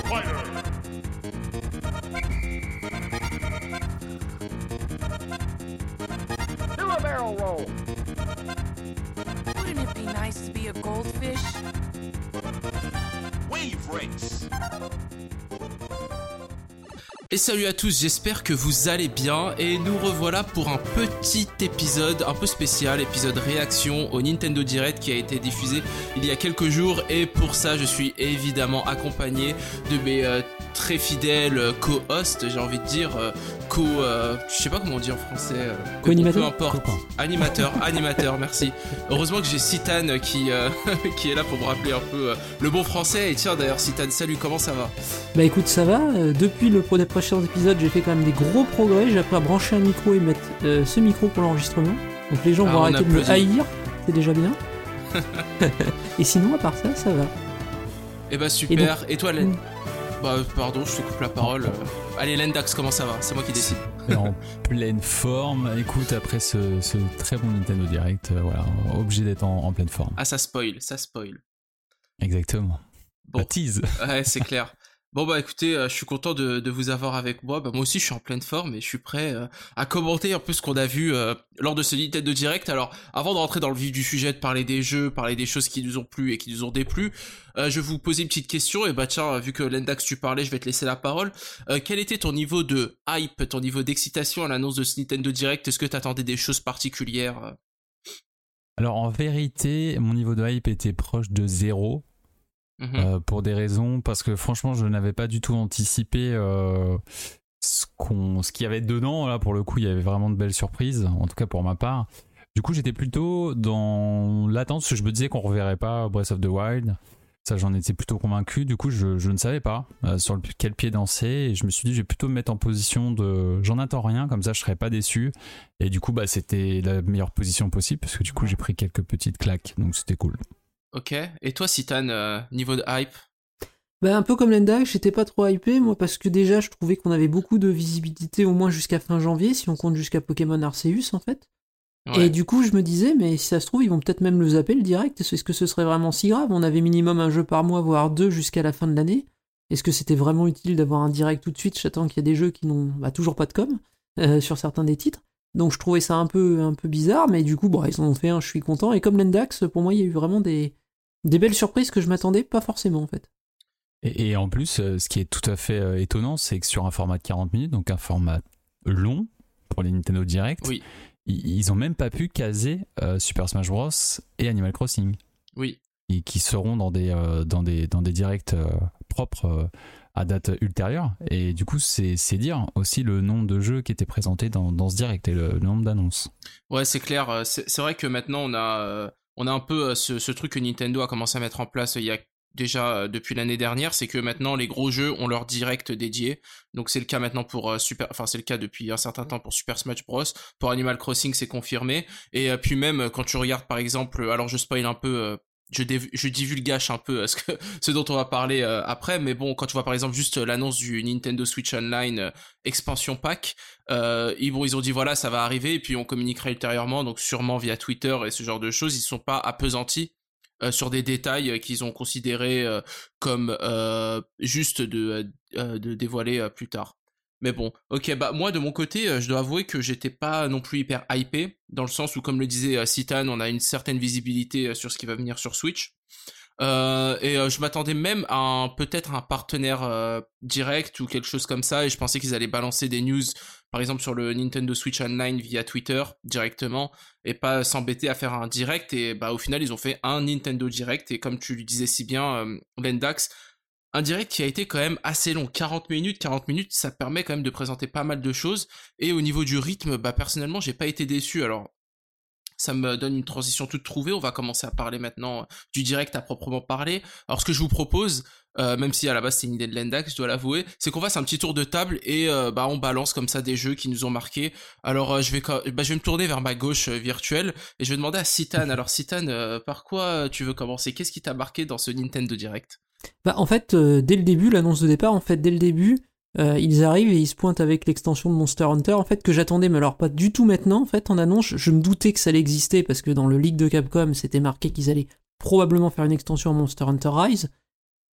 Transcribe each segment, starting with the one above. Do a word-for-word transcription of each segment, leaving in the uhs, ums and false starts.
Fighter. Do a barrel roll. Wouldn't it be nice to be a goldfish? Wave race. Et salut à tous, j'espère que vous allez bien et nous revoilà pour un petit épisode un peu spécial, épisode réaction au Nintendo Direct qui a été diffusé il y a quelques jours et pour ça je suis évidemment accompagné de mes euh, très fidèles co-hosts, j'ai envie de dire euh, co... Euh, je sais pas comment on dit en français. Euh, Co-animateur. Peu importe. Animateur, animateur, merci. Heureusement que j'ai Citan qui, euh, qui est là pour me rappeler un peu euh, le bon français et tiens d'ailleurs Citan, salut, comment ça va ? Bah écoute, ça va. Euh, depuis le premier précédent épisode, j'ai fait quand même des gros progrès. J'ai appris à brancher un micro et mettre euh, ce micro pour l'enregistrement. Donc les gens Ah, vont on arrêter de me applaudit. haïr. C'est déjà bien. Et sinon, à part ça, ça va. Eh bah super, et, donc- toi Len Mm. Bah pardon, je te coupe la parole. Euh, Allez Lendax, comment ça va ? C'est moi qui décide. En pleine forme. Écoute, après ce, ce très bon Nintendo Direct, euh, voilà, obligé d'être en, en pleine forme. Ah ça spoil, ça spoil. Exactement. Bon. La tease. Ouais, c'est clair. Bon bah écoutez, euh, je suis content de, de vous avoir avec moi. Bah moi aussi je suis en pleine forme et je suis prêt euh, à commenter un peu ce qu'on a vu euh, lors de ce Nintendo Direct. Alors avant de rentrer dans le vif du sujet, de parler des jeux, parler des choses qui nous ont plu et qui nous ont déplu, euh, je vais vous poser une petite question. Et bah tiens, vu que Lendax tu parlais, je vais te laisser la parole. Euh, quel était ton niveau de hype, ton niveau d'excitation à l'annonce de ce Nintendo Direct ? Est-ce que t'attendais des choses particulières ? Alors en vérité, mon niveau de hype était proche de zéro. Mhm. Euh, pour des raisons, parce que franchement je n'avais pas du tout anticipé euh, ce, qu'on, ce qu'il y avait dedans. Là pour le coup il y avait vraiment de belles surprises, en tout cas pour ma part. Du coup j'étais plutôt dans l'attente, parce que je me disais qu'on reverrait pas Breath of the Wild, ça j'en étais plutôt convaincu. Du coup je, je ne savais pas euh, sur le, quel pied danser, et je me suis dit je vais plutôt me mettre en position de j'en attends rien, comme ça je serais pas déçu. Et du coup bah c'était la meilleure position possible, parce que du coup j'ai pris quelques petites claques, donc c'était cool. Ok. Et toi Citan, euh, niveau de hype ? Bah un peu comme Lenda, j'étais pas trop hypé, moi, parce que déjà, je trouvais qu'on avait beaucoup de visibilité, au moins jusqu'à fin janvier, si on compte jusqu'à Pokémon Arceus, en fait. Ouais. Et du coup, je me disais, mais si ça se trouve, ils vont peut-être même le zapper, le direct. Est-ce que ce serait vraiment si grave ? On avait minimum un jeu par mois, voire deux jusqu'à la fin de l'année. Est-ce que c'était vraiment utile d'avoir un direct tout de suite ? J'attends qu'il y a des jeux qui n'ont bah, toujours pas de com euh, sur certains des titres. Donc je trouvais ça un peu, un peu bizarre, mais du coup, bon, ils en ont fait un, je suis content. Et comme Lendax, pour moi, il y a eu vraiment des, des belles surprises que je m'attendais pas forcément, en fait. Et, et en plus, euh, ce qui est tout à fait euh, étonnant, c'est que sur un format de quarante minutes, donc un format long pour les Nintendo Direct, Oui. ils, ils ont même pas pu caser euh, Super Smash Bros et Animal Crossing, Oui. et qui seront dans des, euh, dans des, dans des directs euh, propres euh, à date ultérieure. Et du coup, c'est, c'est dire aussi le nombre de jeux qui étaient présentés dans, dans ce direct et le, le nombre d'annonces. Ouais, c'est clair. euh, C'est, c'est vrai que maintenant on a, euh, on a un peu euh, ce, ce truc que Nintendo a commencé à mettre en place euh, il y a déjà euh, depuis l'année dernière, c'est que maintenant les gros jeux ont leur direct dédié. Donc c'est le cas maintenant pour euh, Super, enfin c'est le cas depuis un certain temps pour Super Smash Bros. Pour Animal Crossing c'est confirmé. Et euh, puis même euh, quand tu regardes par exemple, alors je spoil un peu. Euh, je, dév- je divulgage un peu euh, ce, que, ce dont on va parler euh, après, mais bon, quand tu vois par exemple juste euh, l'annonce du Nintendo Switch Online euh, expansion pack, euh, ils, bon, ils ont dit voilà ça va arriver et puis on communiquera ultérieurement, donc sûrement via Twitter et ce genre de choses. Ils sont pas appesantis euh, sur des détails euh, qu'ils ont considérés euh, comme euh, juste de, euh, de dévoiler euh, plus tard. Mais bon, ok, bah moi de mon côté, euh, je dois avouer que j'étais pas non plus hyper hypé, dans le sens où, comme le disait euh, Citan, on a une certaine visibilité euh, sur ce qui va venir sur Switch. Euh, et euh, je m'attendais même à un, peut-être un partenaire euh, direct ou quelque chose comme ça, et je pensais qu'ils allaient balancer des news, par exemple sur le Nintendo Switch Online via Twitter directement, et pas s'embêter à faire un direct. Et bah au final ils ont fait un Nintendo Direct, et comme tu le disais si bien, euh, Lendax, un direct qui a été quand même assez long, quarante minutes, quarante minutes, ça permet quand même de présenter pas mal de choses, et au niveau du rythme, bah personnellement j'ai pas été déçu. Alors ça me donne une transition toute trouvée, on va commencer à parler maintenant du direct à proprement parler. Alors ce que je vous propose, euh, même si à la base c'est une idée de Lendax, je dois l'avouer, c'est qu'on fasse un petit tour de table et euh, bah on balance comme ça des jeux qui nous ont marqués. Alors euh, je vais bah, je vais me tourner vers ma gauche euh, virtuelle et je vais demander à Citan. Alors Citan, euh, par quoi tu veux commencer ? Qu'est-ce qui t'a marqué dans ce Nintendo Direct ? Bah, en fait, euh, dès le début, l'annonce de départ, en fait, dès le début, euh, ils arrivent et ils se pointent avec l'extension de Monster Hunter, en fait, que j'attendais, mais alors pas du tout maintenant, en fait, en annonce. Je, je me doutais que ça allait exister, parce que dans le leak de Capcom, c'était marqué qu'ils allaient probablement faire une extension à Monster Hunter Rise.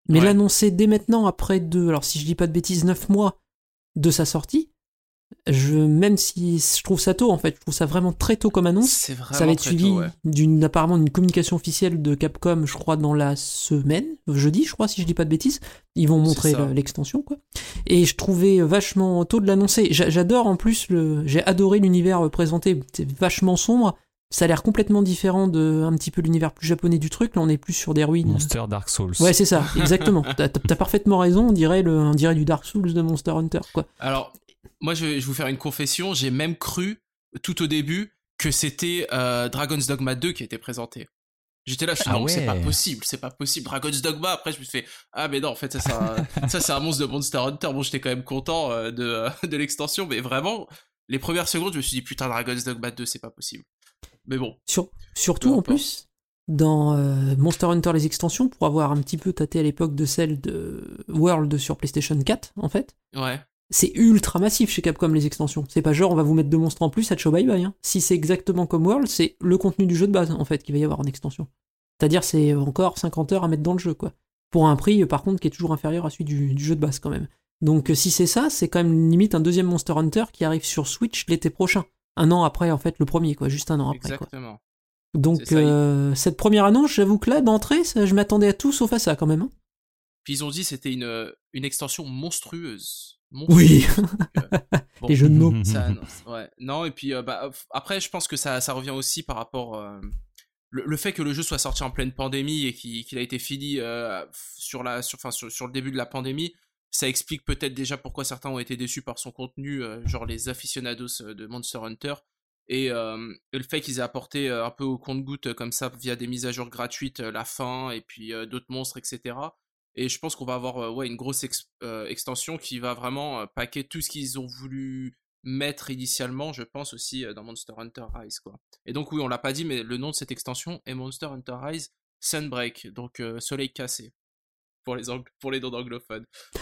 Mais Ouais. l'annoncer dès maintenant, après deux, alors si je dis pas de bêtises, neuf mois de sa sortie, je, même si je trouve ça tôt en fait, je trouve ça vraiment très tôt comme annonce. C'est vraiment Ça va être très suivi tôt, ouais. d'une, apparemment d'une communication officielle de Capcom, je crois, dans la semaine, jeudi, je crois, si je dis pas de bêtises. Ils vont montrer ça. le- l'extension, quoi. Et je trouvais vachement tôt de l'annoncer. J'a- J'adore en plus, le, j'ai adoré l'univers présenté, c'est vachement sombre. Ça a l'air complètement différent de un petit peu l'univers plus japonais du truc. Là, on est plus sur des ruines. Monster Dark Souls. Ouais, c'est ça, exactement. T'as, t'as parfaitement raison, on dirait, le, on dirait du Dark Souls de Monster Hunter, quoi. Alors, moi, je vais, je vais vous faire une confession. J'ai même cru, tout au début, que c'était euh, Dragon's Dogma deux qui était présenté. J'étais là, je suis Ah non, ouais. c'est pas possible, c'est pas possible. Dragon's Dogma, après, je me suis fait, ah, mais non, en fait, ça, c'est un, ça, c'est un monstre de Monster Hunter. Bon, j'étais quand même content euh, de, euh, de l'extension, mais vraiment, les premières secondes, je me suis dit, putain, Dragon's Dogma deux, c'est pas possible. Mais bon. Sur, surtout, Peu en importe. plus, dans euh, Monster Hunter les extensions, pour avoir un petit peu tâté à l'époque de celle de World sur PlayStation quatre, en fait, Ouais. c'est ultra massif chez Capcom les extensions. C'est pas genre on va vous mettre deux monstres en plus, à ciao bye bye. Hein. Si c'est exactement comme World, c'est le contenu du jeu de base en fait qu'il va y avoir en extension. C'est-à-dire c'est encore cinquante heures à mettre dans le jeu quoi. Pour un prix par contre qui est toujours inférieur à celui du, du jeu de base quand même. Donc si c'est ça, c'est quand même limite un deuxième Monster Hunter qui arrive sur Switch l'été prochain. Un an après en fait le premier quoi, juste un an après quoi. Exactement. Donc C'est ça, euh, cette première annonce, j'avoue que là d'entrée, ça, je m'attendais à tout sauf à ça quand même. Hein. Puis ils ont dit que c'était une, une extension monstrueuse. Oui. Monstrueuse. Donc, euh, bon. Les jeux de mots. Ça annonce, ouais. Non, et puis euh, bah, f- après, je pense que ça, ça revient aussi par rapport. euh, le, le fait que le jeu soit sorti en pleine pandémie et qu'il qu'il a été fini euh, sur, la, sur, enfin, sur, sur le début de la pandémie, ça explique peut-être déjà pourquoi certains ont été déçus par son contenu, euh, genre les aficionados euh, de Monster Hunter. Et, euh, et le fait qu'ils aient apporté euh, un peu au compte-gouttes euh, comme ça via des mises à jour gratuites euh, la fin et puis euh, d'autres monstres, et cetera. Et je pense qu'on va avoir euh, ouais, une grosse ex- euh, extension qui va vraiment euh, paquer tout ce qu'ils ont voulu mettre initialement, je pense aussi euh, dans Monster Hunter Rise, quoi. Et donc oui, on l'a pas dit, mais le nom de cette extension est Monster Hunter Rise Sunbreak, donc euh, soleil cassé pour les ang- pour les non-anglophones.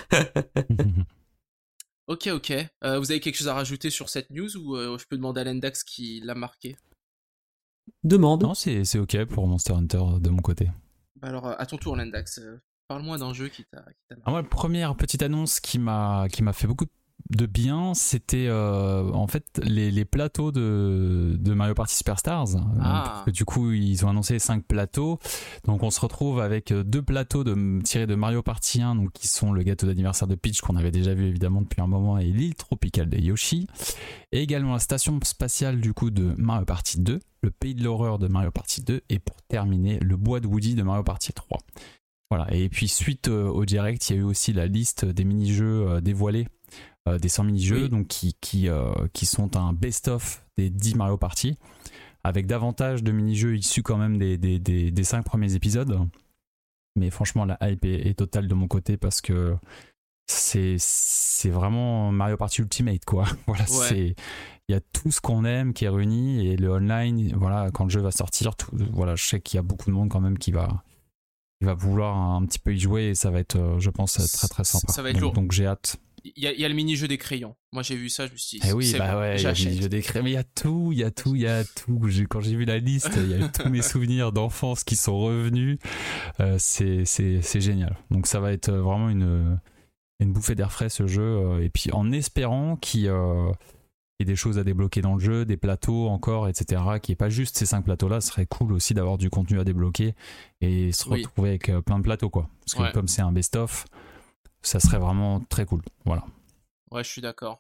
Ok, ok. Euh, vous avez quelque chose à rajouter sur cette news ou euh, je peux demander à Lendax qui l'a marqué? Demande. Non, c'est c'est ok pour Monster Hunter de mon côté. Bah alors, euh, à ton tour, Lendax. euh, Parle-moi d'un jeu qui t'a qui t'a marqué. Alors moi, la première petite annonce qui m'a qui m'a fait beaucoup de bien, c'était euh, en fait les, les plateaux de, de Mario Party Superstars. Ah. Euh, parce que du coup, ils ont annoncé cinq plateaux. Donc on se retrouve avec deux plateaux de, tirés de Mario Party un, donc qui sont le gâteau d'anniversaire de Peach qu'on avait déjà vu évidemment depuis un moment et l'île tropicale de Yoshi. Et également la station spatiale du coup de Mario Party deux, le pays de l'horreur de Mario Party deux et pour terminer le bois de Woody de Mario Party trois. Voilà, et puis suite euh, au direct, il y a eu aussi la liste des mini-jeux euh, dévoilés, euh, des cent mini-jeux, Oui. donc qui, qui, euh, qui sont un best-of des dix Mario Party, avec davantage de mini-jeux issus quand même des, des, des, des cinq premiers épisodes. Mais franchement, la hype est, est totale de mon côté parce que c'est, c'est vraiment Mario Party Ultimate, quoi. Voilà, Ouais. c'est... Il y a tout ce qu'on aime qui est réuni, et le online, voilà, quand le jeu va sortir, tout, voilà, je sais qu'il y a beaucoup de monde quand même qui va... Il va vouloir un petit peu y jouer et ça va être, euh, je pense, très très sympa. Ça va être donc, lourd. donc j'ai hâte. Il y, a- il y a le mini-jeu des crayons. Moi j'ai vu ça, je me suis dit. Eh oui, c'est bah bon, ouais, il y a j'achète. le jeu des crèmes, mais il y a tout, il y a tout, il y a tout. J'ai- Quand j'ai vu la liste, il y a eu tous mes souvenirs d'enfance qui sont revenus. Euh, c'est, c'est, c'est génial. Donc ça va être vraiment une, une bouffée d'air frais ce jeu. Et puis en espérant qu'il euh, y ait des choses à débloquer dans le jeu, des plateaux encore, et cetera. Qu'il n'y ait pas juste ces cinq plateaux-là. Ce serait cool aussi d'avoir du contenu à débloquer et se Oui. retrouver avec euh, plein de plateaux, quoi. Parce que Ouais. comme c'est un best-of, ça serait vraiment très cool. Voilà. Ouais, je suis d'accord.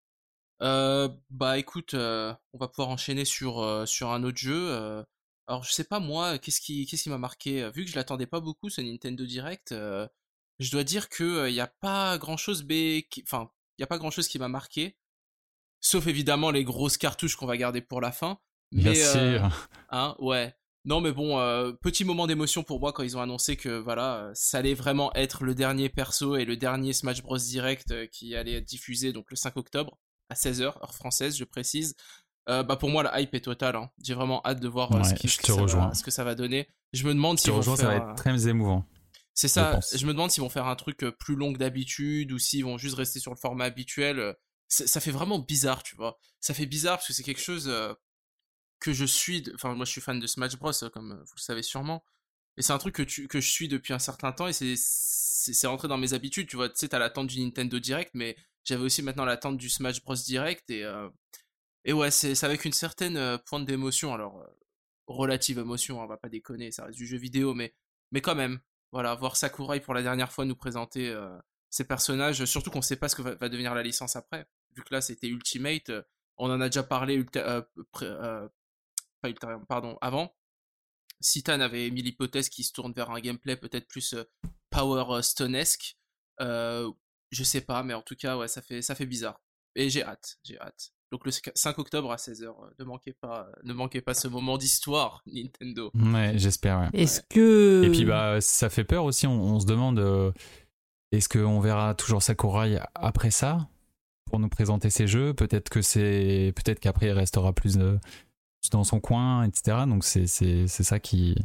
Euh, bah écoute, euh, on va pouvoir enchaîner sur, euh, sur un autre jeu. euh. Alors je sais pas moi, qu'est-ce qui, qu'est-ce qui m'a marqué? Vu que je l'attendais pas beaucoup ce Nintendo Direct, euh, je dois dire que il y a pas grand-chose, mais qui- enfin, il y a pas grand-chose qui m'a marqué. Sauf évidemment les grosses cartouches qu'on va garder pour la fin. Bien Mais euh, sûr. hein, ouais. Non mais bon, euh, petit moment d'émotion pour moi quand ils ont annoncé que voilà, euh, ça allait vraiment être le dernier perso et le dernier Smash Bros Direct euh, qui allait être diffusé donc le cinq octobre à seize heures, heure française, je précise. Euh, bah pour moi la hype est totale, hein. J'ai vraiment hâte de voir euh, ce, Ouais, qui- je ce te que ça rejoins. va, ce que ça va donner. Je me demande Je te s'ils vont rejoins, ça faire... va euh, être très émouvant. C'est je ça, pense. je me demande s'ils vont faire un truc euh, plus long que d'habitude ou s'ils vont juste rester sur le format habituel. euh. C'est- Ça fait vraiment bizarre, tu vois. Ça fait bizarre parce que c'est quelque chose euh, que je suis... de- Enfin, moi je suis fan de Smash Bros, euh, comme euh, vous le savez sûrement. et c'est un truc que tu que je suis depuis un certain temps et c'est c'est, c'est rentré dans mes habitudes. Tu vois, tu sais, t'as l'attente du Nintendo Direct, mais j'avais aussi maintenant l'attente du Smash Bros Direct et euh, et ouais, c'est c'est avec une certaine euh, pointe d'émotion. Alors euh, relative émotion, hein, on va pas déconner, ça reste du jeu vidéo, mais mais quand même, voilà, voir Sakurai pour la dernière fois nous présenter euh, ces personnages, surtout qu'on sait pas ce que va, va devenir la licence après, vu que là c'était Ultimate, euh, on en a déjà parlé ulti- euh, pré- euh, pas ultérieurement, pardon, avant. Citan avait émis l'hypothèse qu'il se tourne vers un gameplay peut-être plus euh, Power euh, Stone-esque. Euh, je sais pas, mais en tout cas, ouais, ça fait, ça fait bizarre. Et j'ai hâte, j'ai hâte. Donc le cinq octobre à seize heures, euh, ne manquez pas, ne manquez pas ce moment d'histoire, Nintendo. Ouais, j'espère, ouais. Est-ce Ouais. que... Et puis, bah, ça fait peur aussi, on, on se demande, euh, est-ce qu'on verra toujours Sakurai après ça pour nous présenter ses jeux? Peut-être que c'est, peut-être qu'après il restera plus euh, dans son coin, et cetera. Donc c'est, c'est, c'est ça qui,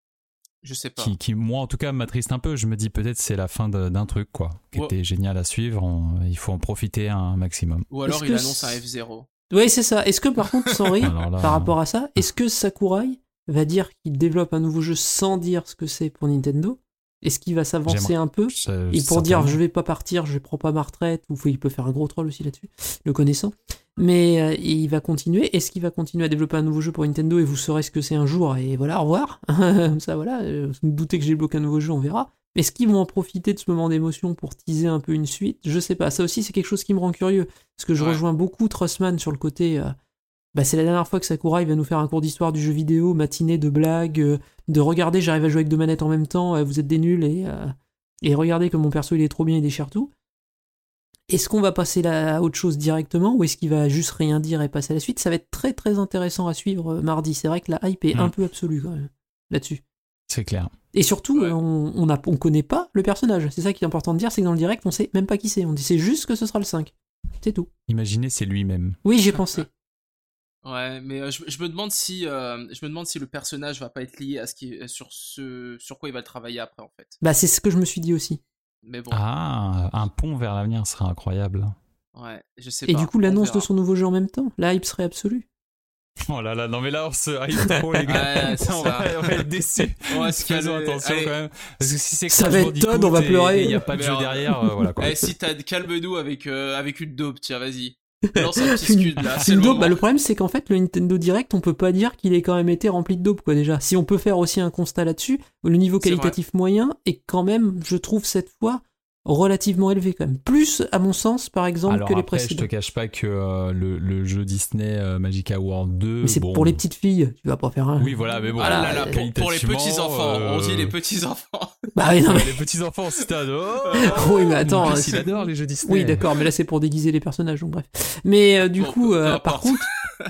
Je sais pas. qui, qui, moi en tout cas, m'attriste un peu. Je me dis peut-être c'est la fin de, d'un truc, quoi, qui Ouais. était génial à suivre. On- il faut en profiter un maximum. Ou alors Est-ce il que annonce un c'est- F zéro. Oui, c'est ça. Est-ce que par contre, sans rire, Alors là, par rapport à ça, est-ce que Sakurai va dire qu'il développe un nouveau jeu sans dire ce que c'est pour Nintendo? Est-ce qu'il va s'avancer J'aimerais- un peu ça- et pour dire certainement. je vais pas partir, je prends pas ma retraite, ou il peut faire un gros troll aussi là-dessus, le connaissant. Mais euh, il va continuer. Est-ce qu'il va continuer à développer un nouveau jeu pour Nintendo et vous saurez ce que c'est un jour et voilà, au revoir. Ça voilà, euh, vous doutez que j'ai bloqué un nouveau jeu, on verra. Est-ce qu'ils vont en profiter de ce moment d'émotion pour teaser un peu une suite? Je sais pas. Ça aussi c'est quelque chose qui me rend curieux parce que je Ouais. rejoins beaucoup Trussman sur le côté. Euh, bah c'est la dernière fois que Sakurai va nous faire un cours d'histoire du jeu vidéo, matinée de blagues, euh, de regarder, j'arrive à jouer avec deux manettes en même temps, euh, vous êtes des nuls et euh, et regardez que mon perso il est trop bien, il déchire tout. Est-ce qu'on va passer là à autre chose directement ou est-ce qu'il va juste rien dire et passer à la suite? Ça va être très très intéressant à suivre euh, mardi. C'est vrai que la hype est Mm. un peu absolue quand même là-dessus. C'est clair. Et surtout, Ouais. euh, on, on, a, on connaît pas le personnage. C'est ça qui est important de dire, c'est que dans le direct, on sait même pas qui c'est. On dit c'est juste que ce sera le cinq. C'est tout. Imaginez, c'est lui-même. Oui, j'ai pensé. Ouais, mais euh, je, je me demande si, euh, je me demande si le personnage va pas être lié à ce qui, sur ce, sur quoi il va travailler après en fait. Bah c'est ce que je me suis dit aussi. Mais bon, Ah, un pont vers l'avenir serait incroyable. ouais, je sais Et pas. du coup, on l'annonce de verra. son nouveau jeu en même temps, la hype serait absolue. Oh là là, non mais là on se hype trop les gars. Ouais, c'est on, va, ça. on va être déçus. On va se Faisons calmer. attention Allez. quand même. Parce que si c'est Ça Crash va être Bandicoot Todd, on va et- pleurer. et il n'y a pas de jeu Merde. derrière, euh, voilà quoi. Eh, si t'as calme-nous avec, euh, avec une dope, tiens, vas-y. Lance un petit scud là, c'est Une le dope, moment. bah, le problème c'est qu'en fait le Nintendo Direct on peut pas dire qu'il ait quand même été rempli de dope quoi déjà. Si on peut faire aussi un constat là-dessus, le niveau C'est qualitatif moyen est quand même, je trouve cette fois, relativement élevé quand même. Plus à mon sens par exemple Alors que les après, je précédents. te cache pas que euh, le, le jeu Disney euh, Magic World deux. Mais c'est bon, pour les petites filles, tu vas pas faire un. Oui, voilà, mais bon. Ah là là, euh, pour, pour les qualitativement, petits enfants, on dit euh, les petits enfants. Bah oui, non, mais... Les petits enfants, c'est un. Oh Oui, mais attends, Mon euh, fils, il c'est- adore les jeux Disney. Oui, d'accord, mais là c'est pour déguiser les personnages, donc bref. Mais euh, du Bon, coup, peu euh, importe. par contre,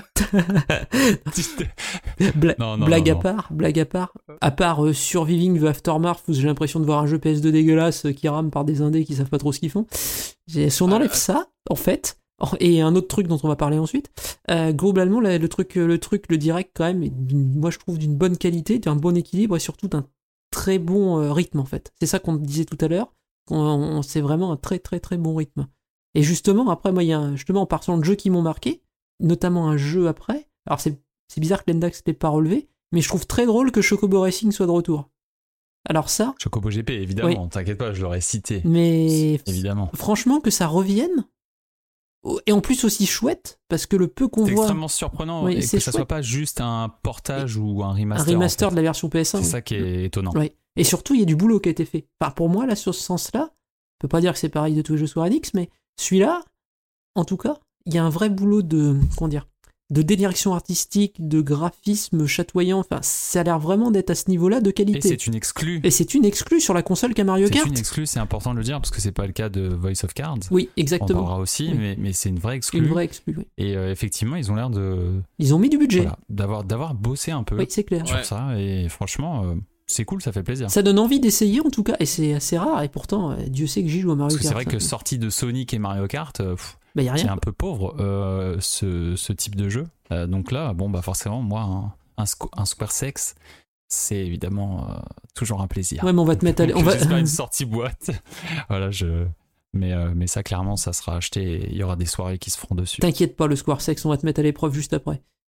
Bla- Non, non, blague non, à non. part, blague à part, à part euh, Surviving the Aftermath, où j'ai l'impression de voir un jeu P S deux dégueulasse euh, qui rame par des indés qui savent pas trop ce qu'ils font. J'ai- Si on Ah, enlève là. ça, en fait, et un autre truc dont on va parler ensuite, euh, globalement le, le truc, le truc, le direct quand même, est d'une- moi je trouve d'une bonne qualité, d'un bon équilibre et surtout d'un très bon euh, rythme en fait. C'est ça qu'on disait tout à l'heure, qu'on on- c'est vraiment un très très très bon rythme. Et justement après moi il y a un- justement en partant de jeux qui m'ont marqué, notamment un jeu après. Alors c'est c'est bizarre que l'Endax l'ait pas relevé, mais je trouve très drôle que Chocobo Racing soit de retour. Alors ça, Chocobo G P, évidemment, t'inquiète pas, je l'aurais cité. mais Évidemment. franchement que ça revienne, et en plus aussi chouette, parce que le peu qu'on C'est voit, extrêmement surprenant Oui, et que c'est ça chouette. soit pas juste un portage ou un un remaster. remaster en fait. de la version P S un. C'est oui. ça qui est étonnant. Ouais. Et surtout, il y a du boulot qui a été fait. Enfin, pour moi, là, sur ce sens-là, on peut pas dire que c'est pareil de tous les jeux Square Enix, mais celui-là, en tout cas, il y a un vrai boulot de, comment dire, de direction artistique, de graphisme chatoyant. Enfin, ça a l'air vraiment d'être à ce niveau-là de Et qualité. c'est une exclue. Et c'est une exclue sur la console qu'a Mario C'est Kart. une exclue, c'est important de le dire parce que c'est pas le cas de Voice of Cards. Oui, On en exactement. parlera aussi, Oui. mais, mais c'est une vraie exclue. Une vraie exclue, oui. Et euh, effectivement, ils ont l'air de Ils ont mis du budget. voilà, d'avoir d'avoir bossé un peu Oui, c'est clair. sur Ouais. ça. Et franchement, euh, c'est cool, ça fait plaisir. Ça donne envie d'essayer en tout cas, et c'est assez rare, et pourtant, euh, Dieu sait que j'y joue à Mario Parce que c'est Kart. vrai que hein. sorti de Sonic et Mario Kart, euh, pff, Bah, y a c'est rien. un peu pauvre euh, ce, ce type de jeu. Euh, donc là, bon bah forcément, moi, un, un, squ- un Square Sex, c'est évidemment euh, toujours un plaisir. Ouais, mais on va te mettre à l'- on va... J'espère une sortie boîte. Voilà, je. Mais, euh, mais ça, clairement, ça sera acheté et il y aura des soirées qui se feront dessus. T'inquiète pas, le Square Sex, on va te mettre à l'épreuve juste après.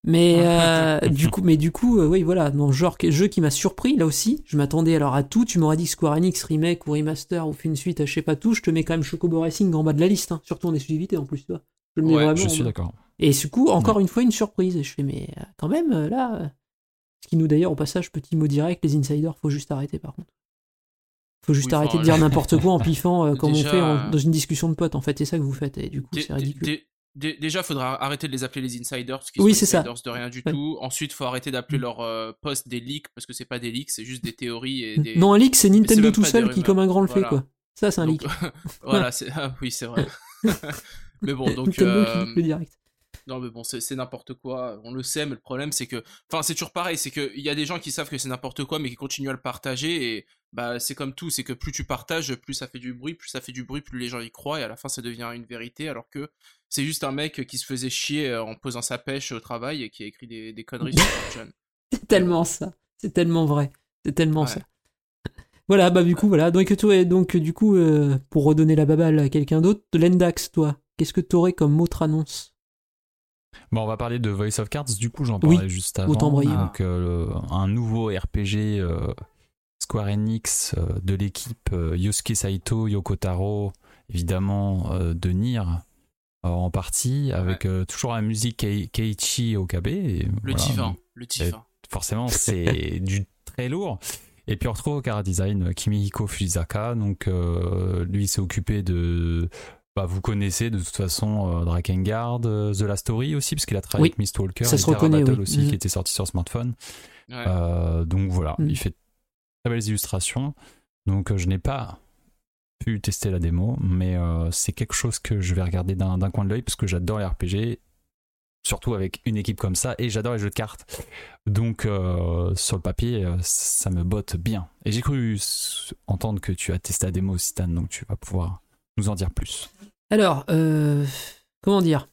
Mais euh, du coup, mais du coup, euh, oui, voilà, dans genre jeu qui m'a surpris là aussi. Je m'attendais alors à tout. Tu m'aurais dit Square Enix remake ou remaster ou fait une suite à je sais pas tout. Je te mets quand même Chocobo Racing en bas de la liste, hein, surtout en exclusivité en plus, tu vois. Je le mets Ouais, vraiment. Je en suis bas. d'accord. Et du coup, encore Ouais. une fois, une surprise. Et je fais, mais euh, quand même, euh, là. euh, Ce qui nous d'ailleurs, au passage, petit mot direct, les insiders, faut juste arrêter par contre. Faut juste Oui, arrêter enfin, de dire là- n'importe quoi en piffant euh, comme Déjà, on fait en- dans une discussion de potes. En fait, c'est ça que vous faites. Et du coup, Dé- c'est dé- ridicule. dé- dé- Déjà, faudra arrêter de les appeler les insiders, parce qu'ils Oui, sont c'est ça. insiders de rien du Ouais. tout. Ensuite, faut arrêter d'appeler Mm. leurs euh, posts des leaks, parce que c'est pas des leaks, c'est juste des théories et des. Non, un leak, c'est c'est Nintendo même tout pas des seul qui, rumeurs. comme un grand, le Voilà. fait, quoi. Ça, c'est un Donc, leak. voilà, c'est ah, oui, c'est vrai. Mais bon, donc Nintendo qui euh, leak le direct. non, mais bon, c'est c'est n'importe quoi. On le sait, mais le problème, c'est que, enfin, c'est toujours pareil, c'est que il y a des gens qui savent que c'est n'importe quoi, mais qui continuent à le partager. Et bah, c'est comme tout, c'est que plus tu partages, plus ça fait du bruit, plus ça fait du bruit, plus les gens y croient, et à la fin, ça devient une vérité, alors que c'est juste un mec qui se faisait chier euh, en posant sa pêche au travail et qui a écrit des, des conneries sur Fortune. C'est tellement ça. C'est tellement vrai. C'est tellement Ouais. ça. Voilà, bah du coup, voilà. Donc, toi, donc du coup, euh, pour redonner la baballe à quelqu'un d'autre, de l'Endax, toi, qu'est-ce que t'aurais comme autre annonce? Bon, on va parler de Voice of Cards, du coup, j'en Oui, parlais juste avant. autant briller. Donc, euh, un nouveau R P G euh, Square Enix euh, de l'équipe euh, Yosuke Saito, Yoko Taro, évidemment euh, de Nier euh, en partie, avec euh, toujours la musique Kei- Keiichi Okabe. Et Le voilà, divin, donc, le divin. forcément, c'est du très lourd. Et puis on retrouve au Cara Design Kimihiko Fujisaka, donc euh, lui s'est occupé de... Bah, vous connaissez de toute façon euh, Drakengard, euh, The Last Story aussi, parce qu'il a travaillé Oui, avec Mistwalker, ça et se Terra reconnaît, Battle oui. aussi, Mhm. qui était sorti sur smartphone. Ouais. Euh, donc voilà, Mhm. il fait de très belles illustrations. Donc euh, je n'ai pas pu tester la démo, mais euh, c'est quelque chose que je vais regarder d'un, d'un coin de l'œil, parce que j'adore les R P G, surtout avec une équipe comme ça, et j'adore les jeux de cartes. Donc euh, sur le papier, euh, ça me botte bien. Et j'ai cru s- entendre que tu as testé la démo aussi, Stan, donc tu vas pouvoir nous en dire plus. Alors, euh, comment dire?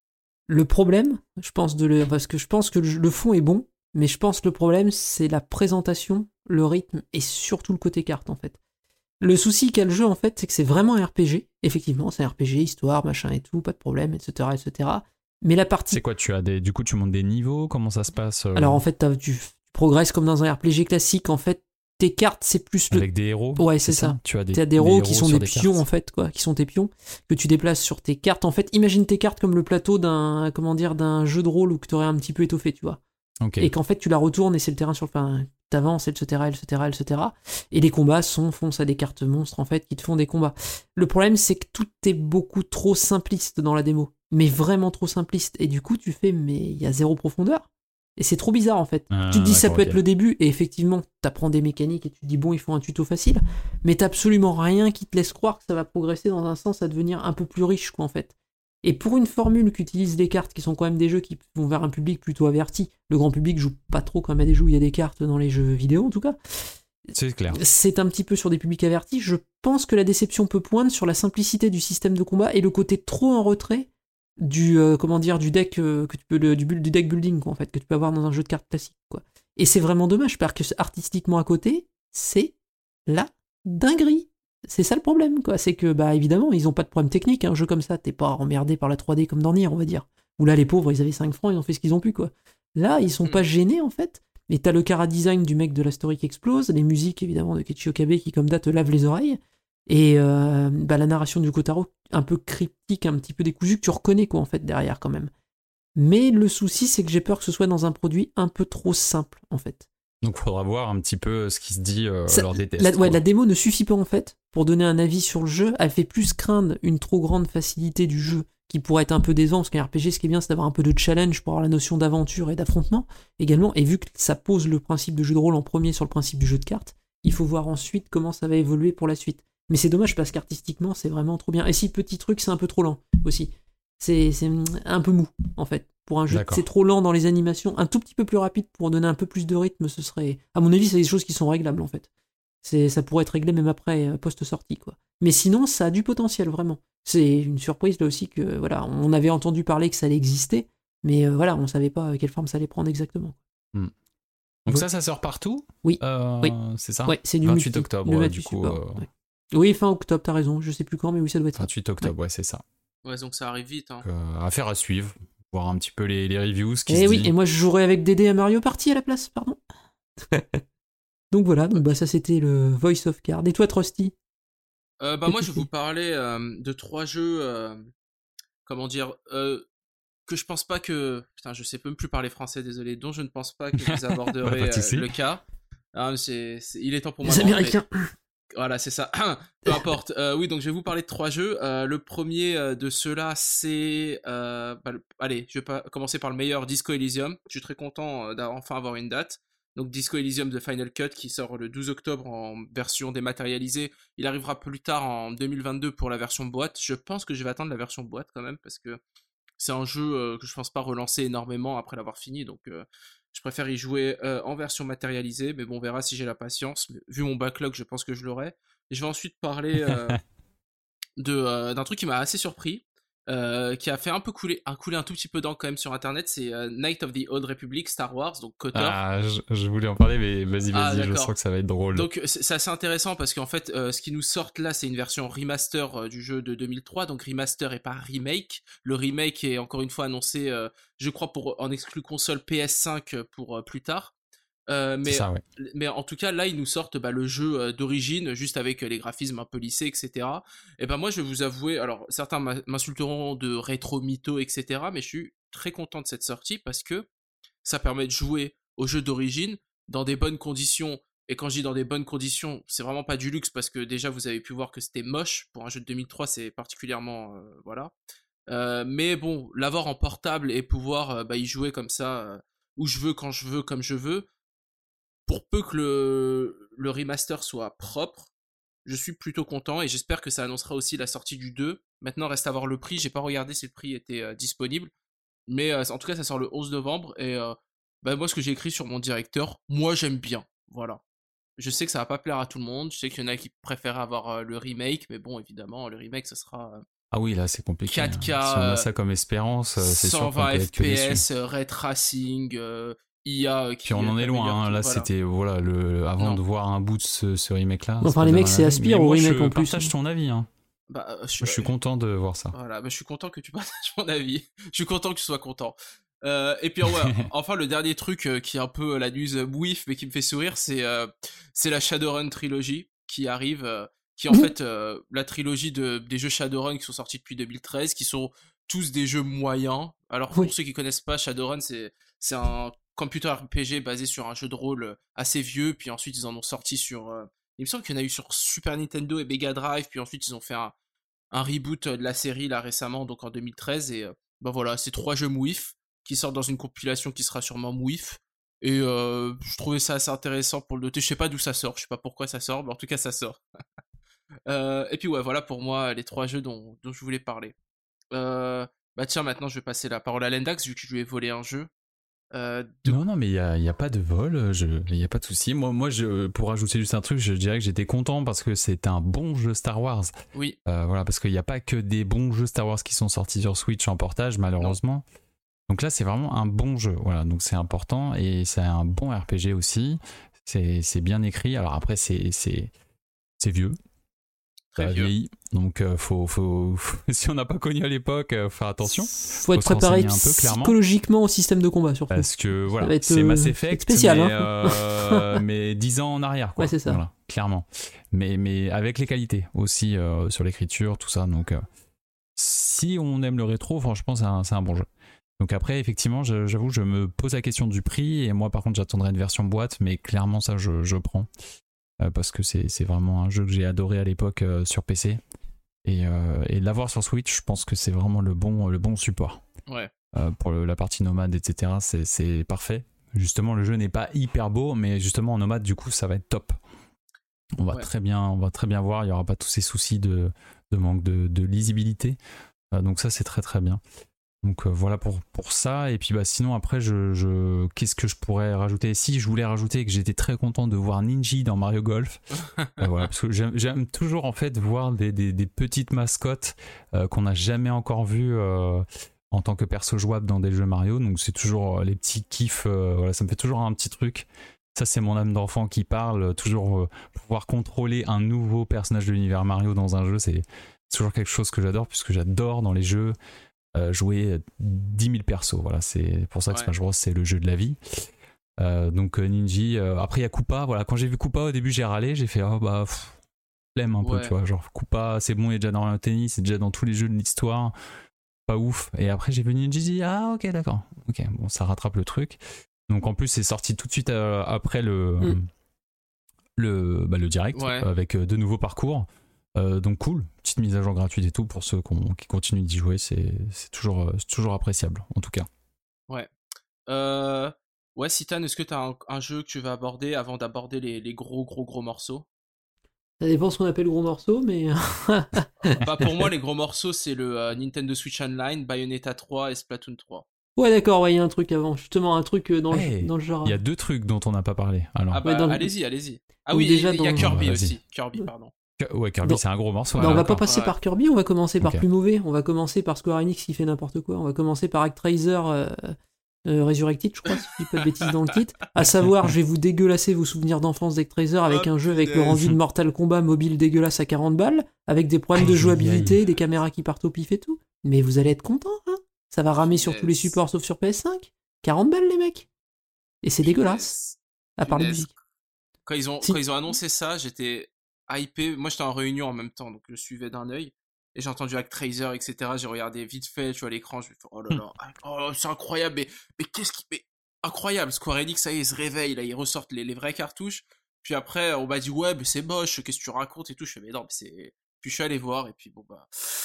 Le problème, je pense, de le, parce que je pense que le, le fond est bon, mais je pense que le problème, c'est la présentation, le rythme et surtout le côté carte, en fait. Le souci qu'a le jeu, en fait, c'est que c'est vraiment un R P G. Effectivement, c'est un R P G, histoire, machin et tout, pas de problème, et cetera, et cetera. Mais la partie... C'est quoi, tu as des, du coup tu montes des niveaux, comment ça se passe euh, Alors, en fait, t'as- tu progresses comme dans un R P G classique. En fait, tes cartes, c'est plus le... avec des héros? Ouais, c'est ça. Tu as des, T'as des héros qui héros sont sur des des pions cartes. en fait, quoi, qui sont tes pions que tu déplaces sur tes cartes. En fait, imagine tes cartes comme le plateau d'un, comment dire, d'un jeu de rôle où que t'aurais un petit peu étoffé, tu vois. Ok. Et qu'en fait tu la retournes et c'est le terrain sur le, enfin, t'avances, et cetera, et cetera, et cetera. Et les combats sont font ça des cartes monstres en fait qui te font des combats. Le problème c'est que tout est beaucoup trop simpliste dans la démo, mais vraiment trop simpliste. Et du coup tu fais mais il y a zéro profondeur. Et c'est trop bizarre en fait. Ah, tu te dis ça d'accord, peut ok. être le début et effectivement t'apprends des mécaniques et tu te dis bon il faut un tuto facile, mais t'as absolument rien qui te laisse croire que ça va progresser dans un sens à devenir un peu plus riche quoi en fait. Et pour une formule qui utilise des cartes qui sont quand même des jeux qui vont vers un public plutôt averti, le grand public joue pas trop comme à des jeux où il y a des cartes dans les jeux vidéo en tout cas, C'est clair. c'est un petit peu sur des publics avertis. Je pense que la déception peut poindre sur la simplicité du système de combat et le côté trop en retrait du euh, comment dire du deck euh, que tu peux le, du, bu- du deck building quoi, en fait que tu peux avoir dans un jeu de cartes classique quoi. Et c'est vraiment dommage parce que artistiquement à côté c'est la dinguerie. C'est ça le problème quoi, c'est que bah évidemment ils ont pas de problème technique, hein, un jeu comme ça t'es pas emmerdé par la trois D comme dans Nier on va dire, où là les pauvres ils avaient cinq francs ils ont fait ce qu'ils ont pu quoi. Là ils sont Mm. pas gênés en fait. Et t'as le cara design du mec de la story qui explose, les musiques évidemment de Keiichi Okabe qui comme date te lave les oreilles, et euh, bah, la narration du Kotaro un peu cryptique, un petit peu décousue, que tu reconnais quoi en fait derrière quand même. Mais le souci c'est que j'ai peur que ce soit dans un produit un peu trop simple en fait. Donc il faudra voir un petit peu ce qui se dit euh, Ça- lors des tests. La, ouais, quoi. la démo ne suffit pas en fait pour donner un avis sur le jeu. Elle fait plus craindre une trop grande facilité du jeu qui pourrait être un peu décevant, parce qu'un R P G ce qui est bien c'est d'avoir un peu de challenge pour avoir la notion d'aventure et d'affrontement également, et vu que ça pose le principe de jeu de rôle en premier sur le principe du jeu de cartes, il faut voir ensuite comment ça va évoluer pour la suite. Mais c'est dommage parce qu'artistiquement c'est vraiment trop bien. Et si petit truc c'est un peu trop lent aussi, c'est, c'est un peu mou en fait. Pour un jeu, D'accord. c'est trop lent dans les animations. Un tout petit peu plus rapide pour donner un peu plus de rythme, ce serait. À mon avis, c'est des choses qui sont réglables en fait. C'est, ça pourrait être réglé même après euh, post-sortie quoi. Mais sinon, ça a du potentiel vraiment. C'est une surprise là aussi que voilà, on avait entendu parler que ça allait exister, mais euh, voilà, on savait pas quelle forme ça allait prendre exactement. Donc ça, ça sort partout? Oui. Euh, Oui. C'est ça? Ouais, c'est du vingt-huit multi, octobre, le ouais, vingt-huit du coup. support, euh, ouais. Oui, fin octobre, t'as raison. Je sais plus quand, mais oui, ça doit être ça. vingt-huit octobre, ouais, c'est ça. Ouais, donc ça arrive vite. Hein. Donc, euh, affaire à suivre. voir un petit peu les, les reviews. Ce qui Et se oui, dit. et moi je jouerais avec Dédé à Mario Party à la place, pardon. Donc voilà, donc bah ça c'était le Voice of Card. Et toi, Trusty? Euh, bah moi je vais vous parler euh, de trois jeux, euh, comment dire, euh, que je pense pas que, putain je sais même plus parler français, désolé, dont je ne pense pas que vous aborderez euh, le cas. Ah, c'est, c'est, il est temps pour moi. Les Américains. Mais... Voilà, c'est ça. Peu importe. Euh, oui, donc je vais vous parler de trois jeux. Euh, le premier euh, de ceux-là, c'est, euh, bah, le... allez, je vais pas commencer par le meilleur, Disco Elysium. Je suis très content d'enfin avoir une date. Donc Disco Elysium de Final Cut qui sort le douze octobre en version dématérialisée. Il arrivera plus tard en deux mille vingt-deux pour la version boîte. Je pense que je vais attendre la version boîte quand même parce que c'est un jeu euh, que je pense pas relancer énormément après l'avoir fini. Donc euh, je préfère y jouer euh, en version matérialisée. Mais bon, on verra si j'ai la patience. Mais, vu mon backlog, je pense que je l'aurai. Et je vais ensuite parler euh, de, euh, d'un truc qui m'a assez surpris. Euh, qui a fait un peu couler un, couler un tout petit peu d'encre quand même sur internet, c'est euh, Knight of the Old Republic Star Wars, donc KOTOR. Ah, je, je voulais en parler, mais vas-y, vas-y, ah, je sens que ça va être drôle. Donc c'est, c'est assez intéressant parce qu'en fait, euh, ce qui nous sort là, c'est une version remaster euh, du jeu de deux mille trois, donc remaster et pas remake. Le remake est encore une fois annoncé, euh, je crois, pour en exclu console P S cinq pour euh, plus tard. Euh, mais, ça, ouais. mais en tout cas, là, ils nous sortent bah, le jeu euh, d'origine, juste avec euh, les graphismes un peu lissés, et cetera. Et ben moi, je vais vous avouer, alors certains m'insulteront de rétro mytho, et cetera. Mais je suis très content de cette sortie parce que ça permet de jouer au jeu d'origine dans des bonnes conditions. Et quand je dis dans des bonnes conditions, c'est vraiment pas du luxe parce que déjà, vous avez pu voir que c'était moche. Pour un jeu de deux mille trois, c'est particulièrement... Euh, voilà. Euh, mais bon, l'avoir en portable et pouvoir euh, bah, y jouer comme ça, euh, où je veux, quand je veux, comme je veux, pour peu que le, le remaster soit propre, je suis plutôt content et j'espère que ça annoncera aussi la sortie du deux. Maintenant, reste à voir le prix. J'ai pas regardé si le prix était euh, disponible. Mais euh, en tout cas, ça sort le onze novembre. Et euh, bah, moi, ce que j'ai écrit sur mon directeur, moi, j'aime bien. Voilà. Je sais que ça va pas plaire à tout le monde. Je sais qu'il y en a qui préfèrent avoir euh, le remake. Mais bon, évidemment, le remake, ça sera... Euh, ah oui, là, c'est compliqué. quatre K, hein. Si on a ça comme espérance, c'est sûr qu'on peut être que déçu. cent vingt F P S, ray tracing... Euh, I A qui puis on en est loin, hein. Là voilà. C'était voilà, le, avant non. de voir un bout de ce, ce remake là. Enfin, les mecs, c'est aspire au remake en plus. Je partage ton avis. Hein. Bah, je, suis... je suis content de voir ça. Voilà, bah, je suis content que tu partages mon avis. Je suis content que tu sois content. Euh, et puis, ouais, enfin, le dernier truc euh, qui est un peu la news mouif, mais qui me fait sourire, c'est, euh, c'est la Shadowrun Trilogy qui arrive, euh, qui est en fait euh, la trilogie de, des jeux Shadowrun qui sont sortis depuis deux mille treize, qui sont tous des jeux moyens. Alors, pour oui. ceux qui connaissent pas, Shadowrun, c'est, c'est un computer R P G basé sur un jeu de rôle assez vieux, puis ensuite ils en ont sorti sur... Euh, il me semble qu'il y en a eu sur Super Nintendo et Mega Drive, puis ensuite ils ont fait un, un reboot de la série là récemment, donc en deux mille treize, et euh, bah voilà, c'est trois jeux mouif qui sortent dans une compilation qui sera sûrement mouif, et euh, je trouvais ça assez intéressant pour le noter. Je sais pas d'où ça sort, je sais pas pourquoi ça sort, mais en tout cas ça sort. euh, et puis ouais, voilà pour moi les trois jeux dont, dont je voulais parler. Euh, bah tiens, maintenant je vais passer la parole à Lendax, vu que je lui ai volé un jeu. Euh, de... Non, non, mais il n'y a, y a pas de vol, il n'y a pas de souci. Moi, moi je, pour rajouter juste un truc, je dirais que j'étais content parce que c'est un bon jeu Star Wars. Oui. Euh, voilà, parce qu'il n'y a pas que des bons jeux Star Wars qui sont sortis sur Switch en portage, malheureusement. Non. Donc là, c'est vraiment un bon jeu. Voilà, donc c'est important et c'est un bon R P G aussi. C'est, c'est bien écrit. Alors après, c'est, c'est, c'est vieux. Ça a vieilli, donc euh, faut, faut, faut, si on n'a pas connu à l'époque, euh, faire attention. Faut, faut être préparé psychologiquement au système de combat surtout. Parce que voilà, être, c'est Mass Effect, spécial, mais, hein. euh, mais dix ans en arrière, quoi. Ouais, c'est ça. Voilà, clairement. Mais, mais avec les qualités aussi euh, sur l'écriture, tout ça. Donc, euh, si on aime le rétro, franchement, c'est un, c'est un bon jeu. Donc après, effectivement, je, j'avoue, je me pose la question du prix, et moi, par contre, j'attendrai une version boîte, mais clairement, ça, je, je prends. Parce que c'est, c'est vraiment un jeu que j'ai adoré à l'époque euh, sur P C. Et, euh, et l'avoir sur Switch, je pense que c'est vraiment le bon, le bon support. Ouais. Euh, pour le, la partie nomade, et cetera, c'est, c'est parfait. Justement, le jeu n'est pas hyper beau, mais justement, en nomade, du coup, ça va être top. On va, ouais. très, bien, on va très bien voir, il n'y aura pas tous ces soucis de, de manque de, de lisibilité. Euh, donc ça, c'est très très bien. Donc euh, voilà pour, pour ça. Et puis bah, sinon après je, je qu'est-ce que je pourrais rajouter? Si je voulais rajouter que j'étais très content de voir Ninji dans Mario Golf. euh, voilà, parce que j'aime, j'aime toujours en fait voir des, des, des petites mascottes euh, qu'on n'a jamais encore vues euh, en tant que perso jouable dans des jeux Mario. Donc c'est toujours euh, les petits kiffs, euh, voilà, ça me fait toujours un petit truc. Ça c'est mon âme d'enfant qui parle. Toujours euh, pouvoir contrôler un nouveau personnage de l'univers Mario dans un jeu, c'est, c'est toujours quelque chose que j'adore, puisque j'adore dans les jeux euh, jouer dix mille persos. Voilà, c'est pour ça que Ouais. Smash Bros c'est le jeu de la vie. Euh, donc euh, Ninja, euh, après il y a Koopa. Voilà, quand j'ai vu Koopa au début j'ai râlé, j'ai fait oh bah pff, flemme un peu, Ouais. tu vois, genre Koopa c'est bon, il est déjà dans le tennis, c'est déjà dans tous les jeux de l'histoire, pas ouf. Et après j'ai vu Ninja, j'ai dit ah ok d'accord, ok bon ça rattrape le truc. Donc en plus c'est sorti tout de suite euh, après le Mm. le bah, le direct Ouais. avec euh, de nouveaux parcours. Euh, donc cool, petite mise à jour gratuite et tout pour ceux qu'on- qui continuent d'y jouer, c'est c'est toujours euh, c'est toujours appréciable en tout cas. Euh, ouais, Citan, est-ce que t'as un, un jeu que tu vas aborder avant d'aborder les, les gros, gros, gros morceaux? Ça dépend ce qu'on appelle gros morceau, mais Bah, pour moi, les gros morceaux, c'est le euh, Nintendo Switch Online, Bayonetta trois et Splatoon trois. ouais, d'accord, ouais, il y a un truc avant, justement, un truc euh, dans, Hey, le, dans le genre. Il y a deux trucs dont on n'a pas parlé. Alors, Ah bah, Ouais, dans le- allez-y, allez-y. Ah Oui, oui, déjà, il y a dans- Kirby Ouais, aussi. vas-y. Kirby, pardon. ouais, Kirby Dans- c'est un gros morceau. Non, ouais, on va pas d'accord. passer Ouais. par Kirby, on va commencer par Ok. plus mauvais. On va commencer par Square Enix qui fait n'importe quoi. On va commencer par Actraiser euh, euh, Resurrected, je crois, si je dis pas de bêtises dans le titre. À savoir, je vais vous dégueulasser vos souvenirs d'enfance d'Actraiser avec Oh, un jeu avec le punaise. rendu de Mortal Kombat mobile dégueulasse à quarante balles, avec des problèmes de Aïe, aïe, jouabilité, aïe. des caméras qui partent au pif et tout. Mais vous allez être contents, hein. Ça va ramer sur tous les Punaise. supports sauf sur P S cinq. quarante balles, les mecs. Et c'est dégueulasse, à part la Punaise. musique. Quand ils ont, Si. quand ils ont annoncé ça, j'étais hypé. Moi, j'étais en réunion en même temps, donc je suivais d'un œil. Et j'ai entendu Actraiser, et cetera. J'ai regardé vite fait, tu vois, l'écran. Je me suis dit, oh là là, oh, c'est incroyable. Mais, mais qu'est-ce qui. Mais, incroyable. Square Enix, ça y est, ils se réveillent. Là, ils ressortent les, les vraies cartouches. Puis après, on m'a dit, ouais, mais c'est moche. Qu'est-ce que tu racontes et tout. Je fais, mais non, mais c'est. Puis je suis allé voir, et puis bon, bah.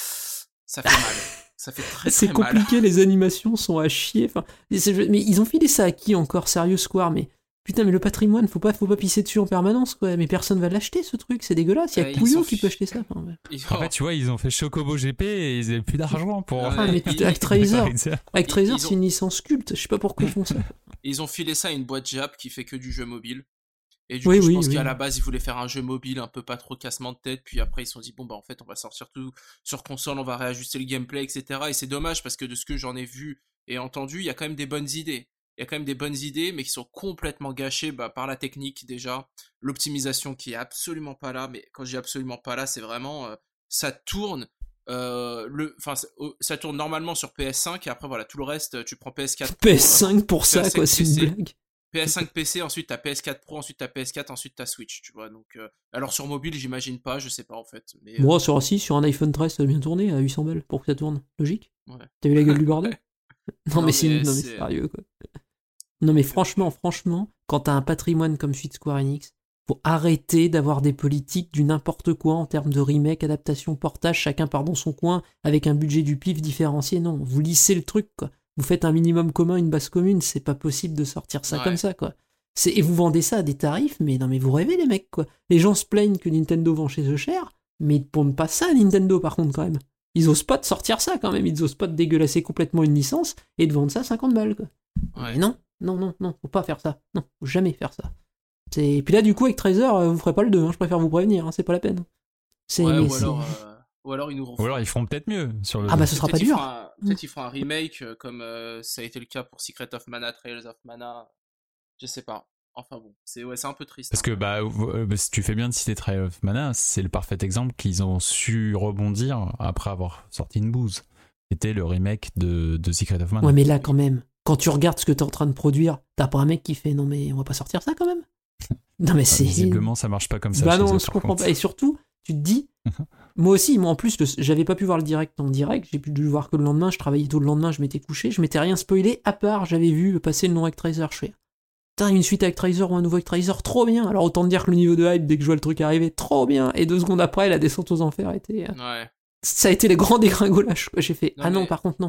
Ça fait mal. Ça fait très, C'est très mal. compliqué, les animations sont à chier. Enfin, c'est- mais ils ont filé ça à qui encore, sérieux Square? Mais putain, mais le patrimoine, faut pas, faut pas pisser dessus en permanence, quoi. Mais personne va l'acheter, ce truc, c'est dégueulasse. Il y Euh, a ils Couillon sont qui fi- peut acheter ça. Enfin, ouais. Ils En ont- fait, tu vois, ils ont fait Chocobo G P et ils avaient plus d'argent pour. Ah, Ah, mais ils- putain, Actraiser, Actraiser, ils ont- c'est une licence culte. Je sais pas pourquoi ils font ça. Ils ont filé ça à une boîte Jap qui fait que du jeu mobile. Et du Oui, coup, je oui, pense oui. qu'à la base, ils voulaient faire un jeu mobile un peu pas trop cassement de tête. Puis après, ils se sont dit, bon, bah, en fait, on va sortir tout sur console, on va réajuster le gameplay, et cetera. Et c'est dommage parce que de ce que j'en ai vu et entendu, il y a quand même des bonnes idées. Il y a quand même des bonnes idées, mais qui sont complètement gâchées bah, par la technique déjà. L'optimisation qui est absolument pas là. Mais quand je dis absolument pas là, c'est vraiment. Euh, ça tourne. Euh, le, enfin, ça, oh, ça tourne normalement sur P S cinq. Et après, voilà, tout le reste, tu prends P S quatre. P S cinq pour ça, P S cinq quoi, c'est une P C. blague. P S cinq P C, ensuite t'as P S quatre Pro, ensuite t'as P S quatre, ensuite t'as Switch, tu vois. Donc, euh, alors sur mobile, j'imagine pas, je sais pas en fait. Mais, euh, Bon, sur, si, sur un iPhone treize, ça va bien tourner à huit cents balles pour que ça tourne. Logique. ouais. T'as vu la gueule du bordel? Ouais. Non, Non, mais, c'est, mais non, mais c'est- sérieux, quoi. Non, mais franchement, franchement, quand t'as un patrimoine comme celui de Square Enix, faut arrêter d'avoir des politiques du n'importe quoi en termes de remake, adaptation, portage, chacun part dans son coin, avec un budget du pif différencié. Non, vous lissez le truc, quoi. Vous faites un minimum commun, une base commune, c'est pas possible de sortir ça Ouais. comme ça, quoi. C'est, et vous vendez ça à des tarifs, mais non, mais vous rêvez, les mecs, quoi. Les gens se plaignent que Nintendo vend chez eux cher, mais ils pondent pas ça à Nintendo, par contre, quand même. Ils osent pas de sortir ça, quand même. Ils osent pas de dégueulasser complètement une licence et de vendre ça à cinquante balles, quoi. Ouais. Mais non, non, non, non, faut pas faire ça. Non, faut jamais faire ça. C'est... Et puis là, du coup, avec Tracer, euh, vous ferez pas le deux, hein, je préfère vous prévenir, hein, c'est pas la peine. C'est, Ouais, mais ou, c'est- alors, euh, ou alors ils nous refont. Ou alors ils feront peut-être mieux sur le. Ah bah ce sera Peut-être pas ils dur. feront un- Peut-être ils feront un remake euh, comme euh, ça a été le cas pour Secret of Mana, Trails of Mana. Je sais pas. Enfin bon, c'est ouais, c'est un peu triste. Parce hein. que bah, euh, bah, si tu fais bien de citer Trail of Mana, c'est le parfait exemple qu'ils ont su rebondir après avoir sorti une bouse. C'était le remake de, de Secret of Mana. Ouais, mais là, quand même, quand tu regardes ce que t'es en train de produire, t'as pas un mec qui fait non, mais on va pas sortir ça quand même. Non, mais Ah, c'est. visiblement, ça marche pas comme ça. Bah chez non, eux, je par comprends contre. pas. Et surtout, tu te dis, moi aussi, moi en plus, le- j'avais pas pu voir le direct en direct, j'ai pu le voir que le lendemain, je travaillais tôt le lendemain, je m'étais couché, je m'étais rien spoilé, à part, j'avais vu passer le nom Actraiser, je fais. Putain, une suite Actraiser ou un nouveau Actraiser, trop bien. Alors autant te dire que le niveau de hype, dès que je vois le truc arriver, trop bien. Et deux secondes après, la descente aux enfers a été. euh, Ouais. Ça a été les grands dégringolages, quoi. J'ai fait, Non, ah non, mais- par contre, non.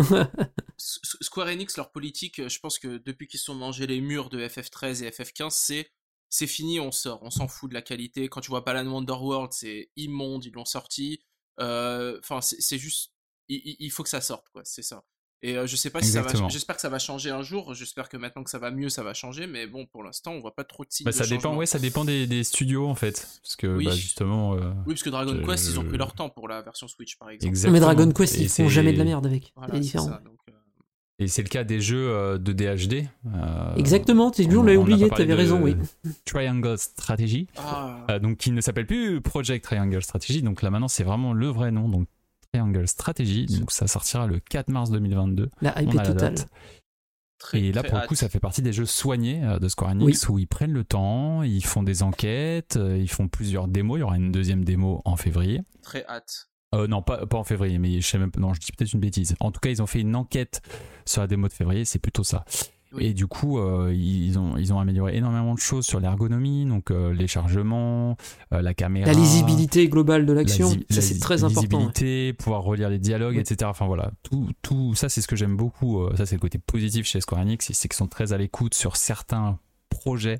S- S- Square Enix, leur politique, euh, je pense que depuis qu'ils se sont mangés les murs de F F treize et F F quinze, c'est c'est fini, on sort, on s'en fout de la qualité. Quand tu vois Balan Wonderworld, c'est immonde, ils l'ont sorti. Euh, Enfin, c'est c'est juste, il, il- il faut que ça sorte, quoi. C'est ça. Et euh, je sais pas si ça va. Exactement. J'espère que ça va changer un jour. J'espère que maintenant que ça va mieux, ça va changer. Mais bon, pour l'instant, on voit pas trop de signes Bah, de ça dépend, changement. ouais, ça dépend des, des studios en fait, parce que Oui. bah, justement. euh, Oui, parce que Dragon Je- Quest, ils ont pris leur temps pour la version Switch, par exemple. exactement. Mais Dragon Quest, Et ils font c'est- jamais de la merde avec. Voilà, c'est c'est différent. ça, donc, euh, Et c'est le cas des jeux euh, de D H D. euh, Exactement, c'est dur, on on- l'avait on n'a oublié, pas parlé t'avais de raison, oui. Triangle Strategy, Ah, euh, donc qui ne s'appelle plus Project Triangle Strategy. Donc là maintenant, c'est vraiment le vrai nom. Donc Triangle Strategy, donc ça sortira le quatre mars deux mille vingt-deux. La hype On a est la totale. date. Très, Et là, très pour le hâte. coup, ça fait partie des jeux soignés euh, de Square Enix, Oui. où ils prennent le temps, ils font des enquêtes, euh, ils font plusieurs démos. Il y aura une deuxième démo en février. Très hâte. Euh, non, pas, pas en février, mais je sais même pas. Non, je dis peut-être une bêtise. En tout cas, ils ont fait une enquête sur la démo de février, c'est plutôt ça. Oui. Et du coup, euh, ils, ont, ils ont amélioré énormément de choses sur l'ergonomie, donc euh, les chargements, euh, la caméra. La lisibilité globale de la l'action, zi- ça la c'est zi- très important. ouais. lisibilité, pouvoir relire les dialogues, Ouais. et cetera. Enfin voilà, tout, tout ça, c'est ce que j'aime beaucoup. euh, Ça, c'est le côté positif chez Square Enix, c'est qu'ils sont très à l'écoute sur certains projets.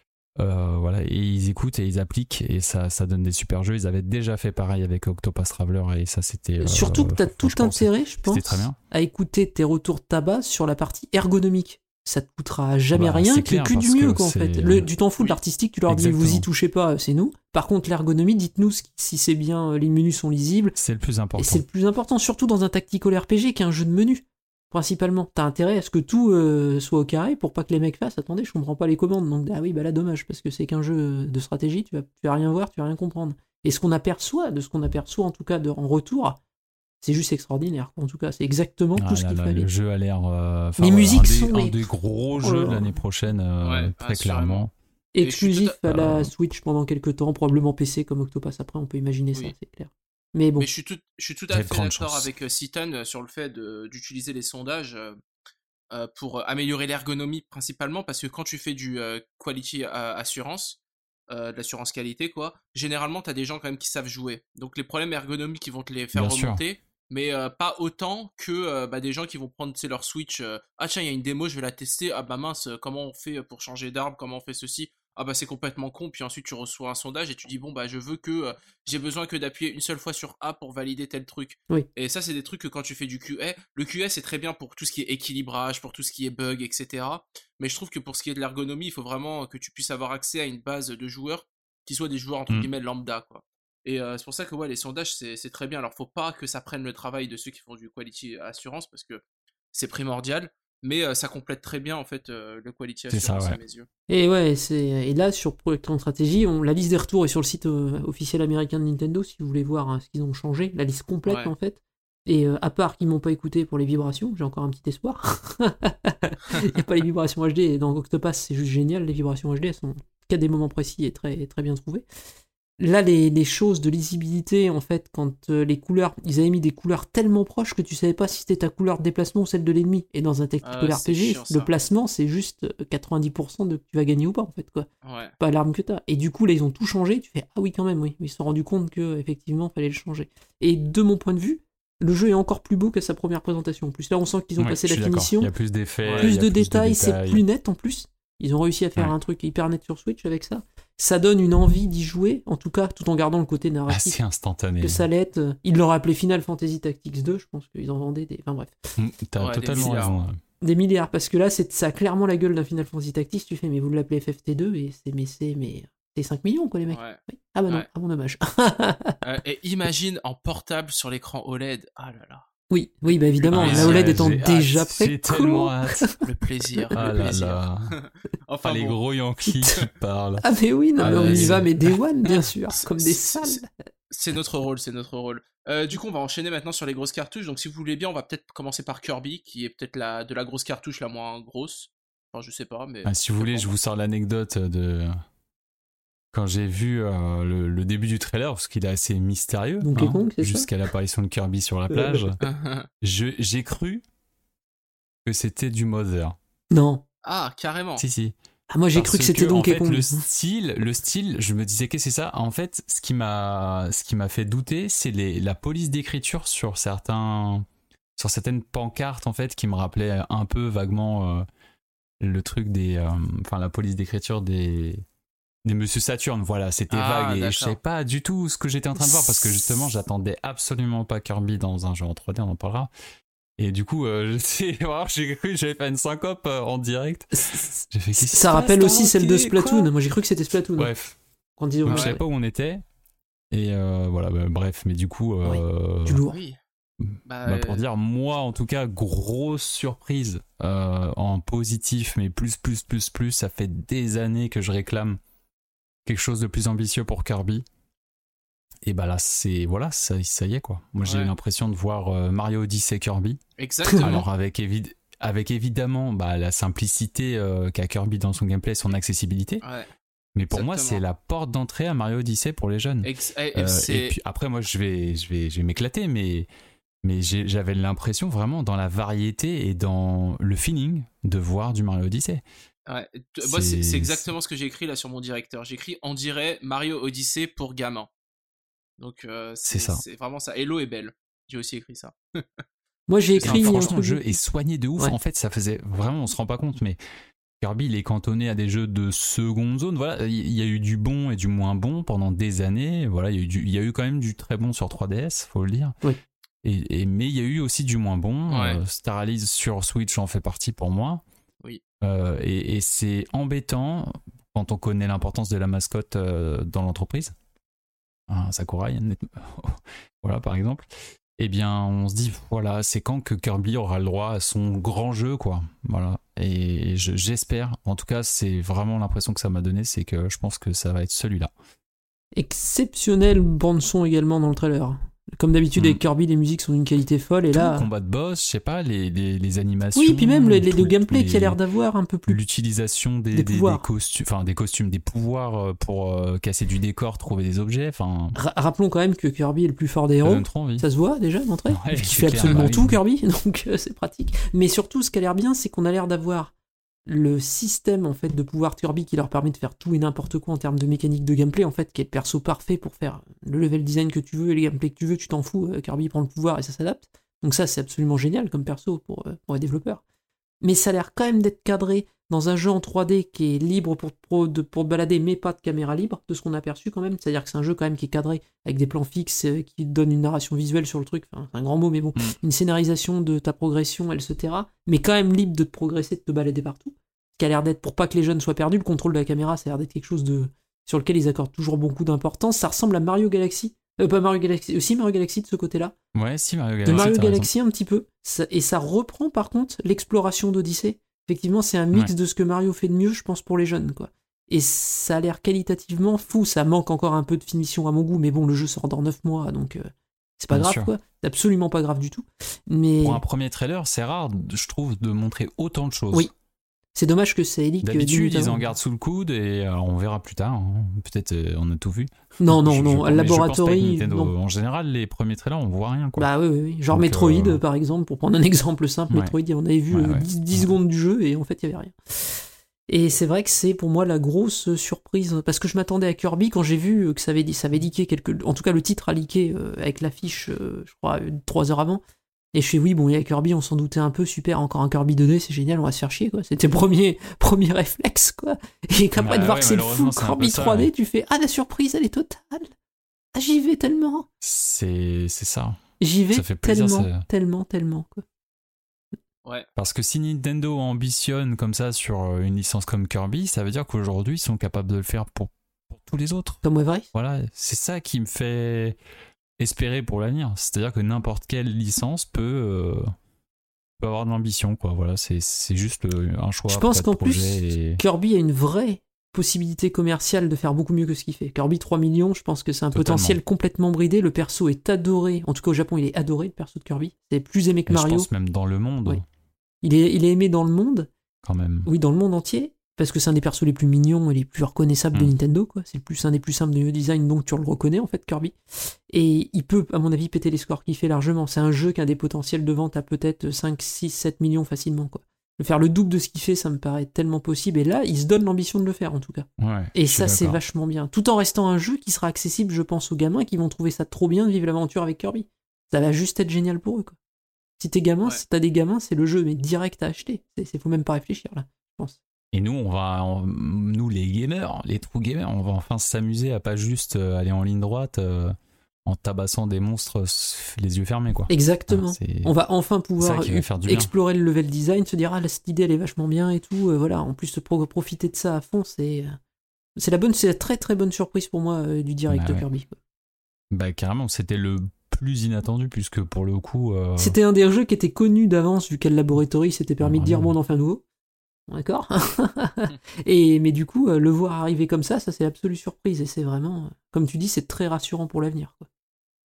Euh, voilà, et ils écoutent et ils appliquent, et ça, ça donne des super jeux. Ils avaient déjà fait pareil avec Octopath Traveler, et ça, c'était. euh, Surtout que tu as tout franchement, intérêt, je pense, très bien. à écouter tes retours de tabac sur la partie ergonomique. Ça te coûtera jamais Bah, rien c'est que, clair, que du parce mieux, que quoi, en c'est- fait. Le, tu t'en fous de Oui. l'artistique, tu leur dis vous y Exactement. touchez pas, c'est nous. Par contre, l'ergonomie, dites-nous si- si c'est bien, euh, les menus sont lisibles. C'est le plus important. Et c'est le plus important, surtout dans un tactical R P G qui est un jeu de menu, principalement. T'as intérêt à ce que tout euh, soit au carré pour pas que les mecs fassent attendez, je comprends pas les commandes. Donc, ah oui, bah là, dommage, parce que c'est qu'un jeu de stratégie, tu vas, tu vas rien voir, tu vas rien comprendre. Et ce qu'on aperçoit, de ce qu'on aperçoit en tout cas de, en retour, c'est juste extraordinaire. En tout cas, c'est exactement Ah tout ce là qu'il là, fallait. le jeu a l'air. euh, enfin, Les voilà, musiques un des, sont- un des gros Oh jeux là de là. l'année prochaine, euh, Ouais, très assurément. clairement. Et je suis Exclusif tout à- à la euh, Switch pendant quelques temps, probablement P C comme Octopass après, on peut imaginer ça, Oui. c'est clair. Mais bon, Mais je suis tout, je suis tout à Très fait grande d'accord chance. avec euh, Citan euh, sur le fait de- d'utiliser les sondages euh, euh, pour euh, améliorer l'ergonomie principalement, parce que quand tu fais du euh, quality euh, assurance, euh, de l'assurance qualité, quoi, généralement, tu as des gens quand même qui savent jouer. Donc les problèmes ergonomiques, ils vont te les faire Bien sûr. remonter, mais euh, pas autant que euh, bah, des gens qui vont prendre tu sais, leur Switch. euh, ah tiens, il y a une démo, je vais la tester. Ah bah mince, euh, comment on fait pour changer d'arbre, comment on fait ceci. Ah bah c'est complètement con, puis ensuite tu reçois un sondage et tu dis bon bah je veux que euh, j'ai besoin que d'appuyer une seule fois sur A pour valider tel truc. Oui. Et ça c'est des trucs que quand tu fais du Q A, le Q A c'est très bien pour tout ce qui est équilibrage, pour tout ce qui est bug, et cetera. Mais je trouve que pour ce qui est de l'ergonomie, il faut vraiment que tu puisses avoir accès à une base de joueurs qui soient des joueurs entre Mm. guillemets lambda quoi. Et euh, c'est pour ça que ouais les sondages c'est c'est très bien. Alors faut pas que ça prenne le travail de ceux qui font du quality assurance parce que c'est primordial. Mais euh, ça complète très bien en fait euh, le quality C'est ça, assurance ouais. à mes yeux. et ouais, c'est et là sur Project Strategy, on, la liste des retours est sur le site euh, officiel américain de Nintendo si vous voulez voir hein, ce qu'ils ont changé, la liste complète Ouais. en fait. Et euh, à part qu'ils m'ont pas écouté pour les vibrations, j'ai encore un petit espoir. Il n'y a pas les vibrations H D et dans Octopass, c'est juste génial, les vibrations H D elles sont qu'à des moments précis et très très bien trouvées. Là, les, les choses de lisibilité, en fait, quand euh, les couleurs, ils avaient mis des couleurs tellement proches que tu savais pas si c'était ta couleur de déplacement ou celle de l'ennemi. Et dans un tactical Ah, R P G, c'est chiant, le ça. placement, c'est juste euh, quatre-vingt-dix pour cent de que tu vas gagner ou pas, en fait, quoi. Ouais. Pas l'arme que t'as. Et du coup, là, ils ont tout changé. Tu fais, ah oui, quand même, oui. Ils se sont rendus compte que, effectivement, fallait le changer. Et de mon point de vue, le jeu est encore plus beau que sa première présentation. En plus, là, on sent qu'ils ont Ouais, passé je la suis d'accord. finition. Il y a plus d'effets. Plus il y a de détails, c'est détails. plus net en plus. Ils ont réussi à faire Ouais. un truc hyper net sur Switch avec ça. Ça donne une envie d'y jouer, en tout cas, tout en gardant le côté narratif. Assez instantané. Que ça l'est. euh, Ils l'auraient appelé Final Fantasy Tactics deux, je pense qu'ils en vendaient des. Enfin bref. Mm, T'as Ouais, des totalement milliards. raison. Des milliards, parce que là, c'est, ça a clairement la gueule d'un Final Fantasy Tactics. Tu fais, mais vous l'appelez F F T deux, et c'est, mais c'est, mais. C'est cinq millions, quoi, les mecs. Ouais. Oui. Ah bah non, Ouais. ah bon, dommage. Euh, et imagine en portable sur l'écran O L E D. Ah là là. oui, oui, bah évidemment, Ah, la O L E D j'ai étant hâte, déjà prête. J'ai tellement hâte. Le plaisir. Ah le là plaisir. là. Enfin Ah, les bon. gros Yankees qui parlent. Ah mais oui, non, Ah mais on là, y c'est- va, mais Day One, bien sûr, C'est- comme des c'est- salles. C'est notre rôle, c'est notre rôle. Euh, du coup, on va enchaîner maintenant sur les grosses cartouches. Donc, si vous voulez bien, on va peut-être commencer par Kirby, qui est peut-être la de la grosse cartouche la moins grosse. Enfin, je sais pas, mais. Ah, si vous voulez, je vous sors l'anecdote de quand j'ai vu euh, le, le début du trailer, parce qu'il est assez mystérieux, Donkey hein, Kong, c'est ça jusqu'à l'apparition de Kirby sur la plage. je, j'ai cru que c'était du Mother. Non. Ah, carrément. Si, si. Ah, moi j'ai Parce cru que c'était en Donkey fait, Kong. Le style, le style, je me disais qu'est-ce que c'est ça. En fait, ce qui m'a, ce qui m'a fait douter, c'est les, la police d'écriture sur certains, sur certaines pancartes en fait, qui me rappelaient un peu vaguement euh, le truc des, euh, enfin la police d'écriture des, des Monsieur Saturne. Voilà, c'était Ah, vague et d'accord. je savais pas du tout ce que j'étais en train de voir parce que justement, j'attendais absolument pas Kirby dans un jeu en trois D. On en parlera. Et du coup, euh, j'ai j'ai cru que j'avais fait une syncope euh, en direct. J'ai fait, qu'est-ce qui se Ça passe, rappelle t'as aussi celle de raté, Splatoon. quoi Moi j'ai cru que c'était Splatoon. Bref. Quand ils ont- Donc, je Ouais. savais pas où on était. Et euh, voilà, bah, bref, mais du coup, euh, Du lourd. Oui. Bah, bah, pour euh, dire, moi en tout cas, grosse surprise euh, en positif, mais plus, plus, plus, plus. Ça fait des années que je réclame quelque chose de plus ambitieux pour Kirby. et bah là, c'est voilà, ça, ça y est quoi. Moi, j'ai Ouais. eu l'impression de voir euh, Mario Odyssey Kirby. Exactement. Alors avec évi- avec évidemment bah, la simplicité euh, qu'a Kirby dans son gameplay, son accessibilité. Ouais. Mais pour moi, Exactement. c'est la porte d'entrée à Mario Odyssey pour les jeunes. Ex- et- et Euh, c'est- et puis après, moi, je vais, je vais, je vais m'éclater, mais, mais j'ai- j'avais l'impression vraiment dans la variété et dans le feeling de voir du Mario Odyssey. Ouais, t- moi, c'est, C'est- c'est exactement ce que j'ai écrit là sur mon directeur. J'ai écrit on dirait Mario Odyssey pour gamins. Donc euh, c'est, C'est ça. c'est vraiment ça. Hello est belle. J'ai aussi écrit ça. Moi, j'ai Non, écrit un franchement, truc. le jeu est soigné de ouf. Ouais. En fait, ça faisait vraiment, on se rend pas compte, mais Kirby, il est cantonné à des jeux de seconde zone. Voilà, il y a eu du bon et du moins bon pendant des années. Voilà, il y a eu, du- il y a eu quand même du très bon sur trois D S, faut le dire. Oui. Et, et- mais il y a eu aussi du moins bon. Ouais. Euh, Star Allies sur Switch en fait partie pour moi. Oui. Euh, et, et c'est embêtant quand on connaît l'importance de la mascotte euh, dans l'entreprise. Un Sakurai, net- voilà par exemple. Eh bien, on se dit, voilà, c'est quand que Kirby aura le droit à son grand jeu, quoi. Voilà. Et je- j'espère, en tout cas, c'est vraiment l'impression que ça m'a donné, c'est que je pense que ça va être celui-là. Exceptionnelle bande-son également dans le trailer. Comme d'habitude Mm. avec Kirby, les musiques sont d'une qualité folle. Et Tout là. le combat de boss, je sais pas, les, les, les animations. Oui, puis même le, le- tout- le gameplay tous qui a les- l'air d'avoir un peu plus. L'utilisation des, des des, des pouvoirs. costumes, enfin des costumes, des pouvoirs euh, pour euh, casser du décor, trouver des objets, enfin, Ra- rappelons quand même que Kirby est le plus fort des ça héros. donne trop envie. Ça se voit déjà d'entrée, Ouais, vu qu'il c'est fait clair, absolument bah tout oui. Kirby, donc euh, c'est pratique. Mais surtout, ce qui a l'air bien, c'est qu'on a l'air d'avoir le système en fait de pouvoir de Kirby qui leur permet de faire tout et n'importe quoi en termes de mécanique de gameplay, en fait, qui est le perso parfait pour faire le level design que tu veux et les gameplay que tu veux, tu t'en fous, euh, Kirby prend le pouvoir et ça s'adapte. Donc ça, c'est absolument génial comme perso pour, euh, pour les développeurs. Mais ça a l'air quand même d'être cadré dans un jeu en trois D qui est libre pour, pour, de, pour te balader, mais pas de caméra libre, de ce qu'on a perçu quand même. C'est-à-dire que c'est un jeu quand même qui est cadré, avec des plans fixes, euh, qui donne une narration visuelle sur le truc, enfin, c'est un grand mot, mais bon, Mm. une scénarisation de ta progression, et cetera. Mais quand même libre de te progresser, de te balader partout. Ce qui a l'air d'être, pour pas que les jeunes soient perdus, le contrôle de la caméra, ça a l'air d'être quelque chose de sur lequel ils accordent toujours beaucoup d'importance. Ça ressemble à Mario Galaxy. Euh, pas Mario Galaxy, aussi Mario Galaxy de ce côté-là. Ouais, si Mario De Galaxy. Mario t'as raison. Galaxy un petit peu. Ça- et ça reprend par contre l'exploration d'Odyssey. Effectivement, c'est un mix Ouais. de ce que Mario fait de mieux, je pense, pour les jeunes, quoi. Et ça a l'air qualitativement fou. Ça manque encore un peu de finition à mon goût, mais bon, le jeu sort dans neuf mois, donc euh, c'est pas Bien grave, sûr. quoi. C'est absolument pas grave du tout. Mais Pour un premier trailer, c'est rare, je trouve, de montrer autant de choses. Oui. c'est dommage que c'est Ellie que D'habitude, dix ils minutes en avant. gardent sous le coude et alors, on verra plus tard. hein. Peut-être euh, on a tout vu. Non, non, Je- je- non. mais je pense pas Laboratory. que Nintendo, non. en général, les premiers trailers, on voit rien. Quoi. Bah oui, oui, oui. Genre Donc, Metroid, euh, par exemple, pour prendre un exemple simple, Ouais. Metroid, on avait vu Ouais, euh, ouais. dix, dix Ouais. secondes du jeu et en fait, il n'y avait rien. Et c'est vrai que c'est pour moi la grosse surprise, parce que je m'attendais à Kirby quand j'ai vu que ça avait, ça avait leaké quelques... En tout cas, le titre a leaké euh, avec l'affiche, euh, je crois, euh, trois heures avant. Et je fais oui, bon, il y a Kirby, on s'en doutait un peu, super, encore un Kirby deux D, c'est génial, on va se faire chier, quoi. C'était le premier, premier réflexe, quoi. Et qu'après Bah de voir ouais, que c'est le malheureusement, full c'est un peu Kirby ça, trois D, ouais. tu fais ah, la surprise, elle est totale. Ah, j'y vais tellement. C'est c'est ça. J'y vais Ça fait plaisir, tellement, ça. tellement, tellement, quoi. Ouais. Parce que si Nintendo ambitionne comme ça sur une licence comme Kirby, ça veut dire qu'aujourd'hui, ils sont capables de le faire pour, pour tous les autres. Comme Wave Race. Voilà, c'est ça qui me fait espérer pour l'avenir. C'est-à-dire que n'importe quelle licence peut, euh, peut avoir de l'ambition, quoi. Voilà, c'est c'est juste euh, un choix. Je pense après de qu'en plus, projet et- Kirby a une vraie possibilité commerciale de faire beaucoup mieux que ce qu'il fait. Kirby trois millions, je pense que c'est un Totalement. potentiel complètement bridé. Le perso est adoré. En tout cas, au Japon, il est adoré, le perso de Kirby. C'est plus aimé que et je Mario. pense même dans le monde, Oui. Il est, il est aimé dans le monde, quand même. oui, dans le monde entier, parce que c'est un des persos les plus mignons et les plus reconnaissables de Mm. Nintendo, quoi. C'est le plus, un des plus simples de design, donc tu le reconnais, en fait, Kirby. Et il peut, à mon avis, péter les scores qu'il fait largement. C'est un jeu qui a des potentiels de vente à peut-être cinq, six, sept millions facilement, quoi. De faire le double de ce qu'il fait, ça me paraît tellement possible. Et là, il se donne l'ambition de le faire, en tout cas. Ouais, Et je suis ça, c'est d'accord. vachement bien. Tout en restant un jeu qui sera accessible, je pense, aux gamins qui vont trouver ça trop bien de vivre l'aventure avec Kirby. Ça va juste être génial pour eux, quoi. Si t'es gamin, Ouais. si t'as des gamins, c'est le jeu, mais direct à acheter. C'est, c'est- faut même pas réfléchir, là, je pense. Et nous, on va, on- nous les gamers, les true gamers, on va enfin s'amuser à pas juste euh, aller en ligne droite euh, en tabassant des monstres s- les yeux fermés, quoi. Exactement. Ah, c'est- On va enfin pouvoir ça qui va faire du bien. explorer le level design, se dire, ah, là, cette idée, elle est vachement bien et tout. euh, voilà, en plus, de pro- profiter de ça à fond, c'est, euh, c'est la bonne, c'est la très très bonne surprise pour moi euh, du direct Bah ouais. Kirby, quoi. Bah carrément, c'était le plus inattendu puisque pour le coup. euh, C'était un des jeux qui était connu d'avance, vu qu'à Laboratory s'était permis de dire, Vraiment. bon, on en fait un nouveau. d'accord. Et mais du coup, euh, le voir arriver comme ça, ça c'est l'absolue surprise et c'est vraiment, euh, comme tu dis, c'est très rassurant pour l'avenir, quoi.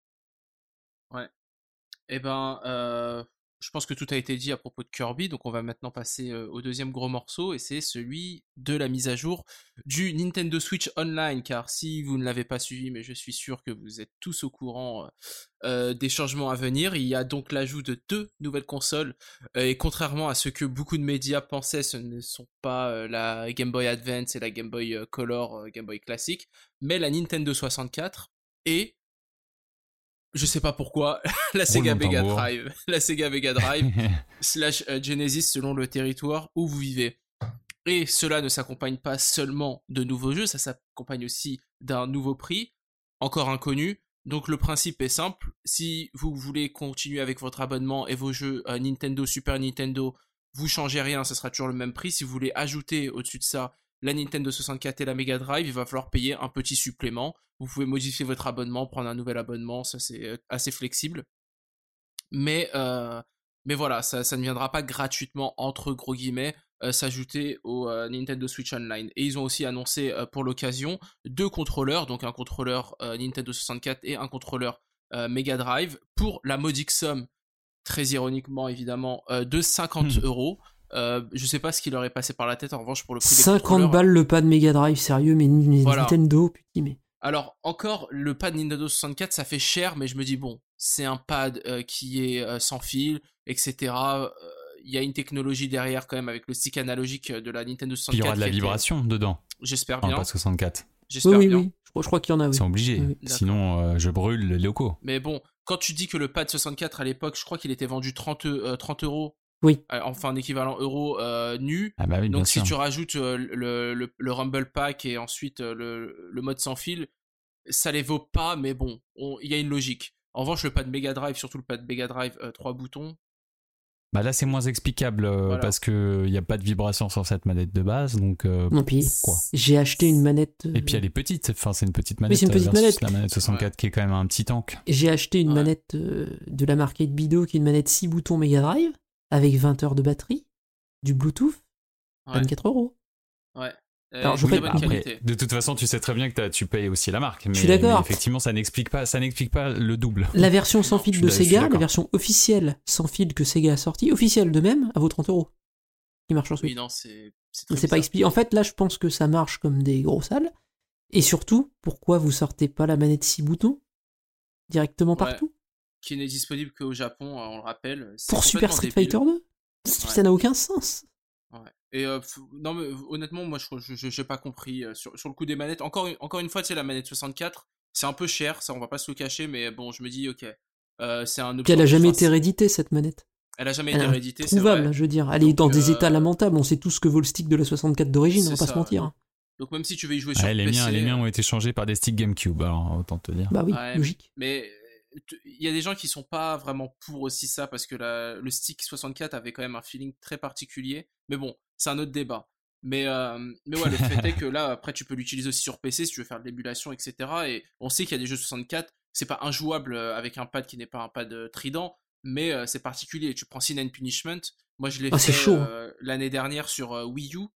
Ouais. Eh ben, euh, je pense que tout a été dit à propos de Kirby, donc on va maintenant passer euh, au deuxième gros morceau, et c'est celui de la mise à jour du Nintendo Switch Online, car si vous ne l'avez pas suivi, mais je suis sûr que vous êtes tous au courant euh, des changements à venir, il y a donc l'ajout de deux nouvelles consoles, euh, et contrairement à ce que beaucoup de médias pensaient, ce ne sont pas euh, la Game Boy Advance et la Game Boy euh, Color, euh, Game Boy classique, mais la Nintendo soixante-quatre, et je sais pas pourquoi, la Sega Mega Drive, la Sega Mega Drive slash euh, Genesis selon le territoire où vous vivez. Et cela ne s'accompagne pas seulement de nouveaux jeux, ça s'accompagne aussi d'un nouveau prix, encore inconnu. Donc le principe est simple, si vous voulez continuer avec votre abonnement et vos jeux euh, Nintendo, Super Nintendo, vous changez rien, ça sera toujours le même prix. Si vous voulez ajouter au-dessus de ça la Nintendo soixante-quatre et la Mega Drive, il va falloir payer un petit supplément. Vous pouvez modifier votre abonnement, prendre un nouvel abonnement, ça c'est assez flexible. Mais, euh, mais voilà, ça, ça ne viendra pas gratuitement, entre gros guillemets, euh, s'ajouter au euh, Nintendo Switch Online. Et ils ont aussi annoncé euh, pour l'occasion deux contrôleurs, donc un contrôleur euh, Nintendo soixante-quatre et un contrôleur euh, Mega Drive, pour la modique somme, très ironiquement évidemment, euh, de cinquante euros. Euh, je sais pas ce qui leur est passé par la tête en revanche pour le prix des contrôleurs. cinquante balles le pad Mega Drive, sérieux, mais, mais Voilà. Nintendo, putain, mais. Alors, encore, le pad Nintendo soixante-quatre, ça fait cher, mais je me dis, bon, c'est un pad euh, qui est euh, sans fil, et cetera. Il euh, y a une technologie derrière, quand même, avec le stick analogique de la Nintendo soixante-quatre. Puis il y aura de la vibration était... dedans. J'espère enfin, bien. Pas soixante-quatre. J'espère oui, oui, bien. oui. Je crois, je crois qu'il y en a, oui. C'est obligé. Oui. Sinon, euh, je brûle les locaux. Mais bon, quand tu dis que le pad soixante-quatre, à l'époque, je crois qu'il était vendu trente, euh, trente euros. Oui. Enfin, en équivalent euro euh, nu. Ah bah oui, donc, bien si sûr. tu rajoutes euh, le, le, le Rumble Pack et ensuite euh, le, le mode sans fil, ça les vaut pas, mais bon, il y a une logique. En revanche, le pad Mega Drive, surtout le pad Mega Drive euh, trois boutons. Bah là, c'est moins explicable euh, Voilà. parce que il y a pas de vibration sur cette manette de base, donc. Euh, non, puis pourquoi j'ai acheté une manette. Euh... Et puis elle est petite. Enfin, c'est une petite manette. Oui, c'est une petite manette. La manette soixante-quatre ouais. Qui est quand même un petit tank. J'ai acheté une ouais. manette euh, de la marque eight Bido, qui est une manette six boutons Mega Drive avec vingt heures de batterie, du Bluetooth, ouais. vingt-quatre euros. Ouais. Euh, Alors, je très paye bonne après, qualité. de toute façon, tu sais très bien que tu payes aussi la marque. Mais, je suis d'accord. Mais effectivement, ça n'explique pas, ça n'explique pas le double. La version sans fil de Sega, la version officielle sans fil que Sega a sortie, officielle de même, à vaut trente euros. Qui marche en Switch. Oui, non, c'est. C'est, c'est pas expliqué. En fait, là, je pense que ça marche comme des gros salles. Et surtout, pourquoi vous sortez pas la manette six boutons directement ouais. partout? Qui n'est disponible qu'au Japon, on le rappelle. C'est pour Super Street débile. Fighter deux ouais. Ça n'a aucun sens. Ouais. Et euh, non mais honnêtement moi je je j'ai pas compris euh, sur sur le coup des manettes. Encore encore une fois tu sais la manette soixante-quatre c'est un peu cher, ça on va pas se le cacher, mais bon je me dis ok euh, c'est un. Puis elle a jamais été rééditée cette manette. Elle a jamais elle été rééditée. C'est trouvable, je veux dire. Elle Donc, est dans euh... des états lamentables. On sait tous ce que vaut le stick de la soixante-quatre d'origine, on va pas ça. se mentir. Donc, donc même si tu veux y jouer ah, sur les P C. Miens, les miens ont été changés par des sticks GameCube, alors autant te dire. Bah oui, ouais, logique. Mais il y a des gens qui sont pas vraiment pour aussi ça parce que la, le stick soixante-quatre avait quand même un feeling très particulier. Mais bon, c'est un autre débat. Mais, euh, mais ouais, le fait est que là, après, tu peux l'utiliser aussi sur P C si tu veux faire de l'émulation, et cetera. Et on sait qu'il y a des jeux soixante-quatre, c'est pas injouable avec un pad qui n'est pas un pad trident, mais euh, c'est particulier. Tu prends Sin and Punishment. Moi, je l'ai oh, fait chaud, euh, l'année dernière sur euh, Wii U.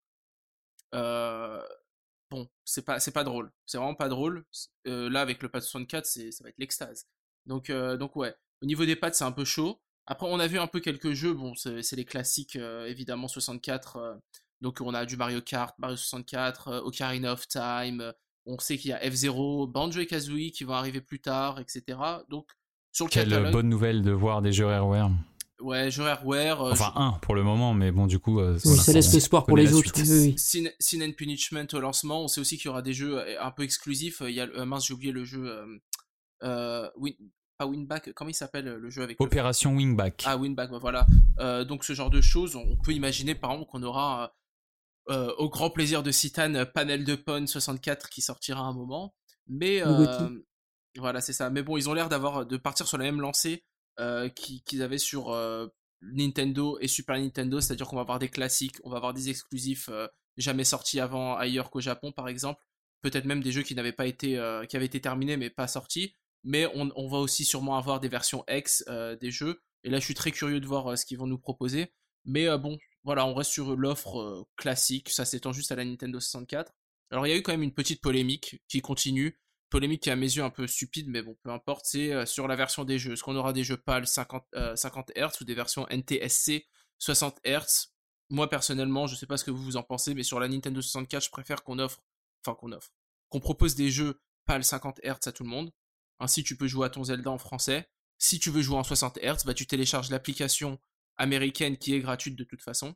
Euh, bon, c'est pas, c'est pas drôle. C'est vraiment pas drôle. Euh, là, avec le pad soixante-quatre, c'est, ça va être l'extase. Donc, euh, donc ouais, au niveau des pads, c'est un peu chaud. Après, on a vu un peu quelques jeux. Bon, c'est, c'est les classiques, euh, évidemment, soixante-quatre. Euh, donc, on a du Mario Kart, Mario soixante-quatre, euh, Ocarina of Time. Euh, on sait qu'il y a F-Zero, Banjo et Kazooie qui vont arriver plus tard, et cetera. Donc, sur le Quelle catalogue... bonne nouvelle de voir des jeux Rareware. Ouais, jeux Rareware. Euh, enfin, je... un pour le moment, mais bon, du coup. Euh, oui, ça laisse l'espoir pour les autres. Oui, oui. Sin, Sin and Punishment au lancement. On sait aussi qu'il y aura des jeux un peu exclusifs. Il y a, euh, mince, j'ai oublié le jeu. Euh, euh, Win, pas Winback, comment il s'appelle le jeu avec Opération le... Wingback. Ah, Winback, voilà. Euh, donc, ce genre de choses, on peut imaginer par exemple qu'on aura, euh, au grand plaisir de Citan, Panel de Pon soixante-quatre qui sortira à un moment. Mais, euh, voilà, c'est ça. Mais bon, ils ont l'air d'avoir, de partir sur la même lancée euh, qu'ils, qu'ils avaient sur euh, Nintendo et Super Nintendo, c'est-à-dire qu'on va avoir des classiques, on va avoir des exclusifs euh, jamais sortis avant ailleurs qu'au Japon, par exemple. Peut-être même des jeux qui n'avaient pas été, euh, qui avaient été terminés mais pas sortis. Mais on, on va aussi sûrement avoir des versions X euh, des jeux. Et là, je suis très curieux de voir euh, ce qu'ils vont nous proposer. Mais euh, bon, voilà, on reste sur l'offre euh, classique, ça s'étend juste à la Nintendo soixante-quatre. Alors il y a eu quand même une petite polémique qui continue, polémique qui est à mes yeux un peu stupide, mais bon, peu importe, c'est euh, sur la version des jeux. Est-ce qu'on aura des jeux P A L cinquante, euh, cinquante Hz ou des versions N T S C soixante Hz? Moi personnellement, je sais pas ce que vous vous en pensez, mais sur la Nintendo soixante-quatre, je préfère qu'on offre, enfin qu'on offre, qu'on propose des jeux P A L cinquante Hz à tout le monde. Ainsi, tu peux jouer à ton Zelda en français. Si tu veux jouer en soixante Hz, bah tu télécharges l'application américaine qui est gratuite de toute façon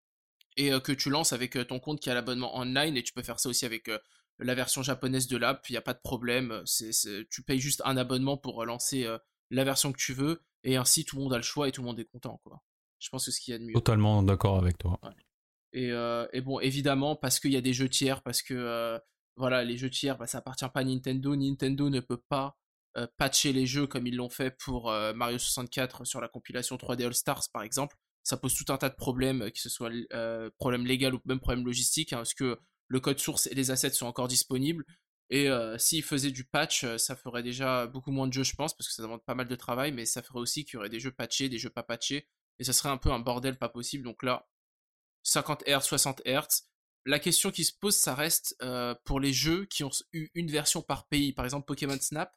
et euh, que tu lances avec euh, ton compte qui a l'abonnement online, et tu peux faire ça aussi avec euh, la version japonaise de l'app, il n'y a pas de problème, c'est, c'est, tu payes juste un abonnement pour euh, lancer euh, la version que tu veux, et ainsi tout le monde a le choix et tout le monde est content, quoi. Je pense que c'est ce qu'il y a de mieux. Totalement d'accord avec toi. Ouais. Et, euh, et bon, évidemment, parce qu'il y a des jeux tiers, parce que euh, voilà, les jeux tiers, bah, ça appartient pas à Nintendo, Nintendo ne peut pas euh, patcher les jeux comme ils l'ont fait pour euh, Mario soixante-quatre sur la compilation trois D All Stars par exemple. Ça pose tout un tas de problèmes, que ce soit euh, problème légal ou même problème logistique, hein, parce que le code source et les assets sont encore disponibles. Et euh, s'ils faisaient du patch, ça ferait déjà beaucoup moins de jeux, je pense, parce que ça demande pas mal de travail, mais ça ferait aussi qu'il y aurait des jeux patchés, des jeux pas patchés, et ça serait un peu un bordel pas possible. Donc là, cinquante Hz, soixante Hz. La question qui se pose, ça reste euh, pour les jeux qui ont eu une version par pays. Par exemple, Pokémon Snap,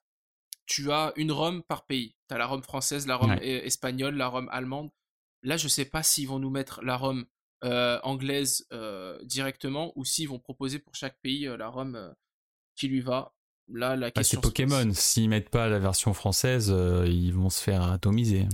tu as une ROM par pays. Tu as la ROM française, la ROM ouais. espagnole, la ROM allemande. Là, je sais pas s'ils vont nous mettre la ROM euh, anglaise euh, directement ou s'ils vont proposer pour chaque pays euh, la ROM euh, qui lui va. Là, la question. Ah, c'est Pokémon. S'ils mettent pas la version française, euh, ils vont se faire atomiser.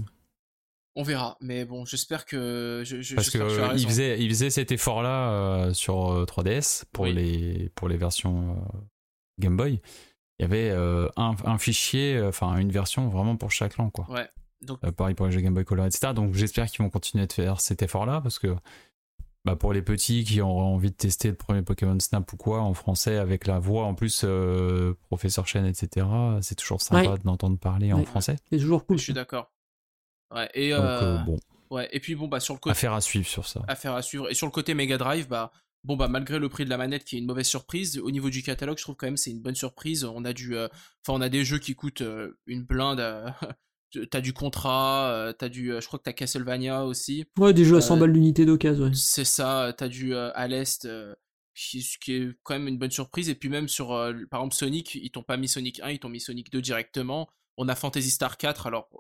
On verra, mais bon, j'espère que je, je, parce que, que euh, il faisait, il faisait cet effort-là euh, sur euh, trois D S pour oui. les pour les versions euh, Game Boy. Il y avait euh, un, un fichier, enfin euh, une version vraiment pour chaque langue, quoi. Ouais. Donc... Euh, pareil pour les jeux Game Boy Color, et cetera. Donc j'espère qu'ils vont continuer de faire cet effort-là, parce que bah, pour les petits qui auraient envie de tester le premier Pokémon Snap ou quoi en français avec la voix en plus euh, Professeur Chen, et cetera. C'est toujours sympa ouais. d'entendre parler ouais. en français. C'est toujours cool. Je suis d'accord. Ouais, et Donc, euh, euh, bon. Ouais, et puis bon bah sur le côté affaire à suivre sur ça. Affaire à suivre. Et sur le côté Mega Drive, bah bon bah malgré le prix de la manette qui est une mauvaise surprise, au niveau du catalogue, je trouve quand même c'est une bonne surprise. On a du, enfin euh, on a des jeux qui coûtent euh, une blinde. Euh, t'as du Contra, euh, t'as du, euh, je crois que t'as Castlevania aussi. Ouais, des jeux à cent balles l'unité d'occasion. Ouais. C'est ça. T'as du euh, à l'est. Euh, qui, qui est quand même une bonne surprise. Et puis même sur, euh, par exemple Sonic, ils t'ont pas mis Sonic un, ils t'ont mis Sonic deux directement. On a Phantasy Star quatre, alors.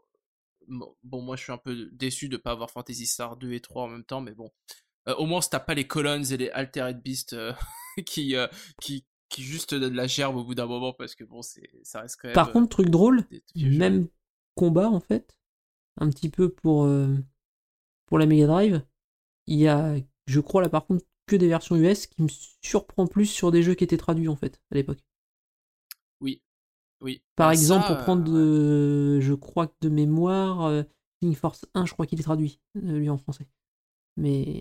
Bon, moi je suis un peu déçu de pas avoir Phantasy Star deux et trois en même temps, mais bon. Euh, au moins, t'as pas les Colons et les Altered Beast euh, qui, euh, qui, qui juste donnent de la gerbe au bout d'un moment, parce que bon, c'est, ça reste quand même. Par euh, contre, truc drôle, des, des même jeux. Combat en fait, un petit peu pour, euh, pour la Mega Drive, il y a, je crois là par contre, que des versions U S qui me surprend plus sur des jeux qui étaient traduits en fait, à l'époque. Oui. Oui. Par bah, exemple, ça, pour prendre, euh, ouais. de, je crois que de mémoire, euh, King Force un, je crois qu'il est traduit, euh, lui en français. Mais,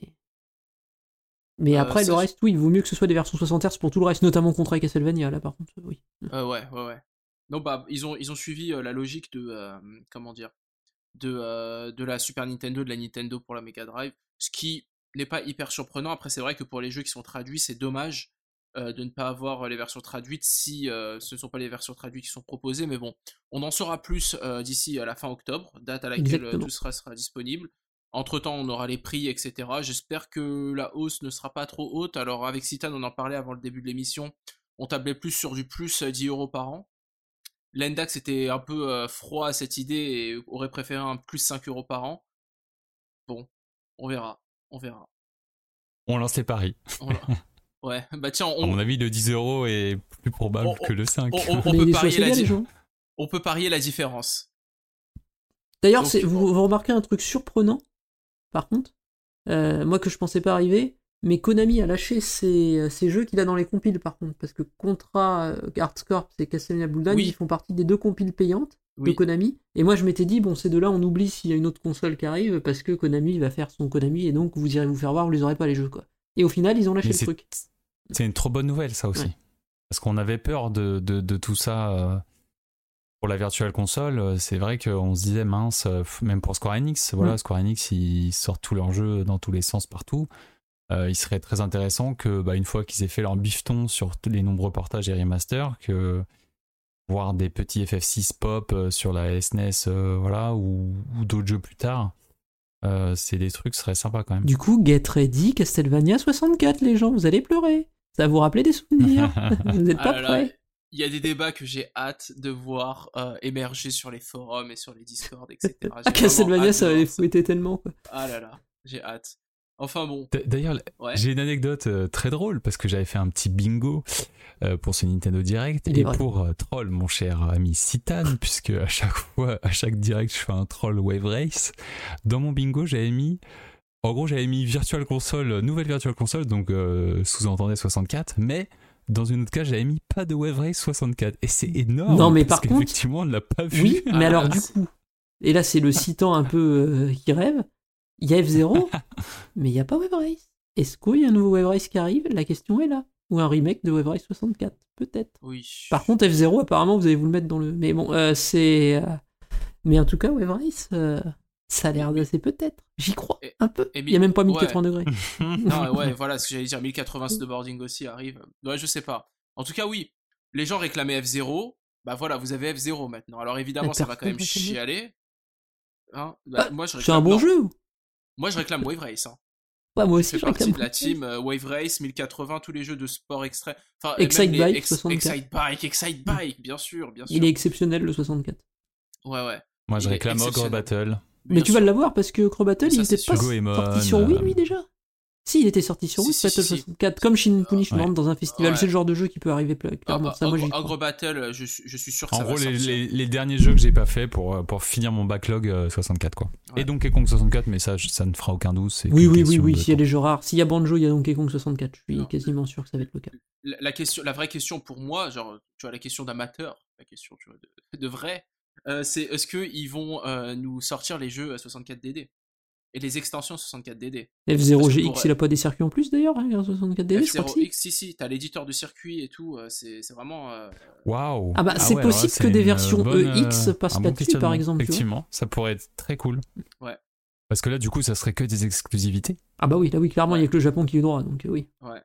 mais euh, après, ça, le reste, oui, il vaut mieux que ce soit des versions soixante Hz pour tout le reste, notamment Contra et Castlevania, là par contre, oui. Euh, ouais, ouais, ouais. Non, bah, ils ont, ils ont suivi euh, la logique de, euh, comment dire, de, euh, de la Super Nintendo, de la Nintendo pour la Mega Drive, ce qui n'est pas hyper surprenant. Après, c'est vrai que pour les jeux qui sont traduits, c'est dommage euh, de ne pas avoir les versions traduites si euh, ce ne sont pas les versions traduites qui sont proposées, mais bon, on en saura plus euh, d'ici à la fin octobre, date à laquelle euh, tout sera, sera disponible. Entre-temps, on aura les prix, et cetera. J'espère que la hausse ne sera pas trop haute. Alors, avec Citan, on en parlait avant le début de l'émission, on tablait plus sur du plus dix euros par an. L'Endax était un peu euh, froid à cette idée et aurait préféré un plus cinq euros par an. Bon, on verra, on verra. On lance les paris. On... Ouais, bah tiens, on... à mon avis, le dix euros est plus probable on, que le cinq. On, on, on, peut, parier la di... on peut parier la différence. D'ailleurs, Donc, c'est... Vous, vous remarquez un truc surprenant, par contre, euh, moi que je pensais pas arriver, mais Konami a lâché ces, ces jeux qu'il a dans les compiles, par contre, parce que Contra, euh, Artscorp et Castlevania Bloodline, oui. Ils font partie des deux compiles payantes oui. de Konami, et moi je m'étais dit, bon, ces deux-là, on oublie s'il y a une autre console qui arrive, parce que Konami va faire son Konami, et donc vous irez vous faire voir, vous les aurez pas les jeux, quoi. Et au final, ils ont lâché mais le c'est, truc. C'est une trop bonne nouvelle, ça aussi. Ouais. Parce qu'on avait peur de, de, de tout ça euh, pour la Virtual Console. C'est vrai qu'on se disait, mince, euh, même pour Square Enix, voilà, mmh. Square Enix, ils sortent tous leurs jeux dans tous les sens partout. Euh, il serait très intéressant que, bah, une fois qu'ils aient fait leur bifton sur tous les nombreux portages et remasters, que voir des petits F F six pop sur la S N E S, euh, voilà, ou, ou d'autres jeux plus tard. Euh, c'est des trucs qui seraient sympas quand même. Du coup, Get Ready, Castlevania soixante-quatre, les gens, vous allez pleurer. Ça va vous rappeler des souvenirs. Vous n'êtes Ah pas là là, prêts. il y a des débats que j'ai hâte de voir euh, émerger sur les forums et sur les Discords, et cetera. Ah, J'ai Castlevania, vraiment hâte ça de va les voir fouetter tellement, quoi. Ah là là, j'ai hâte. Enfin bon. D- D'ailleurs, Ouais. j'ai une anecdote euh, très drôle parce que j'avais fait un petit bingo euh, pour ce Nintendo Direct Il est et vrai. pour euh, troll mon cher ami Citan, puisque à chaque fois, à chaque direct, je fais un troll Wave Race. Dans mon bingo, j'avais mis, en gros, j'avais mis Virtual Console, nouvelle Virtual Console, donc euh, sous-entendait soixante-quatre, mais dans une autre case, j'avais mis pas de Wave Race soixante-quatre et c'est énorme. Non, mais parce par contre- qu'effectivement, on ne l'a pas vu. Oui, mais Ah, alors du c'est- coup, et là c'est le citant un peu euh, qui rêve, il y a F zéro, mais il n'y a pas Wave Race. Est-ce qu'il y a un nouveau Wave Race qui arrive? La question est là. Ou un remake de Wave Race soixante-quatre, peut-être. Oui. Par contre, F zéro, apparemment, vous allez vous le mettre dans le... Mais bon, euh, c'est... euh, Mais en tout cas, Wave Race, euh, ça a l'air d'assez peut-être. J'y crois, Et- un peu. et Il n'y a même pas ouais. mille quatre-vingts degrés. Non, ouais, voilà ce que j'allais dire. mille quatre-vingts snowboarding aussi arrive. Ouais, je sais pas. En tout cas, oui. Les gens réclamaient F zéro. Bah voilà, vous avez F zéro maintenant. Alors évidemment, Mais ça va quand même personne réclame. chialer. Hein bah, Ah, moi, je C'est réclame... un bon non, jeu. Moi, je réclame Wave Race. Hein. Ouais, moi Je aussi, fais je partie réclame. de la team euh, Wave Race, mille quatre-vingts, tous les jeux de sport extrait. Enfin, Excite même les Bike, soixante-quatre. Excite Bike, Excite Bike, bien sûr, bien sûr. Il est exceptionnel, le soixante-quatre. Ouais, ouais. Moi, je Il est réclame Ogre exceptionnel. Battle. Mais Bien tu vas sûr. l'avoir parce que Crow Battle, Ça, il c'est était pas sûr. Goemon, sorti sur Wii, euh, lui, déjà. Si, il était sorti sur Si, Wii, si, Battle si, si. soixante-quatre, comme Shin Punishment Ouais. dans un festival. Ouais. C'est le genre de jeu qui peut arriver pla- clairement. Ah, ça, moi, j'y Ogre, crois. Ogre Battle, je, suis- je suis sûr que En ça gros, va les, sortir. les, les derniers jeux que j'ai pas fait pour, pour finir mon backlog euh, soixante-quatre, quoi. Ouais. Et Donkey Kong soixante-quatre, mais ça, je- ça ne fera aucun doute. C'est Oui, qu'une oui, oui, question oui. de S'il y a temps. des jeux rares, s'il y a Banjo, il y a Donkey Kong soixante-quatre. Je suis Non. quasiment sûr que ça va être le cas. La, la question, la vraie question pour moi, genre, tu vois, la question d'amateur, la question tu vois, de, de vrai, euh, c'est est-ce qu'ils vont euh, nous sortir les jeux à soixante-quatre D D et les extensions soixante-quatre D D. F zéro Parce que G X, pour- il a pas des circuits en plus d'ailleurs, hein, soixante-quatre D D, je crois que si. F zéro X, si, si, t'as l'éditeur de circuit et tout, euh, c'est c'est vraiment. euh, Waouh! Ah bah, c'est ouais, alors là, possible c'est que des une versions bonne, E X euh, passent un bon là-dessus, par questionnement. exemple, tu vois. Effectivement, ça pourrait être très cool. Ouais. Parce que là, du coup, ça serait que des exclusivités. Ah bah oui, là oui, clairement, il y a Ouais. que le Japon qui est droit, donc euh, oui. Ouais.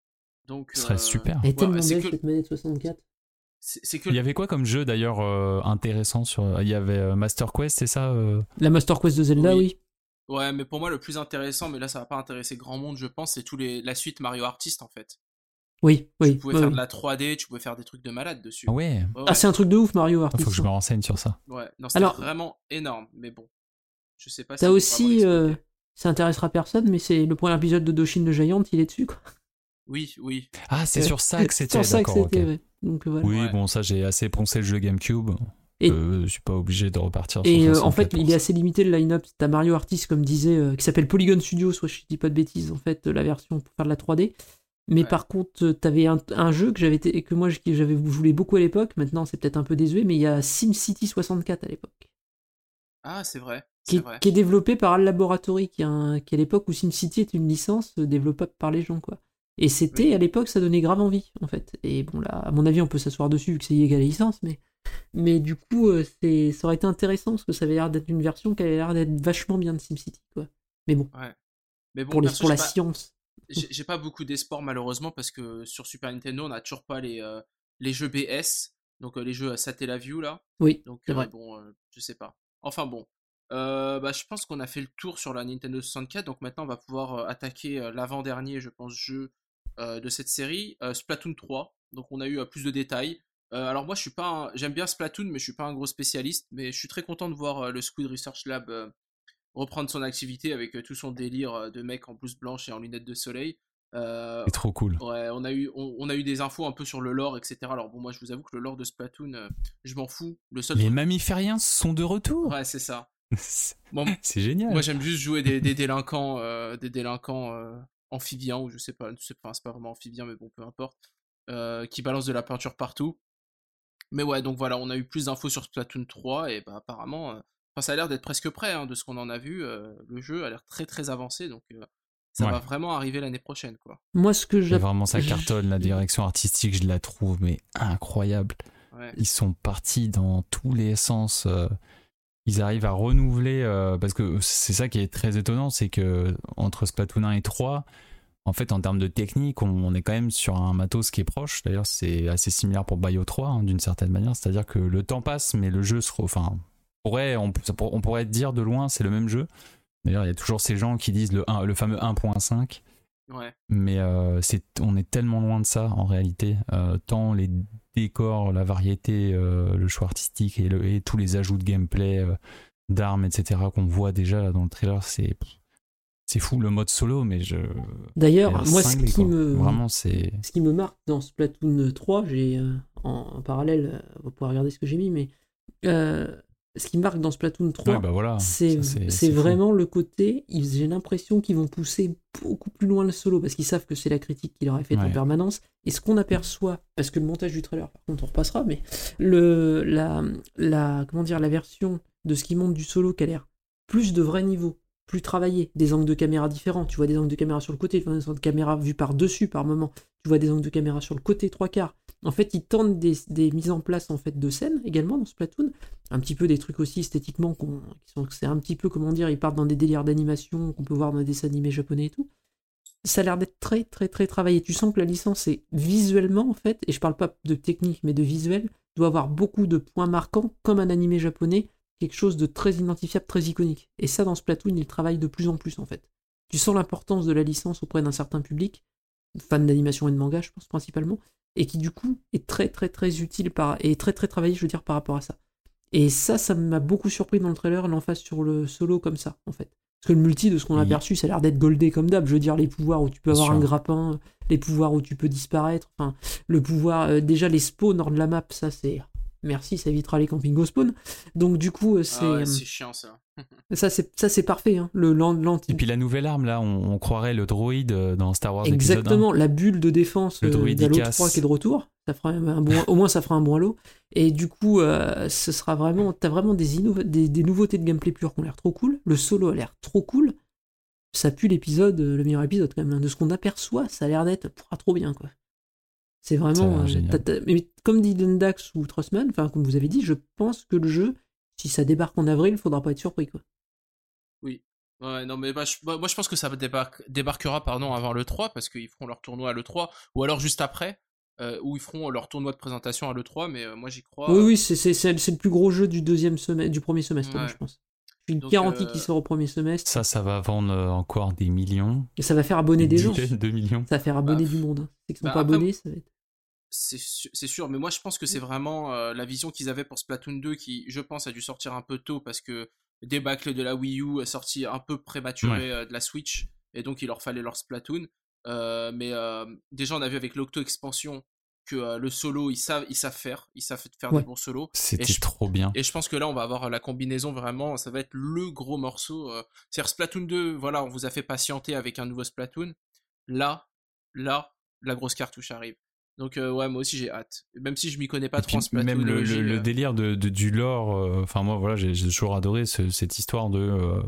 Donc. Ce serait euh, super. Elle est tellement ouais, c'est belle que- cette manette soixante-quatre. C'est c'est que. Il y avait quoi comme jeu d'ailleurs euh, intéressant sur... Il y avait euh, Master Quest, c'est ça euh La Master Quest de Zelda, Oui. oui. Ouais, mais pour moi, le plus intéressant, mais là, ça va pas intéresser grand monde, je pense, c'est tous les la suite Mario Artist en fait. Oui, oui. Tu pouvais ouais, faire oui. de la trois D, tu pouvais faire des trucs de malade dessus. Ah ouais, Ouais, Ah, c'est un truc de ouf, Mario il Artist. faut que je me renseigne sur ça. ouais. Non, c'était Alors- vraiment énorme, mais bon. Je sais pas si. T'as on peut aussi, vraiment euh, l'exploiter. ça intéressera personne, mais c'est le premier épisode de Doshin le Giant, il est dessus, quoi. Oui, oui. Ah, c'est Ouais. sur ça que C'est c'était, sur ça que d'accord, ok. c'était, ouais. Donc voilà. Oui, Ouais. bon, ça, j'ai assez poncé le jeu GameCube. Et- Euh, je suis pas obligé de repartir sur Et euh, en soixante-quatre fait, pour il est ça. assez limité le line-up. T'as Mario Artist, comme disait, euh, qui s'appelle Polygon Studio, soit je dis pas de bêtises, en fait, la version pour faire de la trois D. Mais Ouais. par contre, euh, t'avais un, un jeu que j'avais été- que moi je- que j'avais voulu beaucoup à l'époque. Maintenant, c'est peut-être un peu désuet, mais il y a SimCity soixante-quatre à l'époque, Ah, c'est vrai. qui, C'est est- vrai. qui est développé par Al Laboratory, qui est, un- qui est à l'époque où SimCity est une licence euh, développable par les gens, quoi. Et c'était, Oui. à l'époque, ça donnait grave envie, en fait. Et bon, là, à mon avis, on peut s'asseoir dessus, vu que c'est égal à la licence, mais, mais du coup, euh, c'est, ça aurait été intéressant, parce que ça avait l'air d'être une version qui avait l'air d'être vachement bien de SimCity, quoi. Mais bon, Mais bon, pour, les, perso, pour la j'ai pas- science. j'ai j'ai pas beaucoup d'espoir malheureusement parce que sur Super Nintendo, on a toujours pas les euh, les jeux B S, donc euh, les jeux à Satellaview là. Oui, Donc c'est euh, vrai. bon, euh, je sais pas. Enfin bon. Euh, bah, je pense qu'on a fait le tour sur la Nintendo soixante-quatre, donc maintenant on va pouvoir euh, attaquer euh, l'avant-dernier, je pense, jeu euh, de cette série, euh, Splatoon trois. Donc on a eu euh, plus de détails. Euh, alors moi je suis pas, un- j'aime bien Splatoon, mais je suis pas un gros spécialiste, mais je suis très content de voir euh, le Squid Research Lab euh, reprendre son activité avec euh, tout son délire euh, de mec en blouse blanche et en lunettes de soleil. Euh, C'est trop cool. Ouais, on a eu, on, on a eu des infos un peu sur le lore, et cetera. Alors bon, moi je vous avoue que le lore de Splatoon, euh, je m'en fous. Le seul Les truc- mammifériens sont de retour. Ouais, c'est ça. C'est Bon, c'est génial. moi j'aime juste jouer des, des délinquants, euh, des délinquants euh, amphibiens, ou je sais pas, c'est pas, c'est pas vraiment amphibien, mais bon, peu importe, euh, qui balancent de la peinture partout. Mais ouais, donc voilà, on a eu plus d'infos sur Splatoon trois, et bah apparemment, euh, enfin, ça a l'air d'être presque prêt, hein, de ce qu'on en a vu. Euh, le jeu a l'air très très avancé, donc euh, ça Ouais. va vraiment arriver l'année prochaine, quoi. Moi, ce que Mais j'ai. vraiment, ça cartonne. La direction artistique, je la trouve mais incroyable. Ouais. Ils sont partis dans tous les sens. euh, Ils arrivent à renouveler, euh, parce que c'est ça qui est très étonnant, c'est que entre Splatoon un et trois, en fait, en termes de technique, on, on est quand même sur un matos qui est proche. D'ailleurs, c'est assez similaire pour Bayo trois, hein, d'une certaine manière. C'est-à-dire que le temps passe, mais le jeu se... re- Enfin, on pourrait, on, ça pour- on pourrait dire de loin, c'est le même jeu. D'ailleurs, il y a toujours ces gens qui disent le, un, le fameux un point cinq. Ouais. Mais euh, c'est, on est tellement loin de ça en réalité. Euh, tant les décors, la variété, euh, le choix artistique et, le, et tous les ajouts de gameplay, euh, d'armes, et cetera qu'on voit déjà là, dans le trailer, c'est, c'est fou. Le mode solo, mais je. D'ailleurs, moi, cinglé, ce qui quoi. me. Vraiment, c'est. Ce qui me marque dans Splatoon trois, j'ai euh, en, en parallèle, euh, vous pourrez regarder ce que j'ai mis, mais. Euh, ce qui marque dans Splatoon trois, Ouais, bah voilà. c'est, Ça, c'est, c'est, c'est vraiment le côté, ils, j'ai l'impression qu'ils vont pousser beaucoup plus loin le solo, parce qu'ils savent que c'est la critique qu'il leur est faite Ouais. en permanence, et ce qu'on aperçoit, parce que le montage du trailer, par contre on repassera, mais le, la, la, comment dire, la version de ce qui monte du solo qui a l'air plus de vrais niveaux, plus travaillé, des angles de caméra différents, tu vois des angles de caméra sur le côté, tu vois des angles de caméra vus par-dessus par moment, tu vois des angles de caméra sur le côté, trois quarts. En fait, ils tentent des, des mises en place en fait, de scènes également dans Splatoon, un petit peu des trucs aussi esthétiquement, qu'on, qui sont, c'est un petit peu, comment dire, ils partent dans des délires d'animation qu'on peut voir dans des dessins animés japonais et tout. Ça a l'air d'être très très très travaillé. Tu sens que la licence est visuellement, en fait, et je parle pas de technique, mais de visuel, doit avoir beaucoup de points marquants, comme un animé japonais, quelque chose de très identifiable, très iconique. Et ça, dans Splatoon, ils travaillent de plus en plus, en fait. Tu sens l'importance de la licence auprès d'un certain public, fan d'animation et de manga, je pense, principalement, et qui, du coup, est très, très, très utile, par, et très, très travaillé, je veux dire, par rapport à ça. Et ça, ça m'a beaucoup surpris dans le trailer, l'emphase sur le solo comme ça, en fait. Parce que le multi, de ce qu'on a Oui. aperçu, ça a l'air d'être goldé comme d'hab. Je veux dire, les pouvoirs où tu peux Bien avoir sûr. un grappin, les pouvoirs où tu peux disparaître, enfin, le pouvoir... euh, déjà, les spawns hors de la map, ça, c'est... Merci, ça évitera les campings au spawn. Donc, du coup, euh, c'est... Ah ouais, euh, c'est chiant ça. ça, c'est, ça, c'est parfait, hein. Le land, land- Et puis la nouvelle arme, là, on, on croirait le droïde euh, dans Star Wars épisode un. Exactement, la bulle de défense Le euh, droïde, d'Halo il casse. trois qui est de retour. Ça fera un bon, au moins, ça fera un bon Halo. Et du coup, euh, ce sera vraiment... T'as vraiment des, innov- des, des nouveautés de gameplay pur qui ont l'air trop cool. Le solo a l'air trop cool. Ça pue l'épisode, euh, le meilleur épisode quand même. Hein. De ce qu'on aperçoit, ça a l'air d'être pff, trop bien, quoi. C'est Ça a vraiment... l'air euh, génial. t'as- t'as- mais comme dit Dax ou Trossman, enfin, comme vous avez dit, je pense que le jeu, si ça débarque en avril, faudra pas être surpris, quoi. Oui. Ouais, non, mais bah, je- bah, moi je pense que ça débarque, débarquera pardon, avant le trois, parce qu'ils feront leur tournoi à l'E trois, ou alors juste après, euh, où ils feront leur tournoi de présentation à l'E trois, mais euh, moi j'y crois. Oui, euh, oui, c'est, c'est, c'est, c'est le plus gros jeu du deuxième semestre, du premier semestre, moi, Ouais. je pense. Je suis Donc, garanti euh, qu'il sort au premier semestre. Ça, ça va vendre euh, encore des millions. Et ça va faire abonner des gens. dizaines de millions. Ça va faire abonner Bah, du monde. Hein. Ceux qui sont bah, pas après- abonnés, ça va être... C'est su- c'est sûr, mais moi je pense que c'est vraiment euh, la vision qu'ils avaient pour Splatoon deux qui, je pense, a dû sortir un peu tôt parce que le débâcle de la Wii U a sorti un peu prématuré Ouais. euh, de la Switch et donc il leur fallait leur Splatoon. Euh, mais euh, déjà on a vu avec l'Octo-expansion que euh, le solo ils savent, ils savent faire, ils savent faire Ouais. des bons solos. C'était Et je- trop bien. Et je pense que là, on va avoir la combinaison vraiment, ça va être le gros morceau. euh. C'est-à-dire Splatoon deux, voilà, on vous a fait patienter avec un nouveau Splatoon. Là, là, la grosse cartouche arrive. Donc euh, ouais, moi aussi j'ai hâte. Même si je m'y connais pas Et trop en puis Splatoon. même le, O G, le- le euh, délire de, de- du lore, euh, enfin moi voilà, j'ai, j'ai toujours adoré ce- cette histoire de euh,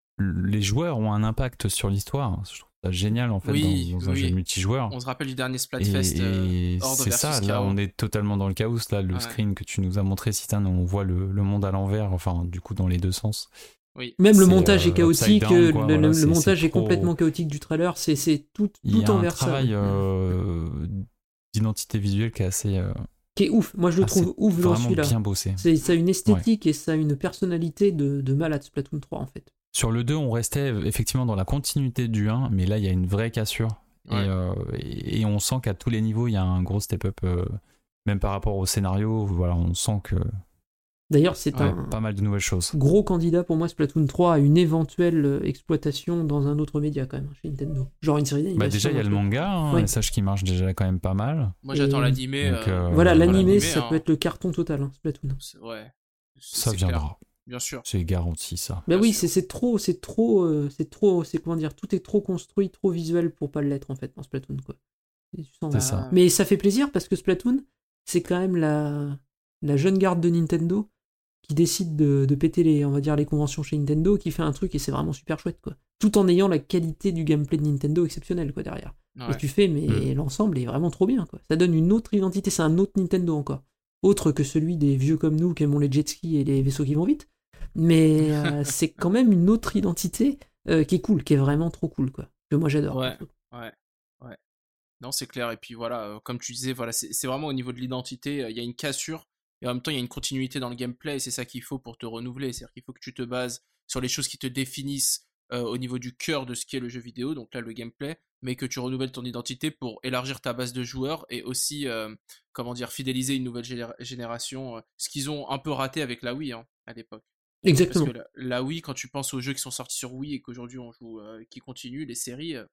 les joueurs ont un impact sur l'histoire. Je trouve ça génial en fait Oui, dans, dans un oui. jeu multijoueur. On se rappelle du dernier Et, Splatfest. euh, et Horde c'est versus ça, là Chaos. on est totalement dans le chaos. Là, le Ouais. screen que tu nous as montré, Citan, on voit le, le monde à l'envers, enfin du coup dans les deux sens. Oui. Même le C'est, montage euh, est chaotique, upside down, quoi, le, voilà, le- c'est- le montage c'est est trop- complètement chaotique du trailer, c'est, c'est tout, Il y tout a un envers ça. travail ouais. euh, d'identité visuelle qui est assez, euh, Qui est ouf, moi je le assez trouve ouf dans vraiment celui-là. bien bossé. C'est, ça a une esthétique et ça a une personnalité de, de malade Splatoon trois en fait. Sur le deux, on restait effectivement dans la continuité du un, mais là, il y a une vraie cassure. Ouais. Et, euh, et, et on sent qu'à tous les niveaux, il y a un gros step-up, euh, même par rapport au scénario. Voilà, on sent que D'ailleurs c'est ouais, un pas mal de nouvelles choses. gros candidat pour moi Splatoon trois à une éventuelle euh, exploitation dans un autre média quand même, chez Nintendo. Genre une série d'animation. Bah déjà, il y a le un truc. manga, hein, Ouais. un message qui marche déjà quand même pas mal. Moi j'attends Et- l'animé. Donc, euh, euh, Voilà, voilà, l'animé, l'animé, ça hein. peut être le carton total, hein, Splatoon. C'est- Ouais. C'est- Ça c'est clair. viendra. Bien sûr. C'est garanti, ça. Bah Bien oui, sûr. c'est, c'est trop, c'est trop, euh, c'est trop, c'est comment dire, tout est trop construit, trop visuel pour pas l'être en fait dans Splatoon quoi. Et tu sens- C'est ça. Mais ça fait plaisir parce que Splatoon, c'est quand même la, la jeune garde de Nintendo qui décide de, de péter les, on va dire, les conventions chez Nintendo, qui fait un truc et c'est vraiment super chouette quoi. Tout en ayant la qualité du gameplay de Nintendo exceptionnelle quoi derrière. Ouais. Et tu fais, mais Mm. l'ensemble est vraiment trop bien quoi. Ça donne une autre identité, c'est un autre Nintendo encore. Autre que celui des vieux comme nous qui aimons les jet skis et les vaisseaux qui vont vite. Mais euh, c'est quand même une autre identité euh, qui est cool, qui est vraiment trop cool quoi. Que moi j'adore. Ouais. Ouais, ouais. Non, c'est clair. Et puis voilà, euh, comme tu disais, voilà, c'est c'est vraiment au niveau de l'identité, euh, il y a une cassure et en même temps il y a une continuité dans le gameplay. Et c'est ça qu'il faut pour te renouveler. C'est-à-dire qu'il faut que tu te bases sur les choses qui te définissent euh, au niveau du cœur de ce qu'est le jeu vidéo, donc là le gameplay, mais que tu renouvelles ton identité pour élargir ta base de joueurs et aussi, euh, comment dire, fidéliser une nouvelle généra- génération, euh, ce qu'ils ont un peu raté avec la Wii hein, à l'époque. Exactement. Parce que la, la Wii, quand tu penses aux jeux qui sont sortis sur Wii et qu'aujourd'hui on joue, euh, qui continuent, les séries, euh,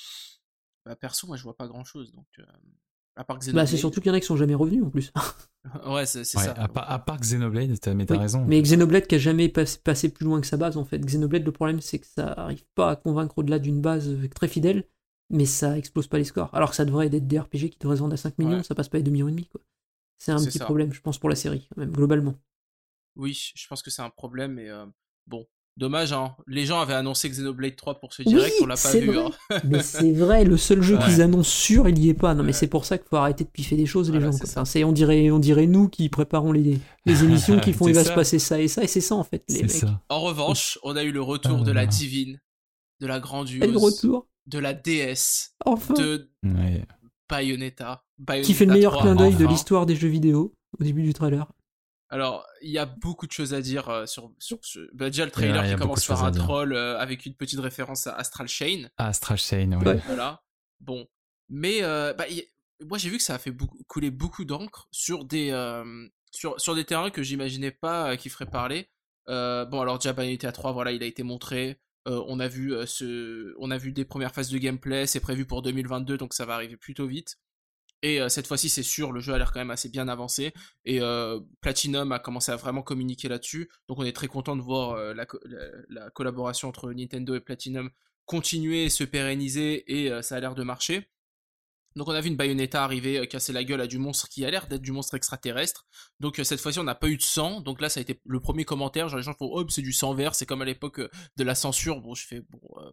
bah perso, moi je vois pas grand chose, donc euh, à part Xenoblade. Bah, c'est surtout qu'il y en a qui sont jamais revenus en plus. ouais, c'est, c'est Ouais, ça. à, pa- à part Xenoblade, t'as, mais t'as Oui, raison. mais Xenoblade qui a jamais pas- passé plus loin que sa base en fait. Xenoblade, le problème c'est que ça arrive pas à convaincre au-delà d'une base euh, très fidèle, mais ça explose pas les scores. Alors que ça devrait être des R P G qui devraient se vendre à cinq millions, Ouais. ça passe pas à deux millions et demi quoi. C'est un C'est petit ça. problème, je pense, pour la série, même globalement. Oui, je pense que c'est un problème, mais euh, bon, dommage, hein. Les gens avaient annoncé Xenoblade trois pour ce direct, Oui, on l'a pas c'est vu. vrai. Hein. Mais c'est vrai, le seul jeu Ouais. qu'ils annoncent sûr, il y est pas. Non, mais Ouais. c'est pour ça qu'il faut arrêter de piffer des choses, les Voilà, gens. c'est Quoi. ça. Enfin, c'est, on, dirait, on dirait nous qui préparons les, les émissions qui font C'est il va ça. se passer ça et ça, et c'est ça en fait, les C'est mecs. ça. En revanche, on a eu le retour Ah de là la là. divine, de la Et le grandiose, retour, de la déesse, enfin, de Ouais. Bayonetta. Bayonetta qui fait le meilleur trois, clin d'œil de enfin. l'histoire des jeux vidéo au début du trailer. Alors, il y a beaucoup de choses à dire euh, sur, sur ce... Bah, déjà, le Ouais, trailer il y qui a beaucoup commence de par choses à un dire. troll euh, avec une petite référence à Astral Chain. Ah, Astral Chain, ouais. Ouais. Voilà. Bon. Mais euh, bah, y- moi, j'ai vu que ça a fait beaucoup, couler beaucoup d'encre sur des, euh, sur, sur des terrains que j'imaginais pas euh, qui feraient parler. Euh, bon, alors déjà, Bayonetta trois, voilà, il a été montré. Euh, on, a vu, euh, ce... on a vu des premières phases de gameplay. C'est prévu pour deux mille vingt-deux, donc ça va arriver plutôt vite. Et euh, cette fois-ci, c'est sûr, le jeu a l'air quand même assez bien avancé. Et euh, Platinum a commencé à vraiment communiquer là-dessus. Donc on est très content de voir euh, la, co- la, la collaboration entre Nintendo et Platinum continuer, se pérenniser, et euh, ça a l'air de marcher. Donc on a vu une Bayonetta arriver, euh, casser la gueule à du monstre qui a l'air d'être du monstre extraterrestre. Donc euh, cette fois-ci, on n'a pas eu de sang. Donc là, ça a été le premier commentaire. Genre les gens font « Oh, c'est du sang vert, c'est comme à l'époque euh, de la censure. » Bon, je fais « Bon, euh,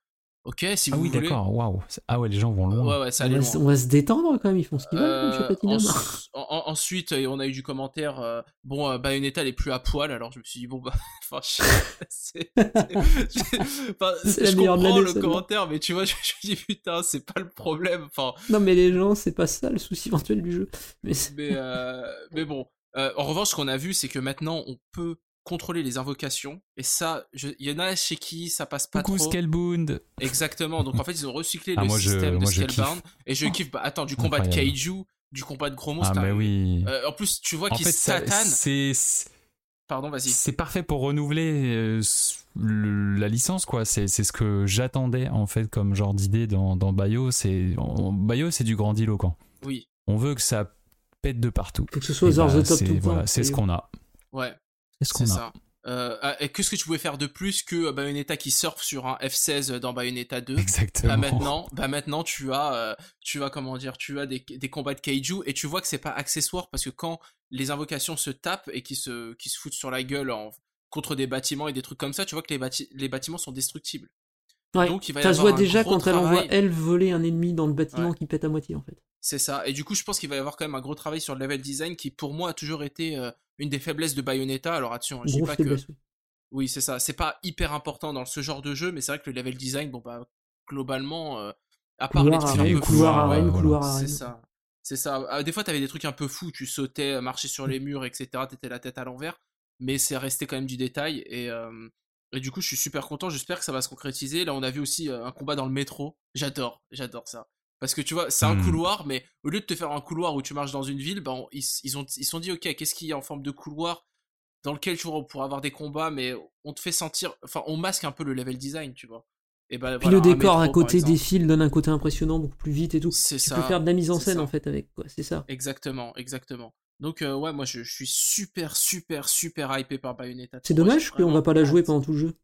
ok, si Ah vous oui, voulez. » d'accord, waouh. Ah ouais, les gens vont loin. Ouais, ouais, ça On allait va, loin. se- on va se détendre quand même, ils font ce qu'ils veulent, comme chez Euh, Platinum. ens- en- en- ensuite, euh, on a eu du commentaire. euh, bon, euh, Bayonetta, elle est plus à poil, alors je me suis dit bon bah, enfin, je, c'est, c'est- enfin, C'est la je meilleure de comprends l'année, le celle-là. commentaire, mais tu vois, je, je me dis putain, c'est pas le problème. Enfin, Non, mais les gens, c'est pas ça le souci éventuel du jeu. Mais c'est- mais euh, mais bon. Euh, en revanche, ce qu'on a vu, c'est que maintenant, on peut contrôler les invocations, et ça, je- il y en a chez qui ça passe pas Coucou trop. Scalebound. Exactement. Donc en fait, ils ont recyclé Ah, le moi, je- système moi, de je Scalebound, kiffe. et je kiffe. Bah, attends, du combat de Incroyable. kaiju, du combat de gros Ah, monstres. mais t'as- oui. Euh, en plus, tu vois En qu'ils fait, se ça- tatanent. c'est, c'est- Pardon, vas-y. c'est parfait pour renouveler euh, s- le- la licence, quoi. C'est, c'est ce que j'attendais, en fait, comme genre d'idée dans, dans Bayo. C'est, en- Bayo, c'est du grand îlot, quoi. Oui, On veut que ça pète de partout. faut que ce soit Et aux heures bah, the top c'est, tout le voilà, temps. c'est ce Et- qu'on a. ouais, C'est ce qu'on c'est a. ça. Euh, ah, et qu'est-ce que tu pouvais faire de plus que euh, Bayonetta qui surfe sur un F seize dans Bayonetta deux? Exactement. Bah maintenant, bah maintenant tu as, euh, tu as comment dire, tu as des, des combats de kaiju, et tu vois que c'est pas accessoire, parce que quand les invocations se tapent et qui se, qui se foutent sur la gueule en, contre des bâtiments et des trucs comme ça, tu vois que les, bâti- les bâtiments sont destructibles. Ouais. Donc il va y Ça se avoir voit un déjà gros quand elle envoie travail. elle voler un ennemi dans le bâtiment Ouais. qui pète à moitié en fait. C'est ça. Et du coup, je pense qu'il va y avoir quand même un gros travail sur le level design qui, pour moi, a toujours été euh, une des faiblesses de Bayonetta. Alors attention, je dis Grosse pas que. faiblesse, oui. Oui, c'est ça. C'est pas hyper important dans ce genre de jeu, mais c'est vrai que le level design, bon bah, globalement, euh, à part Couloir les à trucs un arène, peu couloir fous, à ouais, arène, voilà. couloir à c'est arène. ça. C'est ça. Ah, des fois, t'avais des trucs un peu fous, tu sautais, marchais sur les murs, et cetera. T'étais la tête à l'envers, mais c'est resté quand même du détail. Et, euh, et du coup, je suis super content. J'espère que ça va se concrétiser. Là, on a vu aussi euh, un combat dans le métro. J'adore, j'adore ça. Parce que tu vois, c'est un Mm. couloir, mais au lieu de te faire un couloir où tu marches dans une ville, ben, on- ils, ils ont, ils se sont dit, ok, qu'est-ce qu'il y a en forme de couloir dans lequel tu vois, on pourra avoir des combats, mais on te fait sentir, enfin, on masque un peu le level design, tu vois. Et ben, Puis voilà, le un décor métro, à par côté exemple. des fils donne un côté impressionnant beaucoup plus vite et tout. C'est Tu ça. peux faire de la mise en c'est scène ça. en fait avec quoi, c'est ça. Exactement, exactement. Donc euh, ouais, moi je, je suis super, super, super hypé par Bayonetta. C'est trois, dommage j'ai qu'on vraiment va pas la jouer hâte. pendant tout le jeu.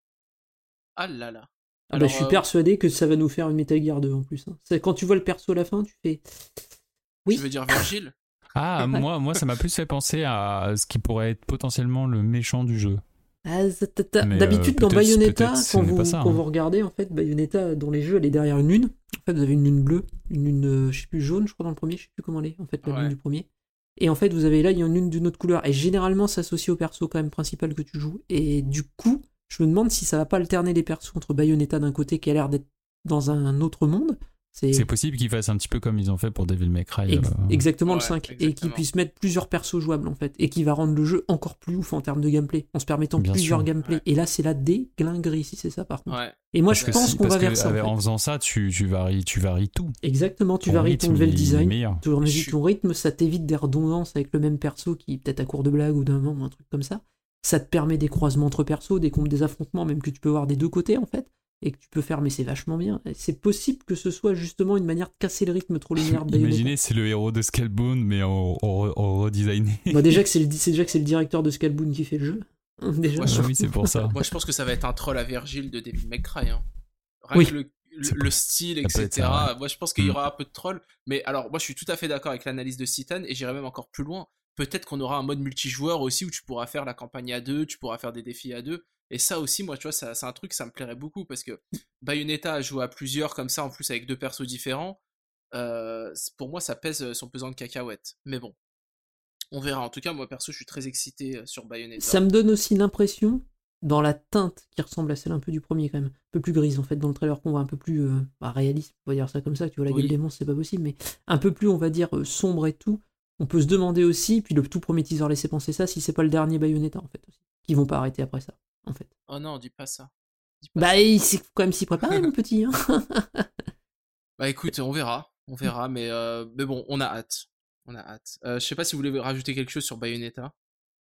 Ah là là. Ah bah, Alors, je suis euh, persuadé que ça va nous faire une Metal Gear deux en plus. hein. C'est quand tu vois le perso à la fin, tu fais. Oui. Tu veux dire Virgile? Ah, moi, moi, ça m'a plus fait penser à ce qui pourrait être potentiellement le méchant du jeu. Ah, ça, ta, ta. Mais, D'habitude, euh, dans peut-être- Bayonetta, peut-être ce quand, n'est vous, pas ça, quand hein. vous regardez, en fait, Bayonetta, dans les jeux, elle est derrière une lune. En fait, vous avez une lune bleue, une lune, euh, je sais plus, jaune, je crois, dans le premier, je sais plus comment elle est, en fait, la Ouais. lune du premier. Et en fait, vous avez là, il y a une lune d'une autre couleur. Et généralement, ça s'associe au perso quand même principal que tu joues. Et du coup, je me demande si ça va pas alterner les persos entre Bayonetta d'un côté, qui a l'air d'être dans un autre monde, C'est, c'est possible qu'ils fassent un petit peu comme ils ont fait pour Devil May Cry. Ex- euh, exactement Ouais, le cinq. Et qu'ils exactement. puissent mettre plusieurs persos jouables, en fait. Et qui va rendre le jeu encore plus ouf en termes de gameplay, en se permettant Bien plusieurs sûr. gameplays. Ouais. Et là, c'est la déglinguerie, si c'est ça, par contre. Ouais. Et moi, parce je que pense si- qu'on parce va que vers ça, en avec- fait. en faisant ça, tu, tu, varies, tu varies tout. Exactement, tu Ton varies rythme, ton level il est design, meilleur. tu varies Je suis- ton rythme, ça t'évite des redondances avec le même perso qui, peut-être à court de blague ou d'un moment, ou un truc comme ça. Ça te permet des croisements entre persos, des combos, des affrontements, même que tu peux voir des deux côtés, en fait. Et que tu peux faire, mais c'est vachement bien. Et c'est possible que ce soit justement une manière de casser le rythme trop linéaire de Bayonetta. Imaginez, c'est le héros de Skullbone, mais en, en, en redesigné. Bah, déjà que c'est, le, c'est déjà que c'est le directeur de Skullbone qui fait le jeu. Déjà. Ouais, Ah oui, c'est pour ça. Moi, je pense que ça va être un troll à Virgile de Devil May Cry. Hein. Rien Oui. que le, le, C'est le style, ça peut être et cetera. ça, ouais. Moi, je pense qu'il y Mm. aura un peu de troll. Mais alors, moi, je suis tout à fait d'accord avec l'analyse de Citan et j'irai même encore plus loin. Peut-être qu'on aura un mode multijoueur aussi où tu pourras faire la campagne à deux, tu pourras faire des défis à deux. Et ça aussi, moi, tu vois, ça, c'est un truc, ça me plairait beaucoup parce que Bayonetta a joué à plusieurs comme ça, en plus avec deux persos différents. Euh, c'est- pour moi, ça pèse son pesant de cacahuètes. Mais bon, on verra. En tout cas, moi, perso, je suis très excité euh, sur Bayonetta. Ça me donne aussi l'impression, dans la teinte qui ressemble à celle un peu du premier quand même, un peu plus grise en fait dans le trailer qu'on voit un peu plus euh, bah, réaliste, on va dire ça comme ça, tu vois la Oui. gueule des monstres c'est pas possible, mais un peu plus on va dire euh, sombre et tout. On peut se demander aussi, puis le tout premier teaser laissait penser ça, si c'est pas le dernier Bayonetta en fait aussi, qui vont pas arrêter après ça en fait. Oh non, dis pas ça. Dis pas Bah il s'est quand même s'y préparer mon petit. Hein. Bah écoute, on verra, on verra, mais, euh, mais bon, on a hâte. On a hâte. Euh, je sais pas si vous voulez rajouter quelque chose sur Bayonetta.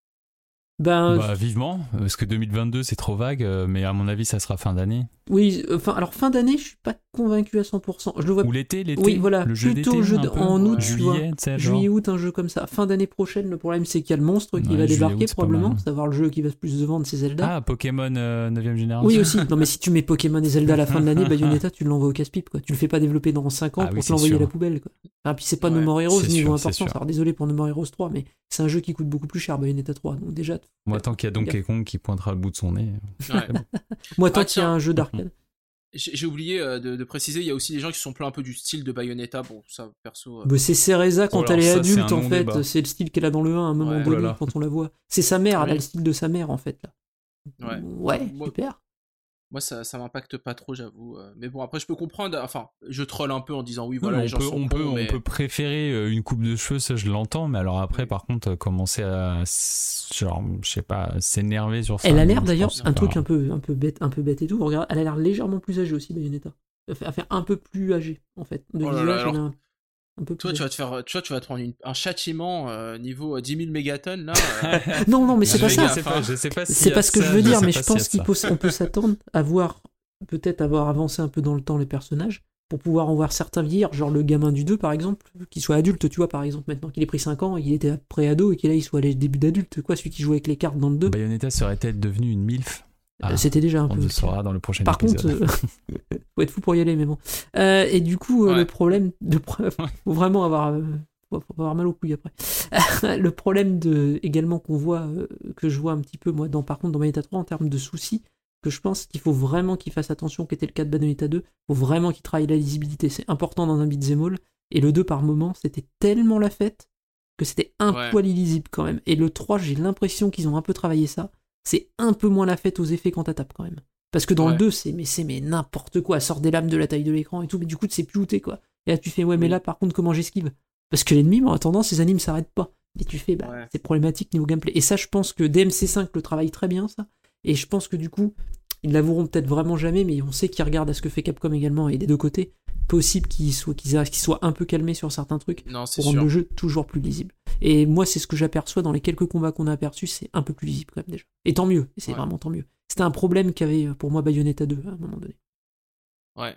Ben Bah, vivement, parce que deux mille vingt-deux, c'est trop vague, euh, mais à mon avis, ça sera fin d'année. oui, enfin alors fin d'année je suis pas convaincu à cent pour cent. Je le vois Ou l'été, l'été. Oui, voilà, le jeu plutôt d'été, jeu un de- peu. en août, Ouais. tu vois. Juillet, tu sais, genre. Juillet, août, un jeu comme ça. Fin d'année prochaine, le problème c'est qu'il y a le monstre qui Ouais, va juillet, débarquer août, c'est pas probablement, mal. savoir le jeu qui va plus se vendre, c'est Zelda. Ah, Pokémon euh, neuvième génération. oui aussi, non mais si tu mets Pokémon et Zelda à la fin de l'année, Bayonetta tu l'envoies au casse-pipe quoi. Tu le fais pas développer dans cinq ans Ah pour oui, te c'est l'envoyer à sûr. la poubelle quoi. Ah, puis c'est pas Ouais, No More Heroes c'est niveau sûr, c'est importance, sûr. alors désolé pour No More Heroes trois, mais c'est un jeu qui coûte beaucoup plus cher Bayonetta trois, donc déjà... Moi, tant qu'il y a Donkey Kong qui pointera le bout de son nez. Ouais. Moi tant Ah, qu'il y a tiens. un jeu d'arcade. J'ai j'ai oublié euh, de, de préciser, il y a aussi des gens qui se sont plaints un peu du style de Bayonetta. Bon, ça, perso. euh, Bah, c'est Cereza quand Oh, alors elle est ça, c'est adulte un en fait, non-débat. c'est le style qu'elle a dans le un à un moment Ouais. donné Oh là là. quand on la voit. C'est sa mère, elle a Oui. le style de sa mère en fait là. Ouais. Ouais, Moi- super. Moi, ça, ça m'impacte pas trop, j'avoue. euh, Mais bon, après, je peux comprendre. Enfin, je troll un peu en disant oui, Non, voilà, mais les on gens peut, sont on, cons, peut, mais... on peut préférer euh, une coupe de cheveux, ça je l'entends, mais alors après, Oui. par contre, euh, commencer à, s- genre, je sais pas, s'énerver sur ça. Elle a non, l'air je d'ailleurs, pense un pas. truc un peu, un peu bête, un peu bête et tout. Regarde, elle a l'air légèrement plus âgée aussi, Bayonetta. Elle fait- elle fait un peu plus âgée en fait. De Oh là là, visage, elle alors, est un, un peu plus. Toi, tu âgée. vas te faire, tu vois, tu vas te prendre une- un châtiment euh, niveau euh, dix mille mégatonnes, là. euh, Non, non, mais c'est Je pas fais ça. gaffe, Je sais pas, je sais pas s'il y C'est a pas de ce que ça, je veux dire, sais mais pas je s'il y a pense de qu'il ça. peut, on peut s'attendre à voir, peut-être avoir avancé un peu dans le temps les personnages, pour pouvoir en voir certains vieillir, genre le gamin du deux par exemple, qui soit adulte, tu vois, par exemple, maintenant qu'il ait pris cinq ans et qu'il était pré-ado et qu'il là il soit à les débuts d'adulte, quoi, celui qui jouait avec les cartes dans le deux. Bayonetta serait-elle devenue une MILF? Ah, C'était déjà un on peu. le saura dans le prochain Par contre, épisode. euh, faut être fou pour y aller, mais bon. Euh, et du coup, euh, Ouais. le problème, de, faut vraiment avoir, euh, faut faut avoir mal aux couilles après. Le problème de, également qu'on voit, euh, que je vois un petit peu moi, dans, par contre, dans Bayonetta trois en termes de soucis, que je pense qu'il faut vraiment qu'il fasse attention, qu'était le cas de Bayonetta deux, faut vraiment qu'il travaille la lisibilité, c'est important dans un beat'em all. Et le deux par moment, c'était tellement la fête que c'était un Ouais. poil illisible quand même. Et le trois, j'ai l'impression qu'ils ont un peu travaillé ça. C'est un peu moins la fête aux effets quand t'attapes quand même. Parce que dans Ouais. le deux, c'est mais c'est mais n'importe quoi, elle sort des lames de la taille de l'écran et tout, mais du coup, tu sais plus où t'es quoi. Et là, tu fais ouais, mais Oui. là, par contre, comment j'esquive? Parce que l'ennemi, en attendant, ses animes s'arrêtent pas. Et tu fais, bah, Ouais. c'est problématique niveau gameplay. Et ça, je pense que D M C cinq le travaille très bien, ça. Et je pense que du coup, ils l'avoueront peut-être vraiment jamais, mais on sait qu'ils regardent à ce que fait Capcom également, et des deux côtés. Possible qu'ils soient, qu'ils a- qu'ils soient un peu calmés sur certains trucs Non, c'est pour rendre sûr. le jeu toujours plus lisible. Et moi, c'est ce que j'aperçois dans les quelques combats qu'on a aperçus, c'est un peu plus lisible quand même déjà. Et tant mieux, et c'est Ouais. vraiment tant mieux. C'était un problème qu'avait euh, pour moi Bayonetta deux à un moment donné. Ouais.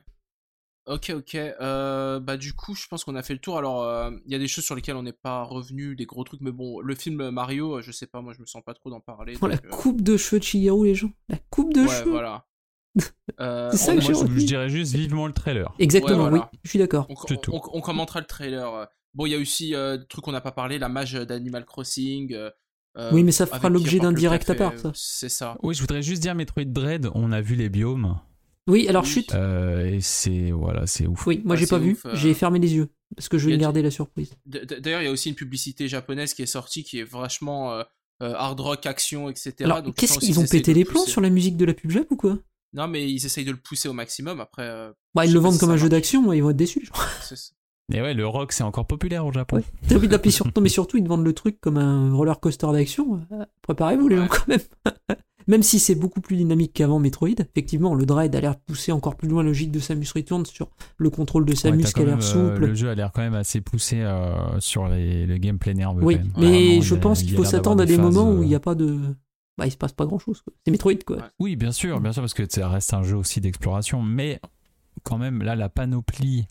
Ok, ok. Euh, bah du coup, je pense qu'on a fait le tour. Alors, euh, il y a des choses sur lesquelles on n'est pas revenu, des gros trucs, mais bon, le film Mario, euh, je sais pas, moi, je me sens pas trop d'en parler. Oh, la donc, euh, coupe de cheveux de Shigeru, les gens. La coupe de ouais, cheveux. voilà. Euh, C'est ça on- que Moi, j'ai je, retenu. je dirais juste vivement le trailer. Exactement, Ouais, voilà. oui, je suis d'accord. On, C'est tout. on- on commentera le trailer. Bon, il y a aussi euh, des trucs qu'on n'a pas parlé, la mage d'Animal Crossing. euh, euh, Oui, mais ça fera avec qui l'objet d'un apporte le direct à café, part, ça. C'est ça. Oui, je voudrais juste dire Metroid Dread, on a vu les biomes. Oui, alors Oui. chute. Euh, et c'est voilà, c'est ouf. Oui, moi Ouais, j'ai c'est pas vu, ouf, euh. j'ai fermé les yeux parce que je Il y vais a garder la surprise. D- d- D'ailleurs, il y a aussi une publicité japonaise qui est sortie qui est vachement euh, euh, hard rock, action, et cetera. Alors, Donc, qu'est-ce je pense qu'ils aussi ont essaient pété de les plombs pousser. sur la musique de la pub Jap ou quoi? Non, mais ils essayent de le pousser au maximum. Après, euh, Bah, je ils sais le pas vendent si comme ça un jeu marche. d'action, ils vont être déçus. je crois. C'est- Et ouais, le rock, c'est encore populaire au Japon. Ouais. T'as envie d'appuyer sur... Non, mais surtout, ils te vendent le truc comme un roller coaster d'action. Euh, Préparez-vous, les Ouais. gens, quand même. Même si c'est beaucoup plus dynamique qu'avant Metroid, effectivement, le Dread a l'air poussé encore plus loin le logique de Samus Returns sur le contrôle de Ouais, Samus t'as qui quand a l'air même, euh, souple. le jeu a l'air quand même assez poussé euh, sur les, le gameplay nerveux. Oui, quand même. mais Vraiment, je il y a- pense il y qu'il a faut l'air s'attendre à d'avoir des phases, moments où il n'y euh, a pas de... Bah, il se passe pas grand-chose, quoi. C'est Metroid, quoi. Ouais. Oui, bien sûr, bien sûr, parce que ça reste un jeu aussi d'exploration, mais quand même, là, la panoplie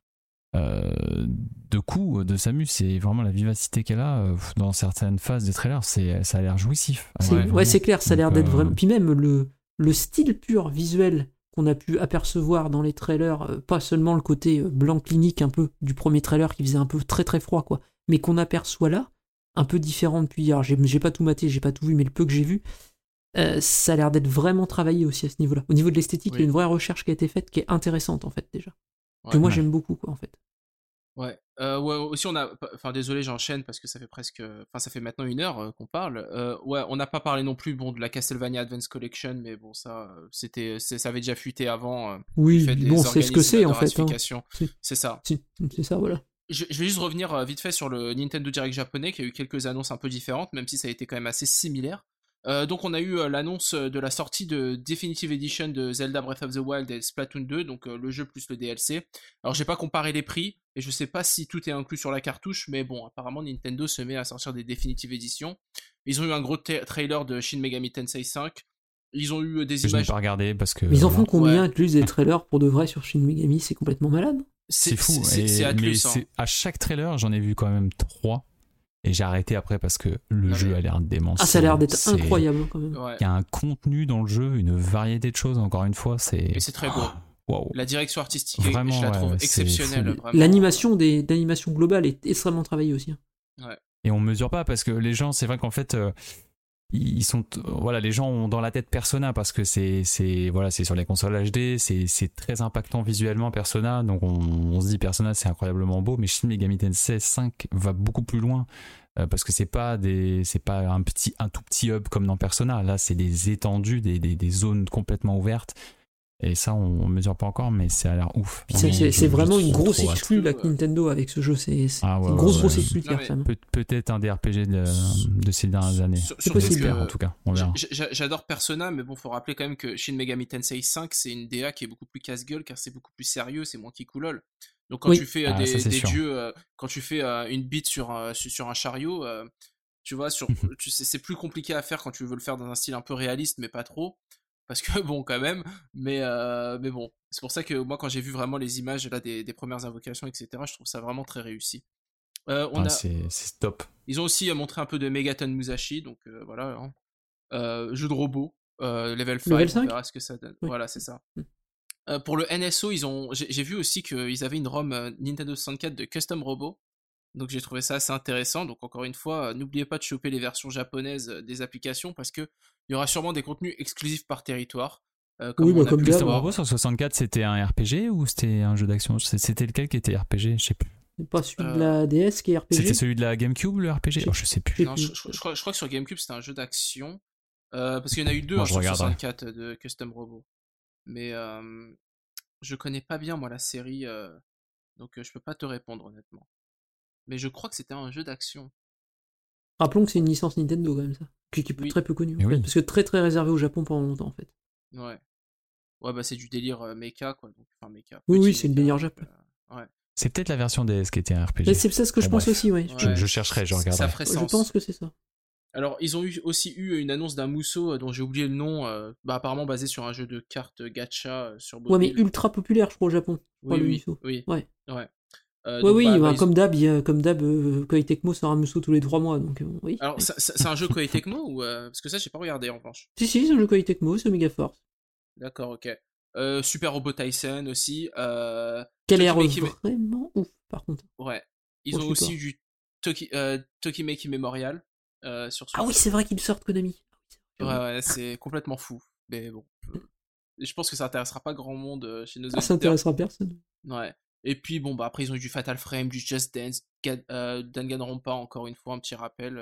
euh, de coups de Samus, c'est vraiment la vivacité qu'elle a euh, dans certaines phases des trailers, c'est, ça a l'air jouissif. C'est- Ouais, ouais, vraiment. c'est clair, ça a l'air Donc, d'être euh, vraiment... Puis même le, le style pur visuel qu'on a pu apercevoir dans les trailers, euh, pas seulement le côté euh, blanc clinique un peu du premier trailer qui faisait un peu très très froid, quoi, mais qu'on aperçoit là, un peu différent depuis hier. J'ai, j'ai pas tout maté, j'ai pas tout vu, mais le peu que j'ai vu, euh, ça a l'air d'être vraiment travaillé aussi à ce niveau-là. Au niveau de l'esthétique, il Oui. y a une vraie recherche qui a été faite qui est intéressante en fait déjà. Ouais. Que moi Ouais. j'aime beaucoup, quoi, en fait. Ouais. Euh, ouais, aussi on a, enfin désolé, j'enchaîne parce que ça fait presque, enfin ça fait maintenant une heure euh, qu'on parle. Euh, ouais, on n'a pas parlé non plus, bon, de la Castlevania Advance Collection, mais bon ça, euh, c'était, c'est- ça avait déjà fuité avant. Euh, Oui, du fait des bon, c'est ce que organismes c'est de en fait. hein. ratification. C'est- C'est ça. C'est c'est ça, voilà. Je, je vais juste revenir euh, vite fait sur le Nintendo Direct japonais, qui a eu quelques annonces un peu différentes, même si ça a été quand même assez similaire. Euh, donc on a eu euh, l'annonce de la sortie de Definitive Edition de Zelda Breath of the Wild et Splatoon deux, donc euh, le jeu plus le D L C. Alors j'ai pas comparé les prix, et je sais pas si tout est inclus sur la cartouche, mais bon, apparemment Nintendo se met à sortir des Definitive Editions. Ils ont eu un gros tra- trailer de Shin Megami Tensei cinq. Ils ont eu euh, des que je n'ai images... pas regardé parce que. Mais ils en voilà. font combien Ouais. Atlus des trailers pour de vrai sur Shin Megami? C'est complètement malade. C'est fou. C'est et- c'est mais Atlus, hein. c'est- à chaque trailer, j'en ai vu quand même trois. Et j'ai arrêté après parce que le Non, jeu mais- a l'air démentiel. Ah, ça a l'air d'être C'est- incroyable hein, quand même. Ouais. Il y a un contenu dans le jeu, une variété de choses, encore une fois. C'est. Et c'est très beau. Waouh. La direction artistique, Vraiment, je la trouve ouais, c'est exceptionnelle. fou. Vraiment. L'animation des l'animation globale est extrêmement travaillée aussi. hein. Et on mesure pas parce que les gens, c'est vrai qu'en fait, euh, ils sont, euh, voilà, les gens ont dans la tête Persona parce que c'est, c'est, voilà, c'est sur les consoles H D, c'est, c'est très impactant visuellement Persona, donc on, on se dit Persona c'est incroyablement beau, mais Shin Megami Tensei cinq va beaucoup plus loin euh, parce que c'est pas des, c'est pas un petit, un tout petit hub comme dans Persona, là c'est des étendues, des, des, des zones complètement ouvertes. Et ça, on, on mesure pas encore, mais ça a l'air ouf. Puis c'est- Vraiment, c'est je- c'est je vraiment suis une trop, grosse trop hâte. exclue là que Nintendo avec ce jeu. C'est c'est Ah ouais, une ouais, grosse ouais. grosse exclue de Non, mais- Capcom. Peut- peut-être un des R P G de, de ces dernières années. Sur- C'est surtout possible. que- J'espère, en tout cas, on verra. J- j- J'adore Persona, mais bon, faut rappeler quand même que Shin Megami Tensei cinq, c'est une D A qui est beaucoup plus casse-gueule, car c'est beaucoup plus sérieux, c'est moins qui coulole. Donc quand Oui. tu fais euh, Ah, des, ça, c'est des sûr. dieux, euh, quand tu fais euh, une bite sur, un- sur, sur un chariot, euh, tu vois, sur, tu sais, c'est plus compliqué à faire quand tu veux le faire dans un style un peu réaliste, mais pas trop. Parce que bon, quand même, mais, euh, mais bon, c'est pour ça que moi, quand j'ai vu vraiment les images là, des, des premières invocations, et cetera, je trouve ça vraiment très réussi. Euh, on Ah, a, c'est, c'est top. Ils ont aussi euh, montré un peu de Megaton Musashi, donc euh, voilà, hein. Euh, jeu de robot, euh, level cinq, Level on cinq verra ce que ça donne. Oui. Voilà, c'est ça. Mm. Euh, pour le N S O, ils ont, j'ai j'ai vu aussi qu'ils avaient une ROM euh, Nintendo soixante-quatre de Custom Robot, donc j'ai trouvé ça assez intéressant. Donc encore une fois, euh, n'oubliez pas de choper les versions japonaises euh, des applications, parce que il y aura sûrement des contenus exclusifs par territoire. Euh, comme Oui, on bah, a comme pu le d'hab. Custom voir. Robot sur soixante-quatre, c'était un R P G ou c'était un jeu d'action? C'était lequel qui était R P G? Je sais plus. C'est pas celui Euh, de la D S qui est R P G. C'était celui de la GameCube, le R P G? Je- Oh, je sais plus. je- Non, je, je- je crois, je crois que sur GameCube c'était un jeu d'action. Euh, parce qu'il y en a eu deux Moi, hein, je sur regarderai. soixante-quatre de Custom Robot. Mais euh, je connais pas bien moi la série, euh, donc euh, je peux pas te répondre honnêtement. Mais je crois que c'était un jeu d'action. Rappelons que c'est une licence Nintendo quand même ça, qui, qui est Oui. très peu connue. en Mais fait, oui. Parce que très très réservé au Japon pendant longtemps en fait. Ouais. Ouais, bah c'est du délire euh, mecha quoi. Donc, enfin, mecha. Oui, petit oui, c'est le mecha, délire donc, Japon. euh, ouais. C'est peut-être la version D S qui était un R P G. Mais c'est ça ce que je Bon, pense bref. aussi, ouais. Je- Ouais, je chercherai, je ça- regarderai. Ça ferait Je sens. pense que c'est ça. Alors, ils ont eu, aussi eu une annonce d'un Musou euh, dont j'ai oublié le nom, euh, bah, apparemment basé sur un jeu de cartes gacha euh, sur Ouais, mais mobile. ultra populaire, je crois, au Japon. Oui, Pas le oui, Musou. oui. Ouais. Ouais. Euh, Ouais, donc, oui, bah, bah, bah, ils- comme d'hab, il y a- comme d'hab, euh, Koei Tecmo sort un Musou tous les trois mois, donc euh, oui. Alors, ça- ça- c'est un jeu Koei Tecmo ou euh, parce que ça, j'ai pas regardé en revanche. Si, si, c'est un jeu Koei Tecmo, c'est Omega Force. D'accord, ok. Euh, Super Robot Tyson aussi. Euh, Qui a l'air Tokimeki- vraiment ouf, par contre. Ouais. Ils Bon, ont je sais aussi pas. du Toki, euh, Tokimeki Memorial euh, sur Switch. Ah oui, c'est vrai qu'ils sortent Konami. Ouais, ouais, c'est complètement fou. Mais bon, euh, je pense que ça intéressera pas grand monde euh, chez nos Ça auditeurs. s'intéressera personne. Ouais. Et puis bon, bah après ils ont eu du Fatal Frame, du Just Dance, Ga- euh, Danganronpa encore une fois, un petit rappel. euh,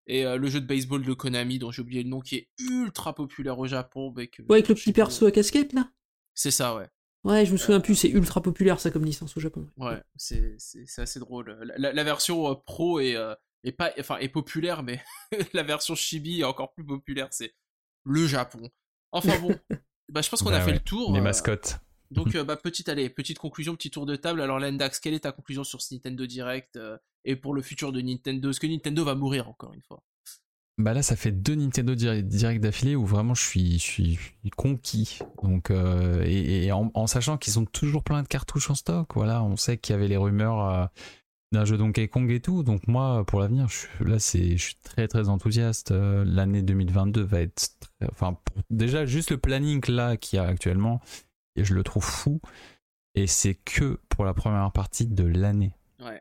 Et euh, le jeu de baseball de Konami, dont j'ai oublié le nom, qui est ultra populaire au Japon. Mais que, Ouais, avec le je sais petit plus. perso à casquette, là. C'est ça, ouais. Ouais, je me souviens plus, c'est ultra populaire, ça, comme licence au Japon. Ouais, c'est, c'est, c'est assez drôle. La, la, la version euh, pro est, euh, est, pas, enfin, est populaire, mais la version chibi est encore plus populaire. C'est le Japon. Enfin bon, bah, je pense qu'on Bah a fait ouais, le tour. les euh, mascottes. Donc, euh, bah, petite, allez, petite conclusion, petit tour de table. Alors, Lendax, quelle est ta conclusion sur ce Nintendo Direct euh, et pour le futur de Nintendo? Est-ce que Nintendo va mourir encore une fois? Bah là, ça fait deux Nintendo Direct, direct d'affilée où vraiment je suis, je suis, je suis conquis. Donc, euh, et, et en, en sachant qu'ils ont toujours plein de cartouches en stock. Voilà, on sait qu'il y avait les rumeurs euh, d'un jeu Donkey Kong et tout. Donc moi, pour l'avenir, je, suis- là, c'est, je suis très très enthousiaste. Euh, L'année deux mille vingt-deux va être, très- enfin, pour- déjà juste le planning là qu'il y a actuellement, et je le trouve fou. Et c'est que pour la première partie de l'année. Ouais.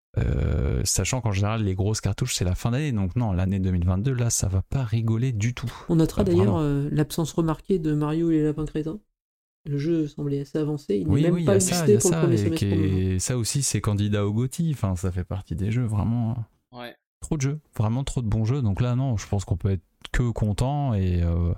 Euh, sachant qu'en général les grosses cartouches c'est la fin d'année, donc non, l'année deux mille vingt-deux là ça va pas rigoler du tout. On notera Ah, d'ailleurs vraiment. euh, l'absence remarquée de Mario et les lapins crétins. Le jeu semblait assez avancé, il n'est Oui, même oui, il y pas a ça, listé il y a pour le ça, premier et semestre. qui pour le moment. est- ça aussi c'est candidat au GOTY, enfin ça fait partie des jeux, vraiment Ouais. trop de jeux, vraiment trop de bons jeux, donc là non, je pense qu'on peut être que content et euh,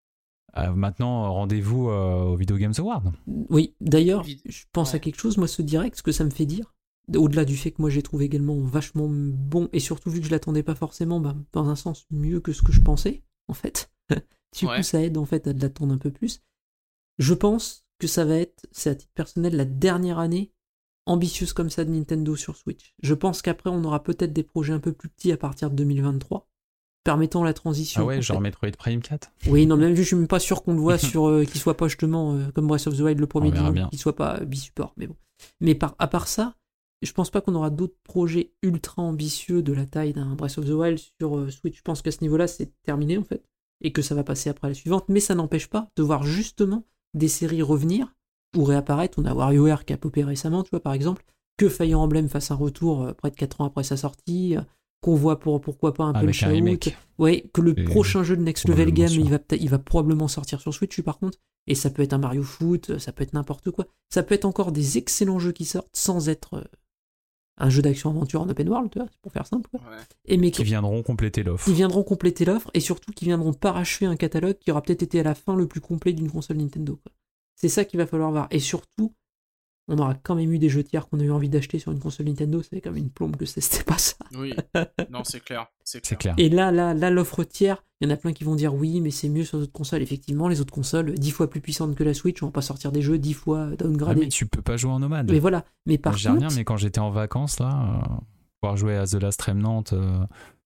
euh, maintenant rendez-vous euh, au Video Games Awards. Oui, d'ailleurs, Vite. je pense Ouais. à quelque chose, moi ce direct, ce que ça me fait dire, au-delà du fait que moi j'ai trouvé également vachement bon, et surtout vu que je l'attendais pas forcément, bah, dans un sens mieux que ce que je pensais, en fait. Du Ouais. coup, ça aide en fait à de l'attendre un peu plus. Je pense que ça va être, c'est à titre personnel, la dernière année ambitieuse comme ça de Nintendo sur Switch. Je pense qu'après on aura peut-être des projets un peu plus petits à partir de deux mille vingt-trois, permettant la transition. Ah ouais, en genre fait. Metroid Prime quatre. Oui, non, même vu, je suis même pas sûr qu'on le voit sur, euh, qu'il soit pas justement euh, comme Breath of the Wild le premier, On verra disons, bien. qu'il soit pas euh, bi-support, mais bon. Mais par, à part ça, je pense pas qu'on aura d'autres projets ultra ambitieux de la taille d'un Breath of the Wild sur euh, Switch. Je pense qu'à ce niveau-là, c'est terminé en fait, et que ça va passer après à la suivante, mais ça n'empêche pas de voir justement des séries revenir ou réapparaître. On a WarioWare qui a popé récemment, tu vois, par exemple, que Fire Emblem fasse un retour euh, près de quatre ans après sa sortie, euh, qu'on voit pour pourquoi pas un Avec Punch un Out. remake. Ouais, que le Et prochain jeu de Next Level probablement Game, sûr. il va, peut-être- il va probablement sortir sur Switch, par contre. Et ça peut être un Mario Foot, ça peut être n'importe quoi. Ça peut être encore des excellents jeux qui sortent sans être euh, un jeu d'action-aventure en open world, tu vois, c'est pour faire simple. Quoi. Ouais. Et mais Qui qui, viendront compléter l'offre. qui viendront compléter l'offre et surtout qui viendront parachever un catalogue qui aura peut-être été à la fin le plus complet d'une console Nintendo. Quoi. C'est ça qu'il va falloir voir. Et surtout, on aura quand même eu des jeux tiers qu'on a eu envie d'acheter sur une console Nintendo. C'est quand même une plombe que c'était pas ça. Oui. Non, c'est clair. C'est C'est clair. clair. Et là, là, là, l'offre tiers, il y en a plein qui vont dire oui, mais c'est mieux sur les autres consoles. Effectivement, les autres consoles, dix fois plus puissantes que la Switch, on va pas sortir des jeux dix fois Ah, downgradés. mais tu peux pas jouer en nomade. mais voilà. Mais par J'ai contre, rien, mais quand j'étais en vacances, là, euh, pouvoir jouer à The Last Remnant euh,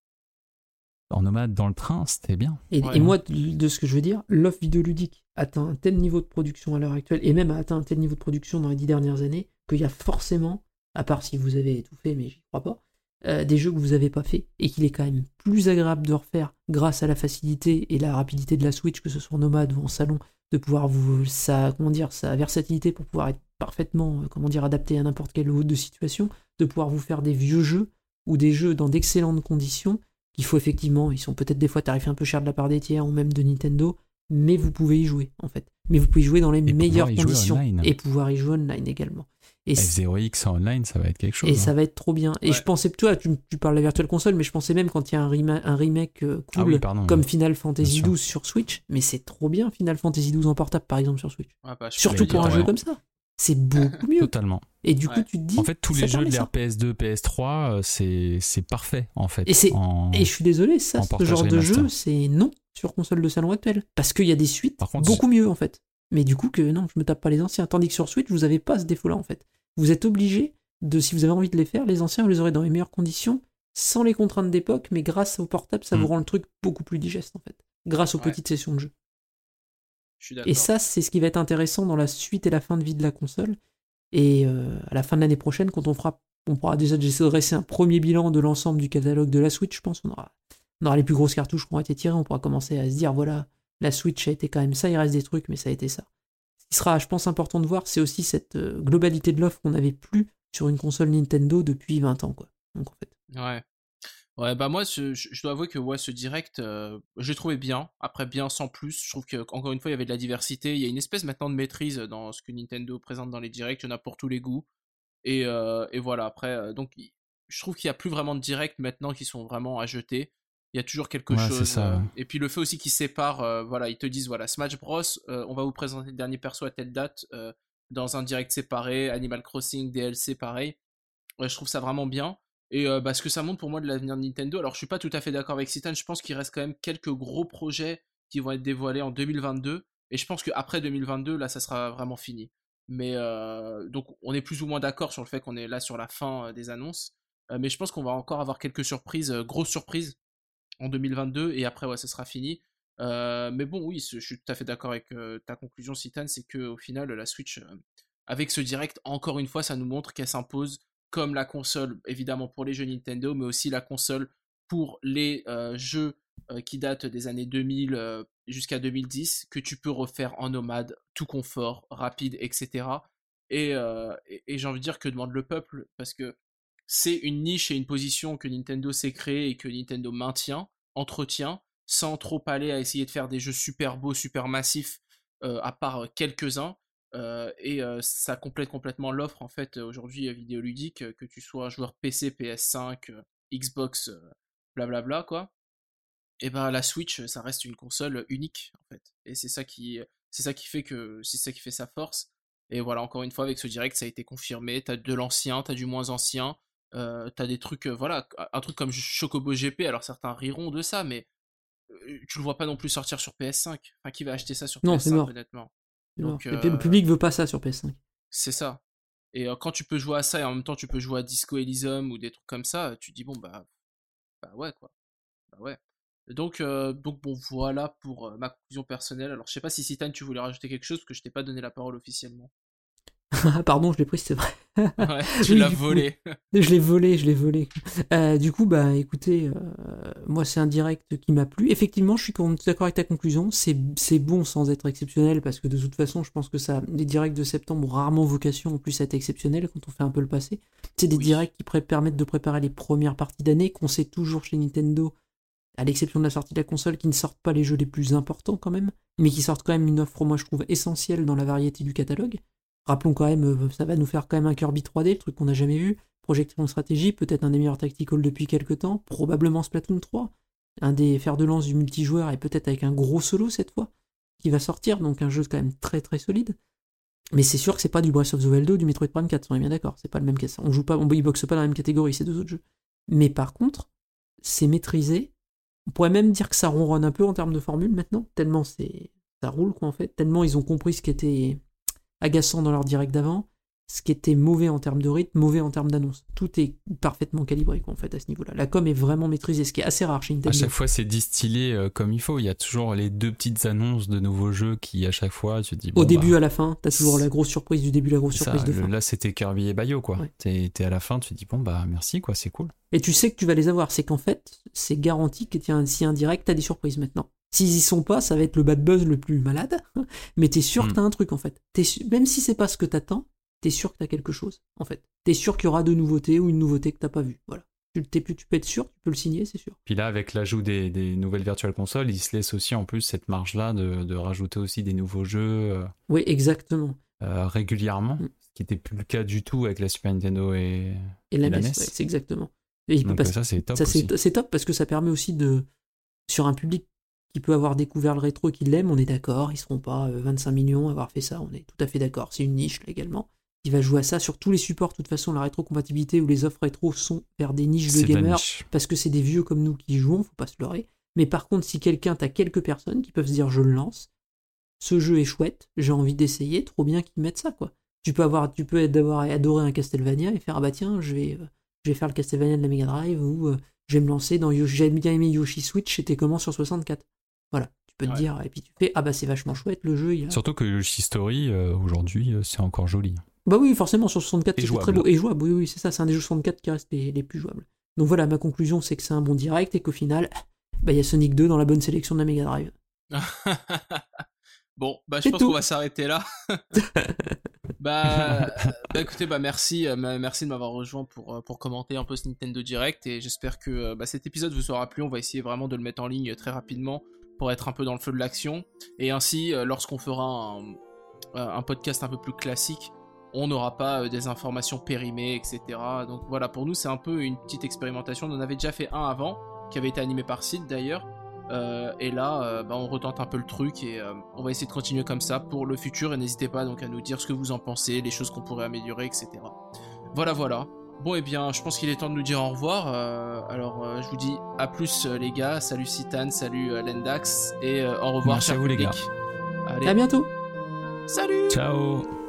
en nomade dans le train, c'était bien. et, Ouais. et moi, de, de ce que je veux dire, l'offre vidéoludique atteint un tel niveau de production à l'heure actuelle, et même a atteint un tel niveau de production dans les dix dernières années, qu'il y a forcément, à part si vous avez tout fait, mais j'y crois pas, euh, des jeux que vous avez pas fait, et qu'il est quand même plus agréable de refaire grâce à la facilité et la rapidité de la Switch, que ce soit en nomade ou en salon, de pouvoir vous, sa, comment dire, sa versatilité pour pouvoir être parfaitement, euh, comment dire, adapté à n'importe quelle autre de situation, de pouvoir vous faire des vieux jeux ou des jeux dans d'excellentes conditions, qu'il faut effectivement, ils sont peut-être des fois tarifés un peu cher de la part des tiers ou même de Nintendo, mais vous pouvez y jouer en fait. Mais vous pouvez y jouer dans les Et meilleures pouvoir y jouer conditions online. et pouvoir y jouer online également. Et, F zéro X en online, ça va être quelque chose. et ça hein. va être trop bien. Et Ouais. je pensais, toi, tu, tu parles de la Virtual Console, mais je pensais même quand il y a un, rema- un remake euh, cool Ah oui, pardon. comme Final Fantasy Bien sûr. douze sur Switch, mais c'est trop bien Final Fantasy douze en portable par exemple sur Switch. Ouais, bah, je Surtout peux pour un dire, jeu ouais. comme ça. C'est beaucoup mieux. Totalement. Et du coup, Ouais. tu te dis. En fait, tous ça les jeux permet de ça. l'ère P S deux, P S trois, euh, c'est c'est parfait, en fait. Et c'est- En- Et je suis désolé, ça, En ce portage genre de remaster. jeu, c'est non sur console de salon actuelle. Parce qu'il y a des suites Par contre, beaucoup mieux, en fait. Mais du coup, que non, je me tape pas les anciens. Tandis que sur Switch, vous avez pas ce défaut-là, en fait. Vous êtes obligé de, si vous avez envie de les faire, les anciens, vous les aurez dans les meilleures conditions, sans les contraintes d'époque, mais grâce au portable, ça vous Mm. rend le truc beaucoup plus digeste, en fait. Grâce aux Ouais. petites sessions de jeu. Je suis d'accord. Et ça, c'est ce qui va être intéressant dans la suite et la fin de vie de la console. Et euh, à la fin de l'année prochaine, quand on fera, on pourra déjà dresser un premier bilan de l'ensemble du catalogue de la Switch, je pense, on aura, on aura les plus grosses cartouches qui ont été tirées, on pourra commencer à se dire, voilà, la Switch a été quand même ça, il reste des trucs, mais ça a été ça. Ce qui sera, je pense, important de voir, c'est aussi cette euh, globalité de l'offre qu'on n'avait plus sur une console Nintendo depuis vingt ans, quoi. Donc, en fait. Ouais. Ouais, bah moi, ce- je, je dois avouer que ouais, ce direct, euh, j'ai trouvé bien. Après, bien sans plus. Je trouve que encore une fois, il y avait de la diversité. Il y a une espèce maintenant de maîtrise dans ce que Nintendo présente dans les directs. Il y en a pour tous les goûts. Et, euh, et voilà. Après, euh, donc, il- je trouve qu'il y a plus vraiment de directs maintenant qui sont vraiment à jeter. il y a toujours quelque ouais, chose. C'est ça, ouais. Et puis le fait aussi qu'ils séparent, euh, voilà, ils te disent, voilà, Smash Bros, euh, on va vous présenter le dernier perso à telle date, euh, dans un direct séparé, Animal Crossing, D L C pareil. Ouais, je trouve ça vraiment bien. Et euh, bah, ce que ça montre pour moi de l'avenir de Nintendo, alors je suis pas tout à fait d'accord avec Citan, je pense qu'il reste quand même quelques gros projets qui vont être dévoilés en deux mille vingt-deux, et je pense qu'après deux mille vingt-deux, là, ça sera vraiment fini. Mais euh, donc on est plus ou moins d'accord sur le fait qu'on est là sur la fin euh, des annonces, euh, mais je pense qu'on va encore avoir quelques surprises, euh, grosses surprises, en deux mille vingt-deux, et après, ouais, ça sera fini. Euh, mais bon, oui, je suis tout à fait d'accord avec euh, ta conclusion, Citan, c'est que au final, la Switch, euh, avec ce direct, encore une fois, ça nous montre qu'elle s'impose comme la console, évidemment, pour les jeux Nintendo, mais aussi la console pour les euh, jeux euh, qui datent des années deux mille euh, jusqu'à deux mille dix, que tu peux refaire en nomade, tout confort, rapide, et cetera. Et, euh, et, et j'ai envie de dire que demande le peuple, parce que c'est une niche et une position que Nintendo s'est créée et que Nintendo maintient, entretient, sans trop aller à essayer de faire des jeux super beaux, super massifs, euh, à part quelques-uns. Euh, et euh, ça complète complètement l'offre en fait aujourd'hui euh, vidéoludique, euh, que tu sois joueur P C, P S cinq, euh, Xbox, euh, blablabla quoi. Et ben la Switch, ça reste une console unique en fait. Et c'est ça qui, c'est ça qui fait que, c'est ça qui fait sa force. Et voilà, encore une fois avec ce direct, ça a été confirmé. T'as de l'ancien, t'as du moins ancien. Euh, t'as des trucs, euh, voilà, un truc comme Chocobo G P. Alors certains riront de ça, mais euh, tu le vois pas non plus sortir sur P S cinq. Enfin, qui va acheter ça sur Non, P S cinq c'est mort. honnêtement. C'est Donc, mort. euh, Le public veut pas ça sur P S cinq. C'est ça. Et euh, quand tu peux jouer à ça et en même temps tu peux jouer à Disco Elysium ou des trucs comme ça, tu te dis bon bah, bah ouais quoi. Bah ouais. Donc, euh, donc bon voilà pour euh, ma conclusion personnelle. Alors je sais pas si Citan tu voulais rajouter quelque chose parce que je t'ai pas donné la parole officiellement. Ah, pardon, je l'ai pris, c'est vrai. Ouais, tu Oui, l'as du coup, volé. je l'ai volé, je l'ai volé. Euh, du coup, bah écoutez, euh, moi c'est un direct qui m'a plu. Effectivement, je suis d'accord avec ta conclusion. C'est, c'est bon sans être exceptionnel parce que de toute façon, je pense que ça, les directs de septembre ont rarement vocation en plus à être exceptionnels quand on fait un peu le passé. C'est des Oui. directs qui pré- permettent de préparer les premières parties d'année, qu'on sait toujours chez Nintendo, à l'exception de la sortie de la console, qui ne sortent pas les jeux les plus importants quand même, mais qui sortent quand même une offre, moi je trouve, essentielle dans la variété du catalogue. Rappelons quand même, ça va nous faire quand même un Kirby trois D, le truc qu'on n'a jamais vu. Projection stratégie, peut-être un des meilleurs tactical depuis quelques temps. Probablement Splatoon trois. Un des fers de lance du multijoueur et peut-être avec un gros solo cette fois, qui va sortir. Donc un jeu quand même très très solide. Mais c'est sûr que c'est pas du Breath of the Wild ou du Metroid Prime quatre, on est bien d'accord. C'est pas le même cas. On joue pas, on boxe pas dans la même catégorie, ces deux autres jeux. Mais par contre, c'est maîtrisé. On pourrait même dire que ça ronronne un peu en termes de formule maintenant. Tellement c'est, ça roule quoi en fait. Tellement ils ont compris ce qui était agaçant dans leur direct d'avant, ce qui était mauvais en termes de rythme, mauvais en termes d'annonce. Tout est parfaitement calibré quoi, en fait à ce niveau-là. La com est vraiment maîtrisée, ce qui est assez rare chez Nintendo. À chaque fois, c'est distillé euh, comme il faut. Il y a toujours les deux petites annonces de nouveaux jeux qui, à chaque fois, tu te dis... Bon, Au début, bah, à la fin, t'as toujours la grosse surprise du début, la grosse ça, surprise de le, fin. là, c'était Kirby et Bayo, quoi. Ouais. T'es, t'es à la fin, tu te dis, bon, bah, merci, quoi, c'est cool. Et tu sais que tu vas les avoir. C'est qu'en fait, c'est garanti que s'il y a un direct, t'as des surprises maintenant. S'ils y sont pas, ça va être le bad buzz le plus malade. Mais t'es sûr Mm. que t'as un truc, en fait. T'es su- Même si c'est pas ce que t'attends, t'es sûr que t'as quelque chose, en fait. T'es sûr qu'il y aura deux nouveautés ou une nouveauté que t'as pas vue. Voilà. Tu, t'es plus, tu peux être sûr, tu peux le signer, c'est sûr. Puis là, avec l'ajout des, des nouvelles Virtual Console, il se laisse aussi, en plus, cette marge-là de, de rajouter aussi des nouveaux jeux euh, Oui, exactement. euh, régulièrement, Mm. ce qui n'était plus le cas du tout avec la Super Nintendo et, Et la et la N E S, N E S. ouais, c'est exactement. Et il peut Donc pas- ça, c'est top ça, aussi. c'est, c'est top parce que ça permet aussi de, sur un public qui peut avoir découvert le rétro et qui l'aime, on est d'accord, ils seront pas euh, vingt-cinq millions à avoir fait ça, on est tout à fait d'accord, c'est une niche là, également, qui va jouer à ça sur tous les supports. De toute façon, la rétrocompatibilité ou les offres rétro sont vers des niches C'est de de la gamers, niche. parce que c'est des vieux comme nous qui y jouons, faut pas se leurrer. Mais par contre, si quelqu'un, t'as quelques personnes qui peuvent se dire je le lance, ce jeu est chouette, j'ai envie d'essayer, trop bien qu'ils mettent ça, quoi. Tu peux avoir, tu peux être d'avoir adoré un Castlevania et faire ah bah tiens, je vais, euh, je vais faire le Castlevania de la Mega Drive ou euh, je vais me lancer dans Yoshi. J'avais bien aimé Yoshi Switch, c'était comment sur soixante-quatre. Voilà, tu peux te Ouais. dire et puis tu fais ah bah c'est vachement chouette le jeu. Il a... Surtout que Yoshi Story, euh, aujourd'hui, euh, c'est encore joli. Bah oui, forcément sur soixante-quatre Et c'était jouable. très beau et jouable. Oui oui c'est ça, c'est un des jeux soixante-quatre qui reste les, les plus jouables. Donc voilà, ma conclusion c'est que c'est un bon direct et qu'au final, bah il y a Sonic deux dans la bonne sélection de la Mega Drive. Bon, bah je C'est pense tout. qu'on va s'arrêter là. bah, bah écoutez, bah merci, euh, merci de m'avoir rejoint pour, euh, pour commenter un peu ce Nintendo Direct et j'espère que euh, bah, cet épisode vous aura plu. On va essayer vraiment de le mettre en ligne très rapidement pour être un peu dans le feu de l'action et ainsi euh, lorsqu'on fera un, un podcast un peu plus classique, on n'aura pas euh, des informations périmées, et cetera. Donc voilà, pour nous c'est un peu une petite expérimentation. On en avait déjà fait un avant. qui avait été animé par Sid d'ailleurs. Euh, et là, euh, bah, on retente un peu le truc et euh, on va essayer de continuer comme ça pour le futur. Et n'hésitez pas donc à nous dire ce que vous en pensez, les choses qu'on pourrait améliorer, et cetera. Voilà, voilà. Bon, et eh bien, je pense qu'il est temps de nous dire au revoir. Euh, alors, euh, je vous dis à plus, euh, les gars. Salut Citan, salut euh, Lendax, et euh, au revoir. Merci à vous, les gars. Allez, À bientôt. salut. Ciao.